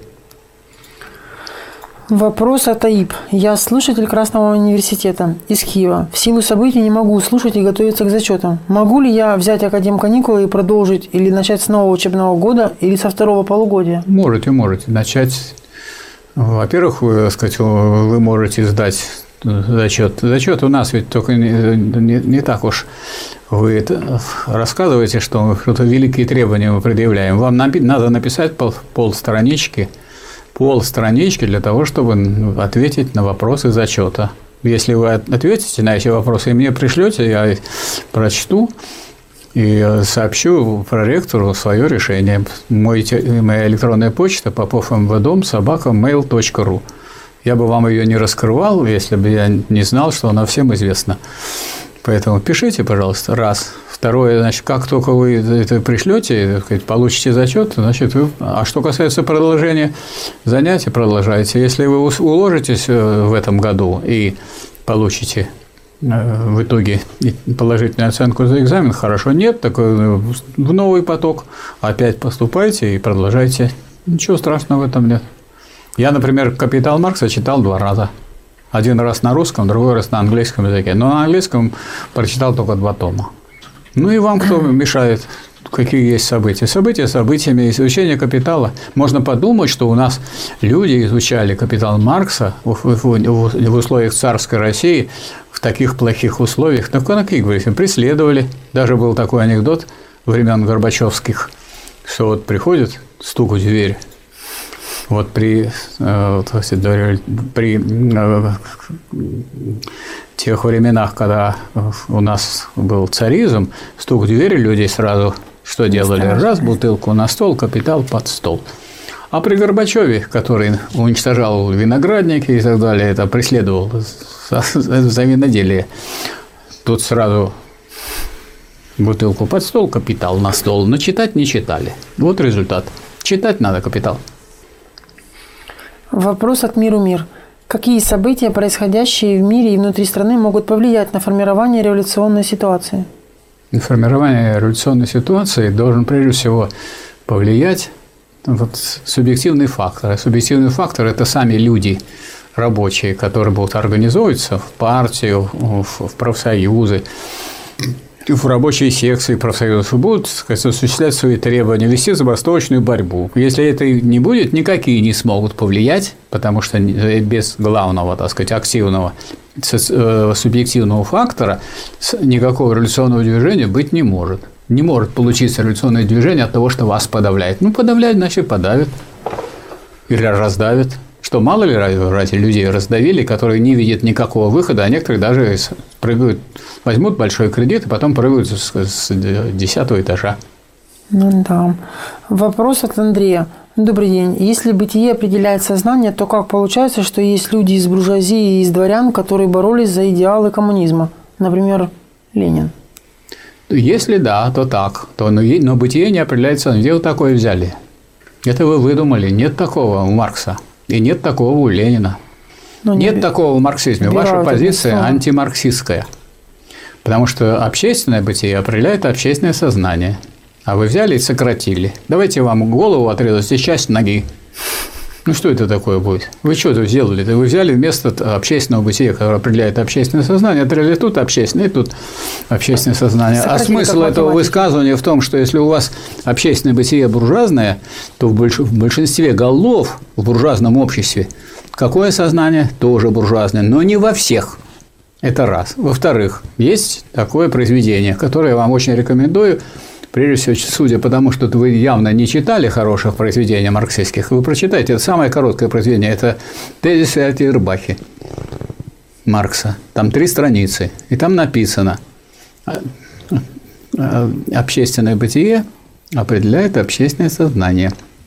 Вопрос от АИП. Я слушатель Красного университета из Киева. В силу событий не могу слушать и готовиться к зачетам. Могу ли я взять академканикулы и продолжить или начать с нового учебного года или со второго полугодия? Можете начать. Во-первых, вы можете сдать зачет. Зачет у нас ведь только не так уж. Вы рассказываете, что что-то великие требования мы предъявляем. Вам надо написать полстранички для того, чтобы ответить на вопросы зачета. Если вы ответите на эти вопросы и мне пришлете, я прочту и сообщу проректору свое решение. Моя электронная почта popov.mvdom@mail.ru. Я бы вам ее не раскрывал, если бы я не знал, что она всем известна. Поэтому пишите, пожалуйста, раз. Второе, значит, как только вы это пришлете, получите зачет, значит, А что касается продолжения занятий, продолжайте. Если вы уложитесь в этом году и получите в итоге положительную оценку за экзамен, хорошо. Нет, так в новый поток опять поступайте и продолжайте. Ничего страшного в этом нет. Я, например, «Капитал Маркса» читал 2 раза. Один раз на русском, другой раз на английском языке. Но на английском прочитал только 2 тома. Ну и вам кто мешает? Какие есть события? События событиями. Изучение «Капитала». Можно подумать, что у нас люди изучали «Капитал» Маркса в условиях царской России, в таких плохих условиях. Так какие, говорите, преследовали. Даже был такой анекдот времен Горбачевских, что вот приходит, стук в дверь. Вот при тех временах, когда у нас был царизм, стук в двери, людей сразу что делали? Раз, бутылку на стол, «Капитал» под стол. А при Горбачеве, который уничтожал виноградники и так далее, это преследовал за виноделие, тут сразу бутылку под стол, «Капитал» на стол. Но читать не читали. Вот результат. Читать надо «Капитал». Вопрос от Миру Мир. Какие события, происходящие в мире и внутри страны, могут повлиять на формирование революционной ситуации? Формирование революционной ситуации должен прежде всего повлиять субъективный фактор. Субъективный фактор – это сами люди, рабочие, которые будут организовываться в партию, в профсоюзы, в рабочие секции профсоюзов, будут, сказать, осуществлять свои требования, вести забастовочную борьбу. Если это не будет, никакие не смогут повлиять, потому что без главного, так сказать, активного субъективного фактора никакого революционного движения быть не может. Не может получиться революционное движение от того, что вас подавляет. Ну, подавляет, значит, подавят или раздавят. Что мало ли ради людей раздавили, которые не видят никакого выхода, а некоторые даже прыгают, возьмут большой кредит и потом прыгают с 10-го этажа. Ну да. Вопрос от Андрея. Добрый день. Если бытие определяет сознание, то как получается, что есть люди из буржуазии и из дворян, которые боролись за идеалы коммунизма? Например, Ленин. Если да, то так. Но бытие не определяет сознание. Где вы такое взяли? Это вы выдумали. Нет такого у Маркса. И нет такого у Ленина. Нет такого в марксизме. Ваша позиция антимарксистская. Потому что общественное бытие определяет общественное сознание. А вы взяли и сократили. Давайте вам голову отрезать и часть ноги. Ну, что это такое будет? Вы что это сделали? Вы взяли вместо общественного бытия, которое определяет общественное сознание, отрезали тут общественное, и тут общественное сознание. А смысл этого высказывания в том, что если у вас общественное бытие буржуазное, то в большинстве голов в буржуазном обществе какое сознание? Тоже буржуазное, но не во всех. Это раз. Во-вторых, есть такое произведение, которое я вам очень рекомендую. Прежде всего, судя по тому, что вы явно не читали хороших произведений марксистских, вы прочитайте. Это самое короткое произведение. Это «Тезисы о Фейербахе» Маркса. Там 3 страницы. И там написано: общественное бытие определяет общественное сознание.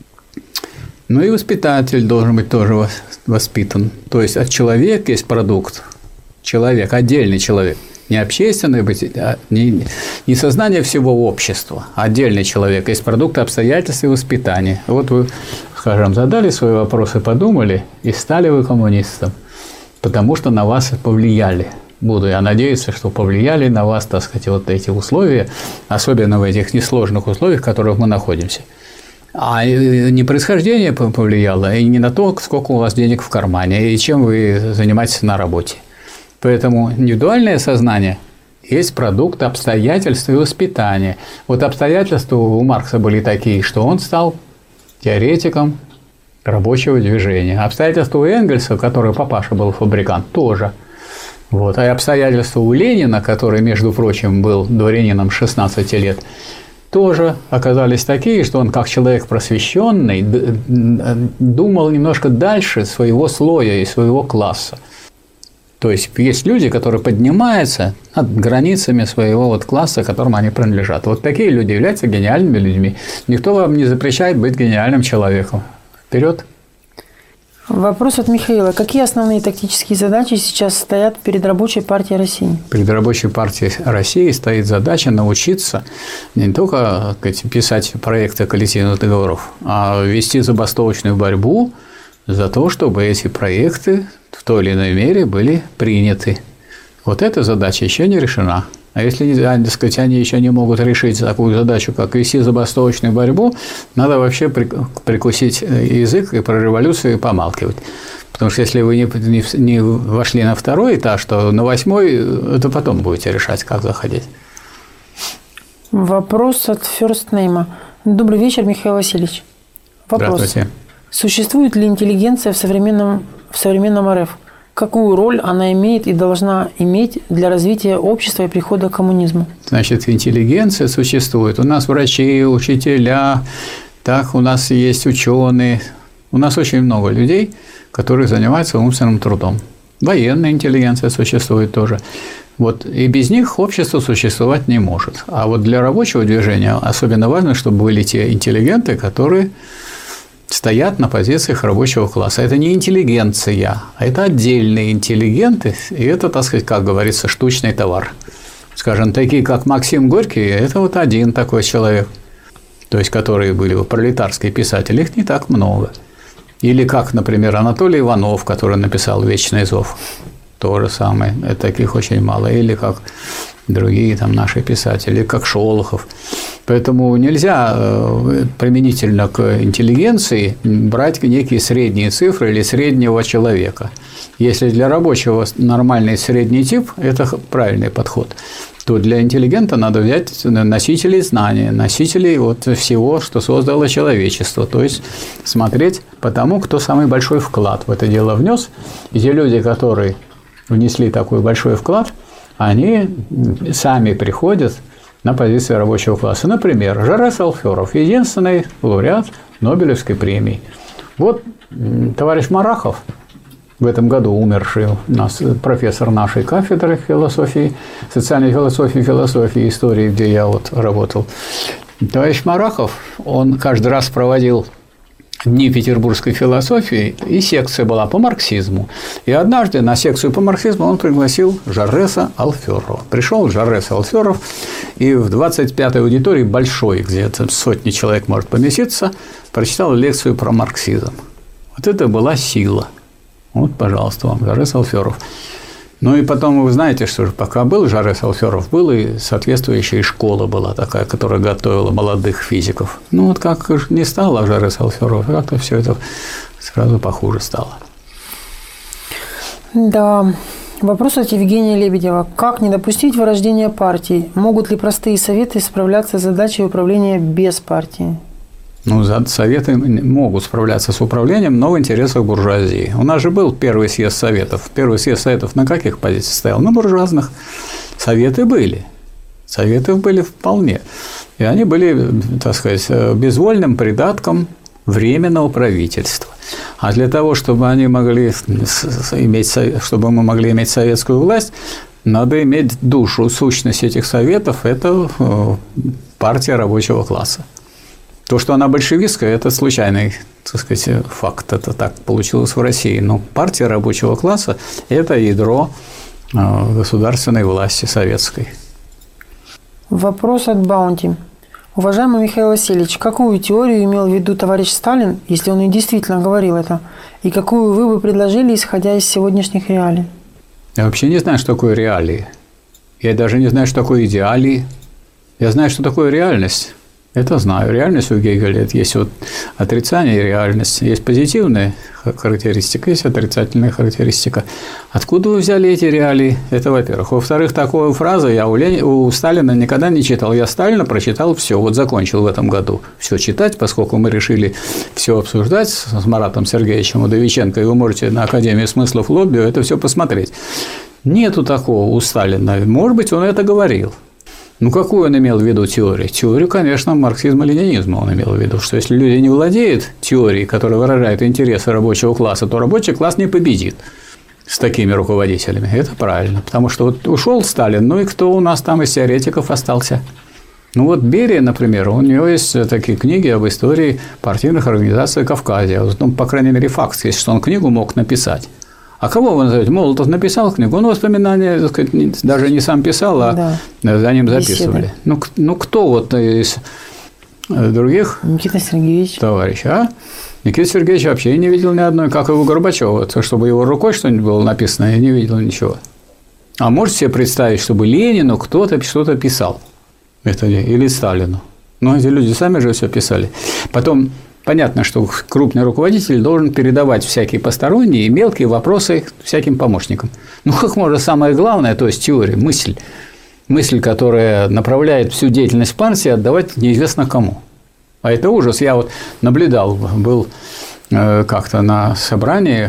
Ну и воспитатель должен быть тоже воспитан. То есть, человек есть продукт. Человек, отдельный человек. Не общественное бытие, не сознание всего общества, а отдельный человек есть продукт обстоятельств и воспитания. Вот вы, скажем, задали свои вопросы, подумали, и стали вы коммунистом, потому что на вас повлияли. Буду я надеяться, что повлияли на вас, так сказать, вот эти условия, особенно в этих несложных условиях, в которых мы находимся. А не происхождение повлияло, и не на то, сколько у вас денег в кармане, и чем вы занимаетесь на работе. Поэтому индивидуальное сознание есть продукт обстоятельств и воспитания. Вот обстоятельства у Маркса были такие, что он стал теоретиком рабочего движения. Обстоятельства у Энгельса, который папаша был фабрикант, тоже. Вот. А обстоятельства у Ленина, который, между прочим, был дворянином 16 лет, тоже оказались такие, что он, как человек просвещенный, думал немножко дальше своего слоя и своего класса. То есть, есть люди, которые поднимаются над границами своего вот класса, которому они принадлежат. Вот такие люди являются гениальными людьми. Никто вам не запрещает быть гениальным человеком. Вперед! Вопрос от Михаила. Какие основные тактические задачи сейчас стоят перед Рабочей партией России? Перед Рабочей партией России стоит задача научиться не только писать проекты коллективных договоров, а вести забастовочную борьбу за то, чтобы эти проекты в той или иной мере были приняты. Вот эта задача еще не решена. А если, так сказать, они еще не могут решить такую задачу, как вести забастовочную борьбу, надо вообще прикусить язык и про революцию помалкивать. Потому что если вы не вошли на 2-й этаж, то на 8-й это потом будете решать, как заходить. Вопрос от Ферстнейма. Добрый вечер, Михаил Васильевич. Вопрос. Здравствуйте. Существует ли интеллигенция в современном РФ? Какую роль она имеет и должна иметь для развития общества и прихода к коммунизму? Значит, интеллигенция существует. У нас врачи, учителя, так, у нас есть ученые. У нас очень много людей, которые занимаются умственным трудом. Военная интеллигенция существует тоже. Вот, и без них общество существовать не может. А вот для рабочего движения особенно важно, чтобы были те интеллигенты, которые стоят на позициях рабочего класса. Это не интеллигенция, а это отдельные интеллигенты, и это, так сказать, как говорится, штучный товар. Скажем, такие, как Максим Горький, это вот один такой человек, то есть, которые были пролетарские писатели, их не так много. Или как, например, Анатолий Иванов, который написал «Вечный зов», то же самое, таких очень мало. Или как другие там наши писатели, как Шолохов. Поэтому нельзя применительно к интеллигенции брать некие средние цифры или среднего человека. Если для рабочего нормальный средний тип – это правильный подход, то для интеллигента надо взять носителей знания, носителей вот всего, что создало человечество. То есть смотреть по тому, кто самый большой вклад в это дело внес. И те люди, которые внесли такой большой вклад, они сами приходят на позиции рабочего класса. Например, Жарес Алферов, единственный лауреат Нобелевской премии. Вот товарищ Марахов, в этом году умерший у нас профессор нашей кафедры философии, социальной философии, истории, где я вот работал. Товарищ Марахов, он каждый раз проводил Дни петербургской философии, и секция была по марксизму. И однажды на секцию по марксизму он пригласил Жарреса Алферова. Пришел Жаррес Алферов, и в 25-й аудитории, большой, где-то сотни человек может поместиться, прочитал лекцию про марксизм. Вот это была сила. Вот, пожалуйста, вам Жаррес Алферов. Ну и потом, вы знаете, что пока был Жаррес Алферов, была и соответствующая школа была такая, которая готовила молодых физиков. Ну вот как не стало Жаррес Алферов, как-то все это сразу похуже стало. Да. Вопрос от Евгения Лебедева. Как не допустить вырождения партий? Могут ли простые советы справляться с задачей управления без партии? Ну, советы могут справляться с управлением, но в интересах буржуазии. У нас же был первый съезд советов. Первый съезд советов на каких позициях стоял? На буржуазных. Советы были. Советы были вполне. И они были, так сказать, безвольным придатком временного правительства. А для того, чтобы они могли чтобы мы могли иметь советскую власть, надо иметь душу, сущность этих советов – это партия рабочего класса. То, что она большевистская, это случайный, так сказать, факт. Это так получилось в России. Но партия рабочего класса – это ядро государственной власти советской. Вопрос от Баунти. Уважаемый Михаил Васильевич, какую теорию имел в виду товарищ Сталин, если он и действительно говорил это, и какую вы бы предложили, исходя из сегодняшних реалий? Я вообще не знаю, что такое реалии. Я даже не знаю, что такое идеалии. Я знаю, что такое реальность. Это знаю. Реальность у Гегеля – есть вот отрицание и реальность. Есть позитивная характеристика, есть отрицательная характеристика. Откуда вы взяли эти реалии? Это, во-первых. Во-вторых, такую фразу я у Сталина никогда не читал. Я Сталина прочитал все. Вот закончил в этом году все читать, поскольку мы решили все обсуждать с Маратом Сергеевичем Удовиченко, и вы можете на Академии смыслов лобби это все посмотреть. Нету такого у Сталина. Может быть, он это говорил. Ну, какую он имел в виду теорию? Теорию, конечно, марксизма-ленинизма он имел в виду, что если люди не владеют теорией, которая выражает интересы рабочего класса, то рабочий класс не победит с такими руководителями. Это правильно, потому что вот ушел Сталин, ну и кто у нас там из теоретиков остался? Ну, вот Берия, например, у него есть такие книги об истории партийных организаций Кавказа. Ну, по крайней мере, факт есть, что он книгу мог написать. А кого вы назовете? Молотов написал книгу, он воспоминания, так сказать, даже не сам писал, а за ним записывали. Ну, кто вот из других Никита Сергеевич. Товарищ, а? Никита Сергеевич вообще не видел ни одной, как и у Горбачева. Чтобы его рукой что-нибудь было написано, я не видел ничего. А можете себе представить, чтобы Ленину кто-то что-то писал? Это или Сталину? Ну, эти люди сами же все писали. Потом понятно, что крупный руководитель должен передавать всякие посторонние и мелкие вопросы всяким помощникам. Ну, как можно самое главное, то есть теория, мысль, которая направляет всю деятельность партии, отдавать неизвестно кому. А это ужас. Я вот наблюдал, был как-то на собрании,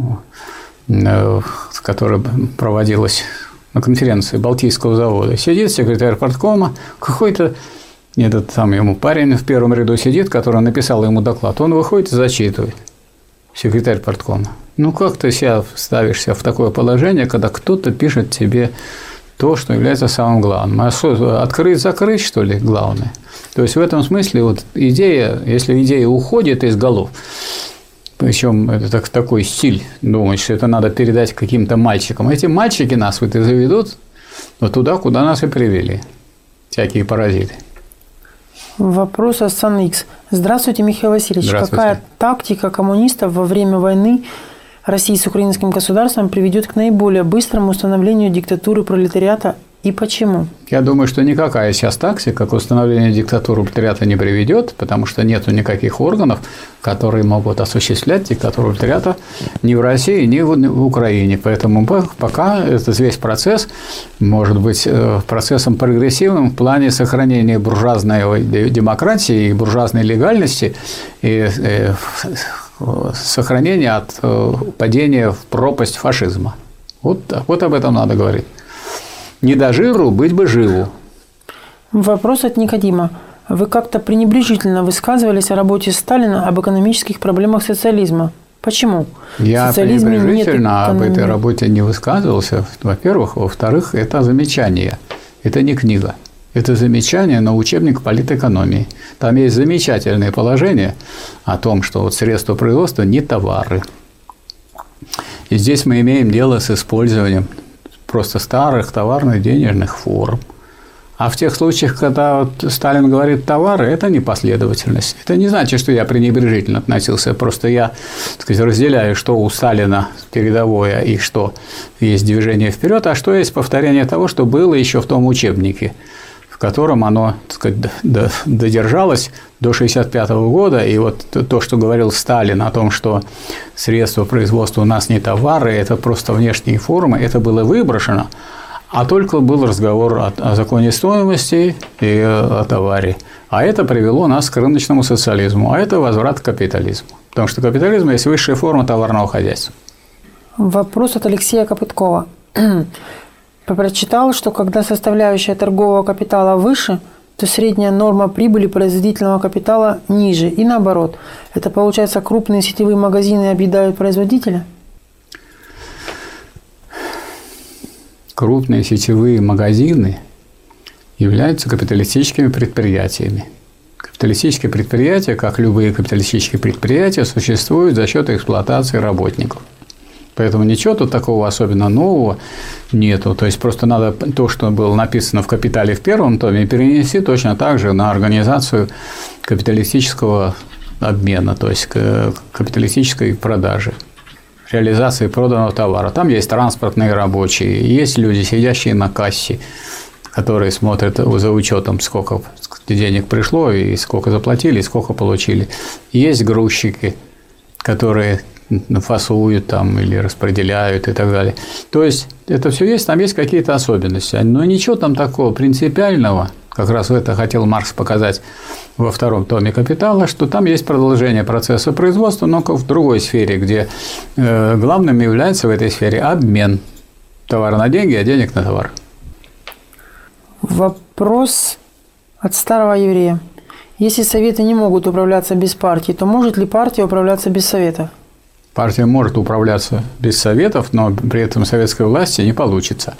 которое проводилось на конференции Балтийского завода. Сидит секретарь парткома, какой-то этот там ему парень в первом ряду сидит, который написал ему доклад. Он выходит и зачитывает. Секретарь парткома. Ну, как ты себя ставишься в такое положение, когда кто-то пишет тебе то, что является самым главным? Открыть-закрыть, что ли, главное? То есть, в этом смысле вот идея, если идея уходит из голов, причем это такой стиль, думать, что это надо передать каким-то мальчикам. Эти мальчики нас вот и заведут вот туда, куда нас и привели. Всякие паразиты. Вопрос от Сан Икс. Здравствуйте, Михаил Васильевич. Здравствуйте. Какая тактика коммунистов во время войны России с украинским государством приведет к наиболее быстрому установлению диктатуры пролетариата и почему? Я думаю, что никакая сейчас тактика к установлению диктатуры пролетариата не приведет, потому что нету никаких органов, которые могут осуществлять диктатуру пролетариата ни в России, ни в Украине. Поэтому пока этот весь процесс может быть процессом прогрессивным в плане сохранения буржуазной демократии и буржуазной легальности и сохранения от падения в пропасть фашизма. Вот об этом надо говорить. Не до жиру, быть бы живу. Вопрос от Никодима. Вы как-то пренебрежительно высказывались о работе Сталина об экономических проблемах социализма. Почему? Я пренебрежительно об этой работе не высказывался, во-первых. Во-вторых, это замечание. Это не книга. Это замечание на учебник политэкономии. Там есть замечательное положение о том, что вот средства производства не товары. И здесь мы имеем дело с использованием просто старых товарных денежных форм. А в тех случаях, когда вот Сталин говорит «товары», это непоследовательность. Это не значит, что я пренебрежительно относился. Просто я, так сказать, разделяю, что у Сталина передовое и что есть движение вперед, а что есть повторение того, что было еще в том учебнике, в котором оно, так сказать, додержалось до 1965 года. И вот то, что говорил Сталин о том, что средства производства у нас не товары, это просто внешние формы, это было выброшено. А только был разговор о законе стоимости и о товаре. А это привело нас к рыночному социализму, а это возврат к капитализму. Потому что капитализм есть высшая форма товарного хозяйства. Вопрос от Алексея Копыткова. Прочитал, что когда составляющая торгового капитала выше, то средняя норма прибыли производительного капитала ниже. И наоборот. Это получается, крупные сетевые магазины объедают производителя? Крупные сетевые магазины являются капиталистическими предприятиями. Капиталистические предприятия, как любые капиталистические предприятия, существуют за счет эксплуатации работников. Поэтому ничего тут такого особенно нового нету. То есть просто надо то, что было написано в «Капитале» в первом томе, перенести точно так же на организацию капиталистического обмена, то есть капиталистической продажи. Реализации проданного товара. Там есть транспортные рабочие, есть люди, сидящие на кассе, которые смотрят за учетом, сколько денег пришло, и сколько заплатили, и сколько получили. Есть грузчики, которые фасуют там или распределяют и так далее. То есть это все есть, там есть какие-то особенности. Но ничего там такого принципиального, как раз это хотел Маркс показать во втором томе «Капитала», что там есть продолжение процесса производства, но в другой сфере, где главным является в этой сфере обмен товара на деньги, а денег на товар. Вопрос от старого еврея. Если советы не могут управляться без партии, то может ли партия управляться без советов? Партия может управляться без советов, но при этом советской власти не получится.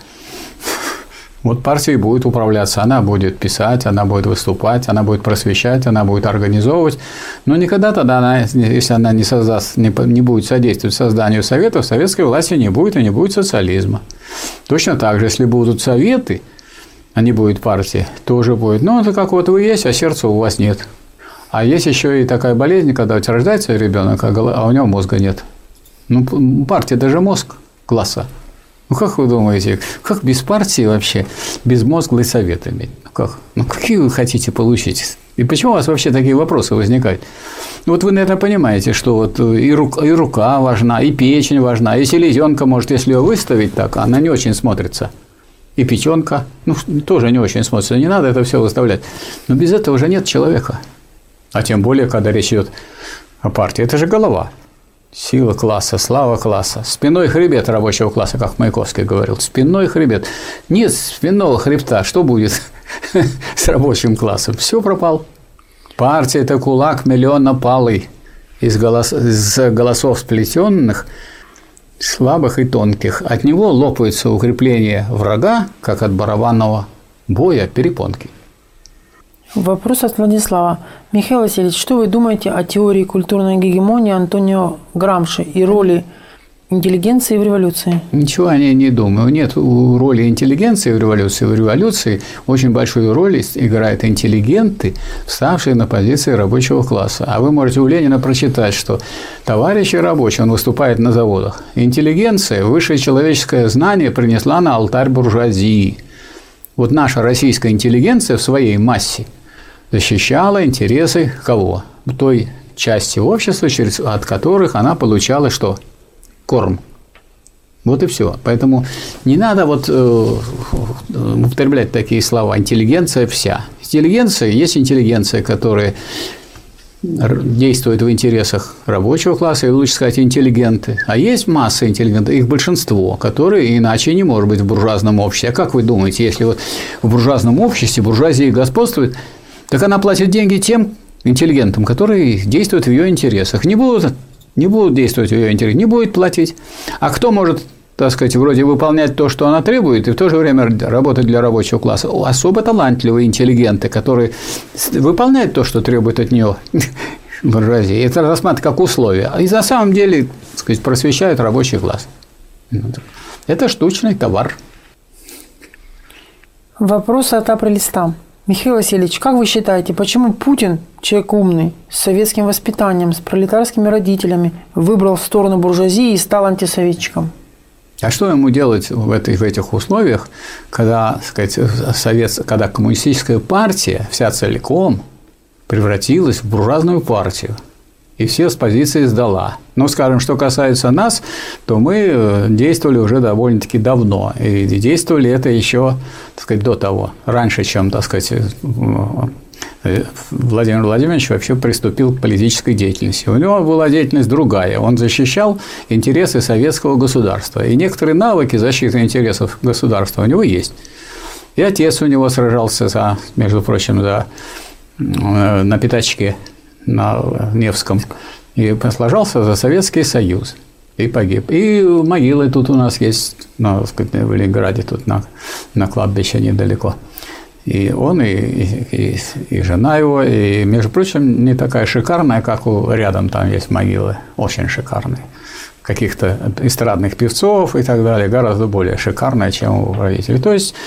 Вот партия будет управляться, она будет писать, она будет выступать, она будет просвещать, она будет организовывать. Но никогда тогда, если она не будет содействовать созданию советов, советской власти не будет и не будет социализма. Точно так же, если будут советы, а не будет партии, тоже будет. Ну, это как вот вы есть, а сердца у вас нет. А есть еще и такая болезнь, когда у тебя рождается ребенок, а у него мозга нет. Ну, партия – даже мозг класса. Ну, как вы думаете, как без партии вообще безмозглый совет иметь? Как? Ну, какие вы хотите получить? И почему у вас вообще такие вопросы возникают? Ну, вот вы, наверное, понимаете, что вот и рука важна, и печень важна, и селезенка, может, если ее выставить так, она не очень смотрится. И печенка, ну, тоже не очень смотрится. Не надо это все выставлять. Но без этого уже нет человека. А тем более, когда речь идет о партии. Это же голова. Сила класса, слава класса. Спинной хребет рабочего класса, как Маяковский говорил. Спинной хребет. Нет спинного хребта. Что будет с рабочим классом? Все пропал. Партия – это кулак миллионопалый из голосов сплетенных, слабых и тонких. От него лопаются укрепления врага, как от барабанного боя перепонки. Вопрос от Владислава. Михаил Васильевич, что вы думаете о теории культурной гегемонии Антонио Грамши и роли интеллигенции в революции? Ничего о ней не думаю. Нет роли интеллигенции в революции. В революции очень большую роль играют интеллигенты, вставшие на позиции рабочего класса. А вы можете у Ленина прочитать, что товарищи рабочие, он выступает на заводах. Интеллигенция, высшее человеческое знание принесла на алтарь буржуазии. Вот наша российская интеллигенция в своей массе защищала интересы кого? Той части общества, от которых она получала что? Корм. Вот и все. Поэтому не надо употреблять такие слова. Интеллигенция вся. Интеллигенция есть интеллигенция, которая действует в интересах рабочего класса, или лучше сказать, интеллигенты. А есть масса интеллигентов, их большинство, которые иначе не может быть в буржуазном обществе. А как вы думаете, если вот в буржуазном обществе буржуазия господствует, так она платит деньги тем интеллигентам, которые действуют в ее интересах. Не будут действовать в ее интересах, не будет платить. А кто может так сказать, вроде выполнять то, что она требует, и в то же время работать для рабочего класса. Особо талантливые интеллигенты, которые выполняют то, что требует от нее буржуазия. Это рассматривают как условие. И на самом деле, так сказать, просвещают рабочий класс. Это штучный товар. Вопрос от Апрелиста. Михаил Васильевич, как вы считаете, почему Путин, человек умный, с советским воспитанием, с пролетарскими родителями, выбрал сторону буржуазии и стал антисоветчиком? А что ему делать в этих условиях, когда, так сказать, когда коммунистическая партия вся целиком превратилась в буржуазную партию и все с позиции сдала? Ну, скажем, что касается нас, то мы действовали уже довольно-таки давно. И действовали это еще, так сказать, до того, раньше, чем, так сказать, Владимир Владимирович вообще приступил к политической деятельности. У него была деятельность другая. Он защищал интересы советского государства. И некоторые навыки защиты интересов государства у него есть. И отец у него сражался, между прочим, на Пятачке, на Невском. И сражался за Советский Союз. И погиб. И могилы тут у нас есть, в Ленинграде, тут на кладбище недалеко. И он, и жена его, и, между прочим, не такая шикарная, как рядом там есть могилы, очень шикарные. Каких-то эстрадных певцов и так далее, гораздо более шикарная, чем у правителей. То есть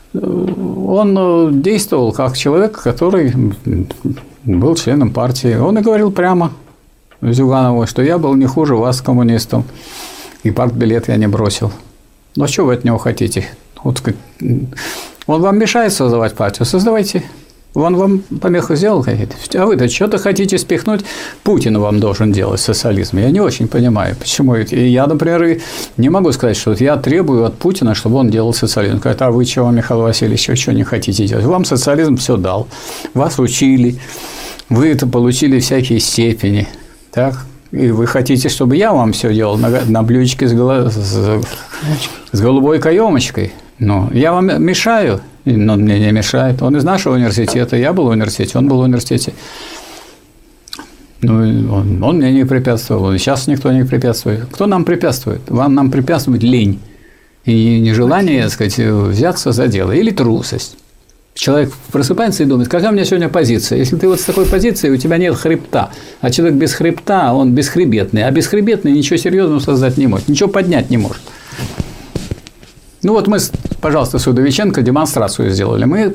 он действовал как человек, который был членом партии. Он и говорил прямо Зюганову, что я был не хуже вас, коммунистом, и партбилет я не бросил. Ну, что вы от него хотите? Вот, он вам мешает создавать партию? Создавайте. Он вам помеху сделал какие-то? А вы-то что-то хотите спихнуть? Путин вам должен делать социализм. Я не очень понимаю, почему. И я, например, не могу сказать, что я требую от Путина, чтобы он делал социализм. Говорит, а вы чего, Михаил Васильевич, что не хотите делать? Вам социализм все дал. Вас учили. Вы это получили всякие степени. Так? И вы хотите, чтобы я вам все делал на блюдечке с голубой каемочкой? Ну, я вам мешаю, но он мне не мешает. Он из нашего университета, я был в университете, он был в университете. Ну, он мне не препятствовал, сейчас никто не препятствует. Кто нам препятствует? Нам препятствует лень и нежелание, так сказать, взяться за дело, или трусость. Человек просыпается и думает, какая у меня сегодня позиция? Если ты вот с такой позицией, у тебя нет хребта, а человек без хребта, он бесхребетный, а бесхребетный ничего серьезного создать не может, ничего поднять не может. Ну вот мы, пожалуйста, с Удовиченко демонстрацию сделали. Мы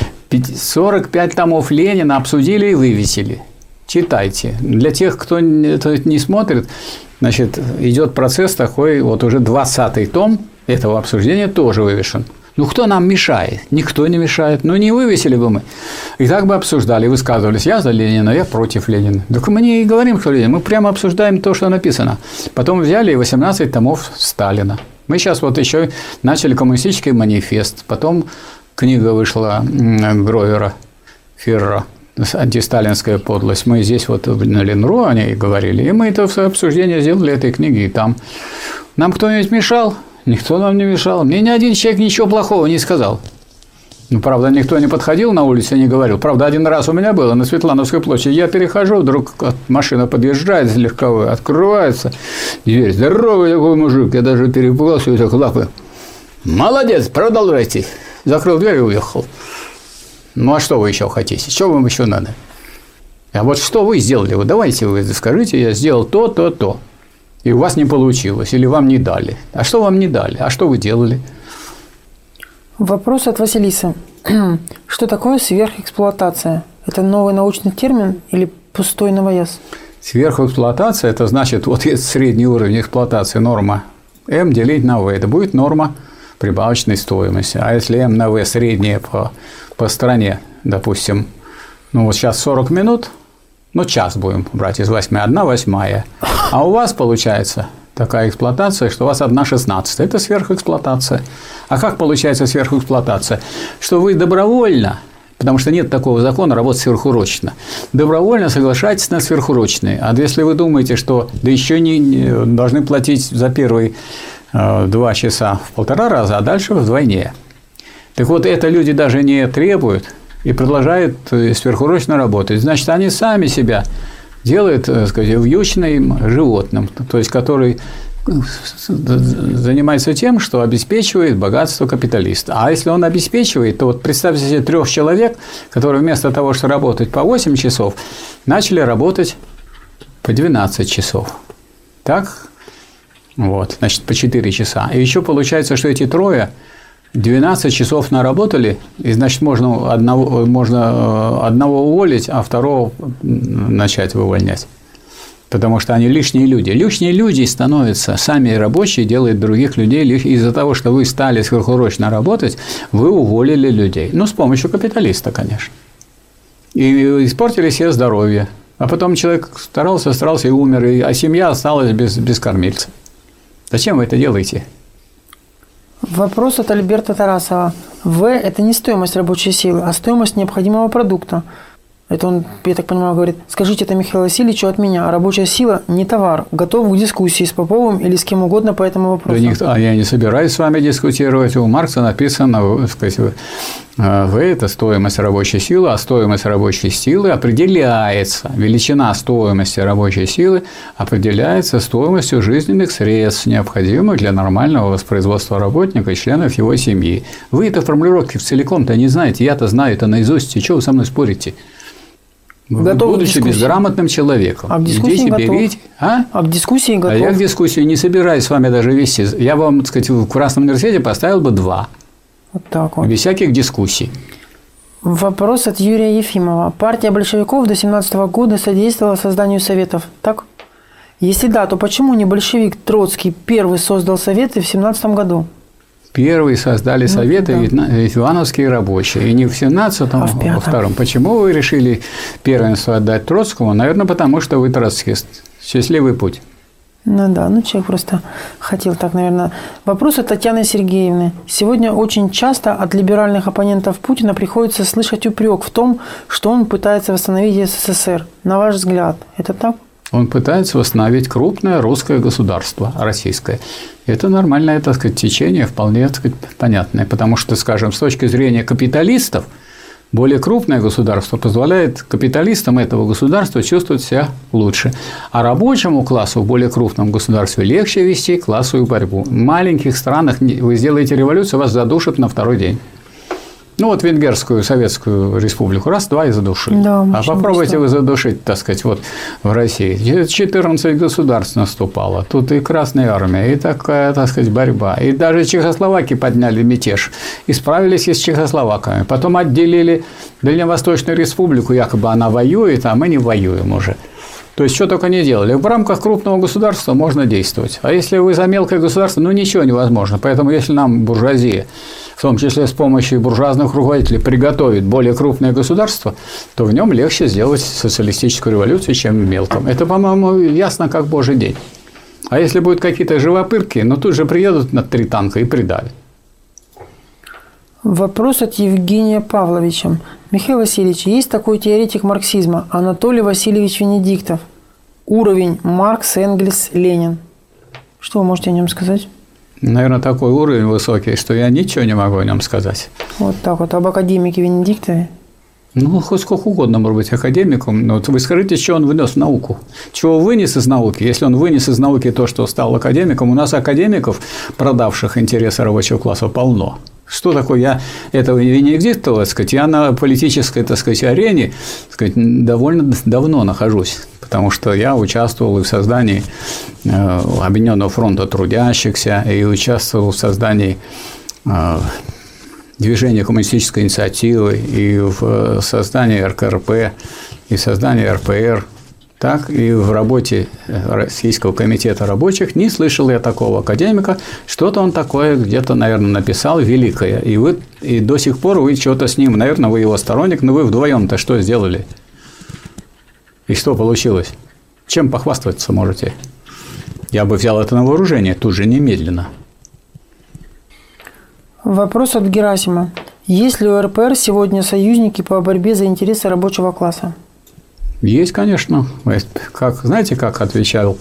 45 томов Ленина обсудили и вывесили. Читайте. Для тех, кто это не смотрит, значит, идет процесс такой, вот уже 20-й том этого обсуждения тоже вывешен. Ну, кто нам мешает? Никто не мешает. Ну, не вывесили бы мы. И так бы обсуждали, высказывались. Я за Ленина, я против Ленина. Так мы не говорим, что Ленин. Мы прямо обсуждаем то, что написано. Потом взяли 18 томов Сталина. Мы сейчас вот еще начали коммунистический манифест. Потом книга вышла Гровера, Ферра, «Антисталинская подлость». Мы здесь вот на Ленру о ней говорили. И мы это обсуждение сделали этой книги. И там нам кто-нибудь мешал? Никто нам не мешал. Мне ни один человек ничего плохого не сказал. Ну, правда, никто не подходил на улице и не говорил. Правда, один раз у меня было на Светлановской площади. Я перехожу, вдруг машина подъезжает легковая, открывается дверь. Здоровый такой мужик. Я даже перепугался и так лапы. Молодец, продолжайте. Закрыл дверь и уехал. Ну, а что вы еще хотите? Что вам еще надо? А вот что вы сделали? Вот давайте вы скажите, я сделал то, то, то. И у вас не получилось, или вам не дали. А что вам не дали? А что вы делали? Вопрос от Василисы. Что такое сверхэксплуатация? Это новый научный термин или пустой новояз? Сверхэксплуатация – это значит, вот есть средний уровень эксплуатации, норма М делить на В. Это будет норма прибавочной стоимости. А если М на В средняя по стране, допустим, ну вот сейчас 40 минут, ну час будем брать из 8, 1/8. А у вас получается такая эксплуатация, что у вас 1/16. Это сверхэксплуатация. А как получается сверхэксплуатация? Что вы добровольно, потому что нет такого закона работать сверхурочно, добровольно соглашаетесь на сверхурочные. А если вы думаете, что да еще не должны платить за первые 2 часа в 1,5 раза, а дальше вдвойне. Так вот, это люди даже не требуют и продолжают сверхурочно работать. Значит, они сами себя делают, так сказать, вьючным животным, то есть, который занимается тем, что обеспечивает богатство капиталиста. А если он обеспечивает, то вот представьте себе 3 человек, которые вместо того, что работать по 8 часов, начали работать по 12 часов. Так? Вот, значит, по 4 часа. И еще получается, что эти 3 12 часов наработали, и, значит, можно одного уволить, а 2 начать вывольнять. Потому что они лишние люди. Лишние люди становятся сами рабочие, делают других людей. Из-за того, что вы стали сверхурочно работать, вы уволили людей. Ну, с помощью капиталиста, конечно. И испортили себе здоровье. А потом человек старался и умер, а семья осталась без кормильца. Зачем вы это делаете? Вопрос от Альберта Тарасова. В – это не стоимость рабочей силы, а стоимость необходимого продукта. Это он, я так понимаю, говорит: скажите это Михаилу Васильевичу от меня. Рабочая сила не товар. Готов к дискуссии с Поповым или с кем угодно по этому вопросу. Да я не собираюсь с вами дискутировать. У Маркса написано, сказать, В – это стоимость рабочей силы, а стоимость рабочей силы определяется, величина стоимости рабочей силы определяется стоимостью жизненных средств, необходимых для нормального воспроизводства работника и членов его семьи. Вы это формулировки целиком-то не знаете, я-то знаю это наизусть, и что вы со мной спорите? Будучи безграмотным человеком. А к дискуссии идите, готов. берите. А к дискуссии готов. А я к дискуссии не собираюсь с вами даже вести. Я вам, так сказать, в Красном университете поставил бы 2. Вот так вот. Без всяких дискуссий. Вопрос от Юрия Ефимова. Партия большевиков до 1917 года содействовала созданию советов, так? Если да, то почему не большевик Троцкий первый создал советы в 1917 году? Первые создали советы ивановские рабочие. И не в 17-м, а в 2-м. Почему вы решили первенство отдать Троцкому? Наверное, потому что вы троцкист. Счастливый путь. Ну да, человек просто хотел так, наверное. Вопрос от Татьяны Сергеевны. Сегодня очень часто от либеральных оппонентов Путина приходится слышать упрек в том, что он пытается восстановить СССР. На ваш взгляд, это так? Он пытается восстановить крупное русское государство, российское. Это нормальное, так сказать, течение, вполне, так сказать, понятное. Потому что, скажем, с точки зрения капиталистов, более крупное государство позволяет капиталистам этого государства чувствовать себя лучше. А рабочему классу в более крупном государстве легче вести классовую борьбу. В маленьких странах вы сделаете революцию, вас задушат на 2-й день. Ну, вот Венгерскую Советскую Республику раз-два и задушили. Да, а попробуйте вы задушить, так сказать, вот в России. 14 государств наступало. Тут и Красная Армия, и такая, так сказать, борьба. И даже чехословаки подняли мятеж. И справились и с чехословаками. Потом отделили Дальневосточную Республику, якобы она воюет, а мы не воюем уже. То есть, что только не делали. В рамках крупного государства можно действовать. А если вы за мелкое государство, ничего невозможно. Поэтому, если нам буржуазия, в том числе с помощью буржуазных руководителей, приготовит более крупное государство, то в нем легче сделать социалистическую революцию, чем в мелком. Это, по-моему, ясно как божий день. А если будут какие-то живопырки, тут же приедут на 3 танка и придавят. Вопрос от Евгения Павловича. Михаил Васильевич, есть такой теоретик марксизма Анатолий Васильевич Венедиктов. Уровень Маркс, Энгельс, Ленин. Что вы можете о нем сказать? Наверное, такой уровень высокий, что я ничего не могу о нем сказать. Вот так вот. Об академике Венедиктове? Хоть сколько угодно, может быть, академиком. Но вы скажите, что он вынес в науку? Чего вынес из науки? Если он вынес из науки то, что стал академиком, у нас академиков, продавших интересы рабочего класса, полно. Что такое? Я этого не Венедиктова, так сказать, я на политической, так сказать, арене, так сказать, довольно давно нахожусь, потому что я участвовал и в создании Объединенного фронта трудящихся, и участвовал в создании движения коммунистической инициативы, и в создании РКРП, и в создании РПР. Так и в работе Российского комитета рабочих не слышал я такого академика. Что-то он такое где-то, наверное, написал великое. И до сих пор вы что-то с ним, наверное, вы его сторонник, но вы вдвоем-то что сделали? И что получилось? Чем похвастаться можете? Я бы взял это на вооружение тут же, немедленно. Вопрос от Герасима. Есть ли у РПР сегодня союзники по борьбе за интересы рабочего класса? Есть, конечно. Знаете, как отвечал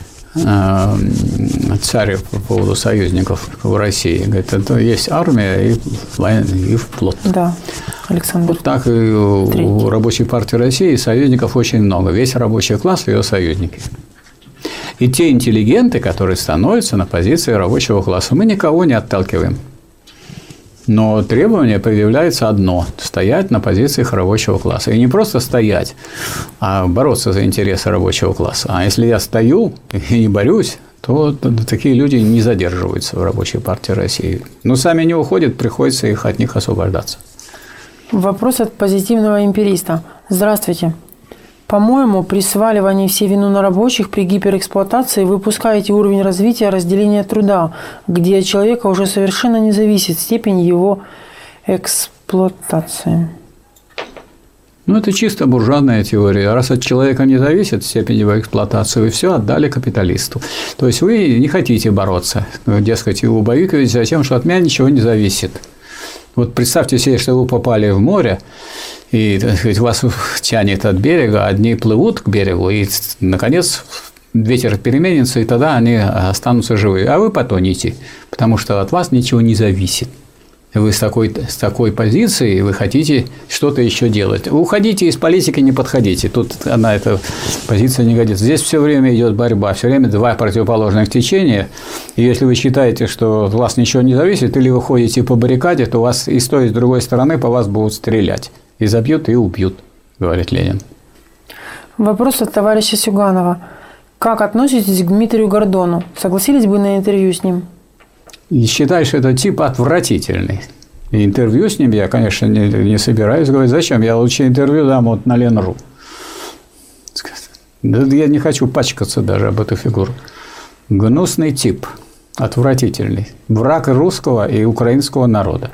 царь по поводу союзников в России? Говорит, это есть армия и флот. Да, Александр. Вот так и у Рабочей партии России союзников очень много. Весь рабочий класс – ее союзники. и те интеллигенты, которые становятся на позиции рабочего класса. Мы никого не отталкиваем. Но требование предъявляется одно – стоять на позициях рабочего класса. И не просто стоять, а бороться за интересы рабочего класса. А если я стою и не борюсь, то такие люди не задерживаются в Рабочей партии России. Но сами не уходят, приходится от них освобождаться. Вопрос от позитивного эмпириста. Здравствуйте. По-моему, при сваливании всей вины на рабочих при гиперэксплуатации вы пускаете уровень развития разделения труда, где от человека уже совершенно не зависит степень его эксплуатации. Ну, это чисто буржуазная теория. Раз от человека не зависит степень его эксплуатации, вы все отдали капиталисту. То есть вы не хотите бороться. Дескать, вы убаюкиваете за тем, что от меня ничего не зависит. Вот представьте себе, что вы попали в море, и, так сказать, вас тянет от берега, одни плывут к берегу, и, наконец, ветер переменится, и тогда они останутся живы. А вы потонете, потому что от вас ничего не зависит. Вы с такой позиции, вы хотите что-то еще делать. Уходите из политики, не подходите. Тут эта позиция не годится. Здесь все время идет борьба, все время два противоположных течения. И если вы считаете, что от вас ничего не зависит, или вы ходите по баррикаде, то вас и с той, и с другой стороны по вас будут стрелять. И забьют, и убьют, говорит Ленин. Вопрос от товарища Сюганова. Как относитесь к Дмитрию Гордону? Согласились бы на интервью с ним? И считаю, что этот тип отвратительный. И интервью с ним я, конечно, не собираюсь говорить. Зачем? Я лучше интервью дам вот на Ленру. Да я не хочу пачкаться даже об эту фигуру. Гнусный тип. Отвратительный. Враг русского и украинского народа.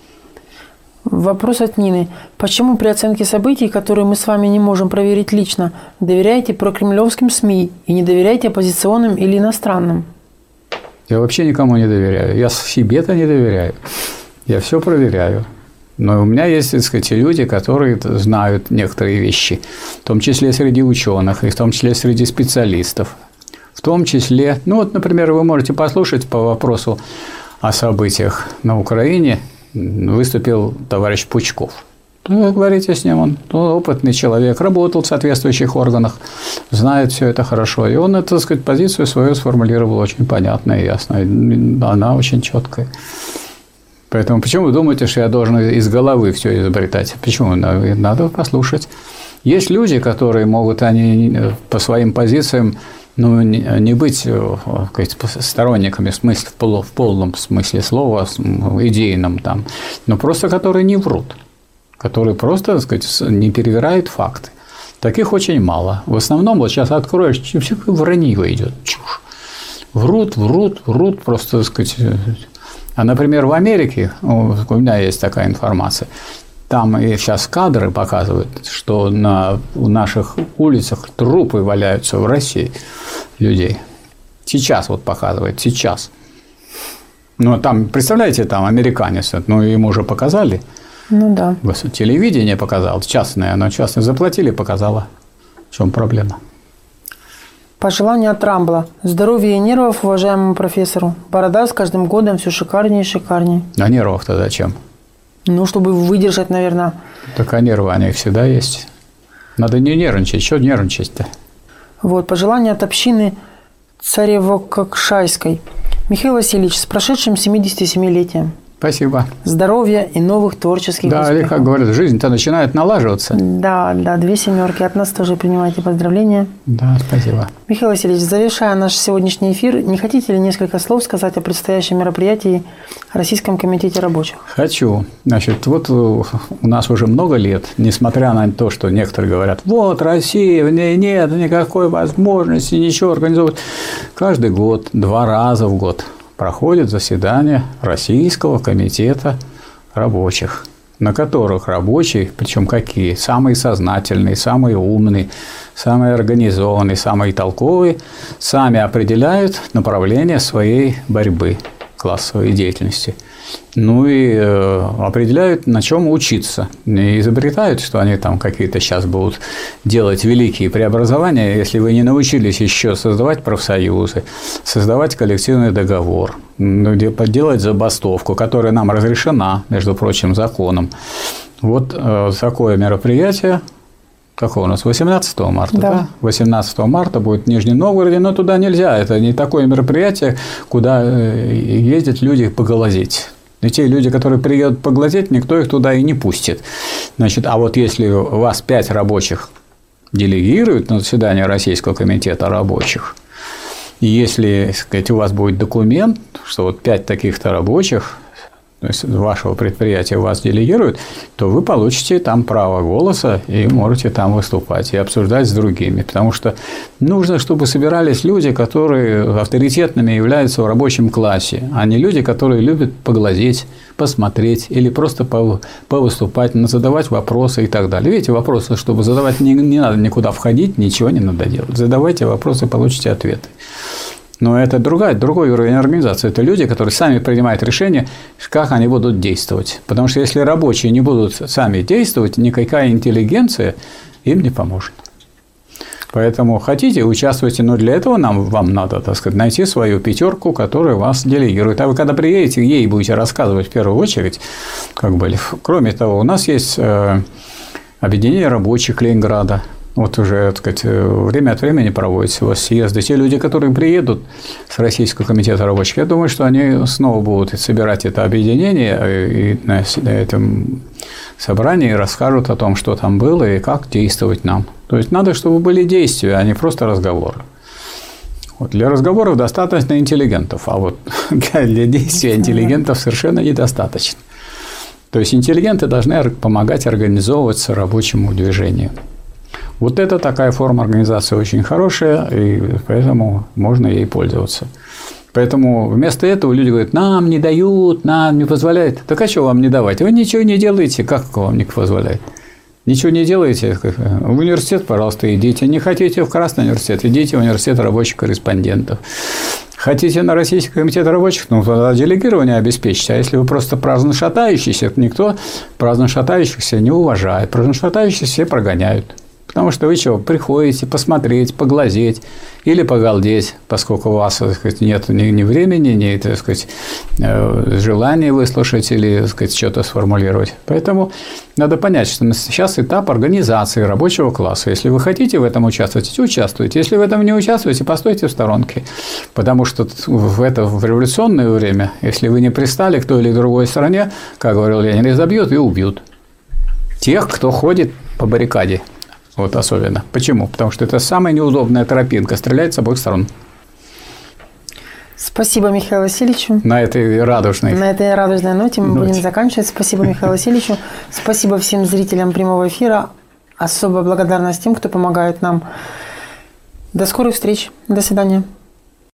Вопрос от Нины. Почему при оценке событий, которые мы с вами не можем проверить лично, доверяете прокремлевским СМИ и не доверяете оппозиционным или иностранным? Я вообще никому не доверяю. Я себе-то не доверяю. Я все проверяю. Но у меня есть, так сказать, люди, которые знают некоторые вещи, в том числе среди ученых, и в том числе среди специалистов. В том числе, ну вот, например, вы можете послушать по вопросу о событиях на Украине, выступил товарищ Пучков. Вы говорите с ним, он опытный человек, работал в соответствующих органах, знает все это хорошо. И он, так сказать, позицию свою сформулировал очень понятно и ясно. Она очень четкая. Поэтому почему вы думаете, что я должен из головы все изобретать? Почему? Надо послушать. Есть люди, которые могут они по своим позициям не быть сторонниками в полном смысле слова, идейном там, но просто которые не врут, которые просто, так сказать, не перевирают факты. Таких очень мало. В основном, вот сейчас откроешь, все вранье идет, чушь. Врут, просто, так сказать. А, например, в Америке, у меня есть такая информация, там и сейчас кадры показывают, что на наших улицах трупы валяются в России людей. Сейчас вот показывает, сейчас. Ну, там, представляете, там американец, ему уже показали. Ну, да. Телевидение показало, частное, оно частное заплатили, показало. В чем проблема? Пожелание от Рамбла. Здоровья и нервов уважаемому профессору. Борода с каждым годом все шикарнее и шикарнее. А нервов-то зачем? Ну, чтобы выдержать, наверное. Так а нервы, они всегда есть. Надо не нервничать. Что нервничать-то? Вот, пожелание от общины Царевококшайской. Михаил Васильевич, с прошедшим 77-летием. Спасибо. Здоровья и новых творческих успехов. Да, или, как говорят, жизнь-то начинает налаживаться. Да, 2 семерки. От нас тоже принимайте поздравления. Да, спасибо. Михаил Васильевич, завершая наш сегодняшний эфир, не хотите ли несколько слов сказать о предстоящем мероприятии Российском комитете рабочих? Хочу. Значит, вот у нас уже много лет, несмотря на то, что некоторые говорят, вот Россия, в ней нет никакой возможности ничего организовать. Каждый год, 2 раза в год проходит заседание Российского комитета рабочих, на которых рабочие, причем какие, самые сознательные, самые умные, самые организованные, самые толковые, сами определяют направление своей борьбы, классовой деятельности. Ну и определяют, на чем учиться. Не изобретают, что они там какие-то сейчас будут делать великие преобразования, если вы не научились еще создавать профсоюзы, создавать коллективный договор, делать забастовку, которая нам разрешена, между прочим, законом. Вот такое мероприятие какого у нас, 18 марта, да? 18 марта будет в Нижнем Новгороде, но туда нельзя. Это не такое мероприятие, куда ездят люди поглазеть. И те люди, которые приедут поглазеть, никто их туда и не пустит. Значит, а вот если вас 5 рабочих делегируют на заседание Российского комитета рабочих, и если, так сказать, у вас будет документ, что вот 5 таких-то рабочих, то есть вашего предприятия вас делегируют, то вы получите там право голоса и можете там выступать и обсуждать с другими. Потому что нужно, чтобы собирались люди, которые авторитетными являются в рабочем классе, а не люди, которые любят поглазеть, посмотреть или просто повыступать, задавать вопросы и так далее. Видите, вопросы, чтобы задавать, не надо никуда входить, ничего не надо делать. Задавайте вопросы, получите ответы. Но это другой уровень организации. Это люди, которые сами принимают решение, как они будут действовать. Потому что если рабочие не будут сами действовать, никакая интеллигенция им не поможет. Поэтому хотите, участвуйте, но для этого вам надо, так сказать, найти свою пятерку, которая вас делегирует. А вы когда приедете, ей будете рассказывать в первую очередь, как бы. Кроме того, у нас есть объединение рабочих Ленинграда. Вот уже, так сказать, время от времени проводятся у вас съезды. Те люди, которые приедут с Российского комитета рабочих, я думаю, что они снова будут собирать это объединение и на этом собрании расскажут о том, что там было и как действовать нам. То есть надо, чтобы были действия, а не просто разговоры. Вот для разговоров достаточно интеллигентов, а вот для действия интеллигентов совершенно недостаточно. То есть интеллигенты должны помогать организовываться рабочему движению. Вот это такая форма организации очень хорошая, и поэтому можно ей пользоваться. Поэтому вместо этого люди говорят, нам не дают, нам не позволяют. Так а что вам не давать? Вы ничего не делаете, как вам не позволяет? Ничего не делаете? В университет, пожалуйста, идите. Не хотите в Красный университет, идите в университет рабочих корреспондентов. Хотите на Российский комитет рабочих, ну, тогда делегирование обеспечьте. А если вы просто праздно шатающийся, то никто праздно шатающихся не уважает. Праздно шатающихся все прогоняют. Потому что вы что, приходите посмотреть, поглазеть или погалдеть, поскольку у вас, так сказать, нет ни времени, ни, так сказать, желания выслушать или, так сказать, что-то сформулировать. Поэтому надо понять, что сейчас этап организации рабочего класса. Если вы хотите в этом участвовать, участвуйте. Если в этом не участвуете, постойте в сторонке. Потому что в революционное время, если вы не пристали к той или другой стороне, как говорил Ленин, разобьют и убьют тех, кто ходит по баррикаде. Вот особенно. Почему? Потому что это самая неудобная тропинка. Стреляет с обоих сторон. Спасибо Михаилу Васильевичу. На этой радужной ноте мы будем заканчивать. Спасибо Михаилу Васильевичу. Спасибо всем зрителям прямого эфира. Особая благодарность тем, кто помогает нам. До скорых встреч. До свидания.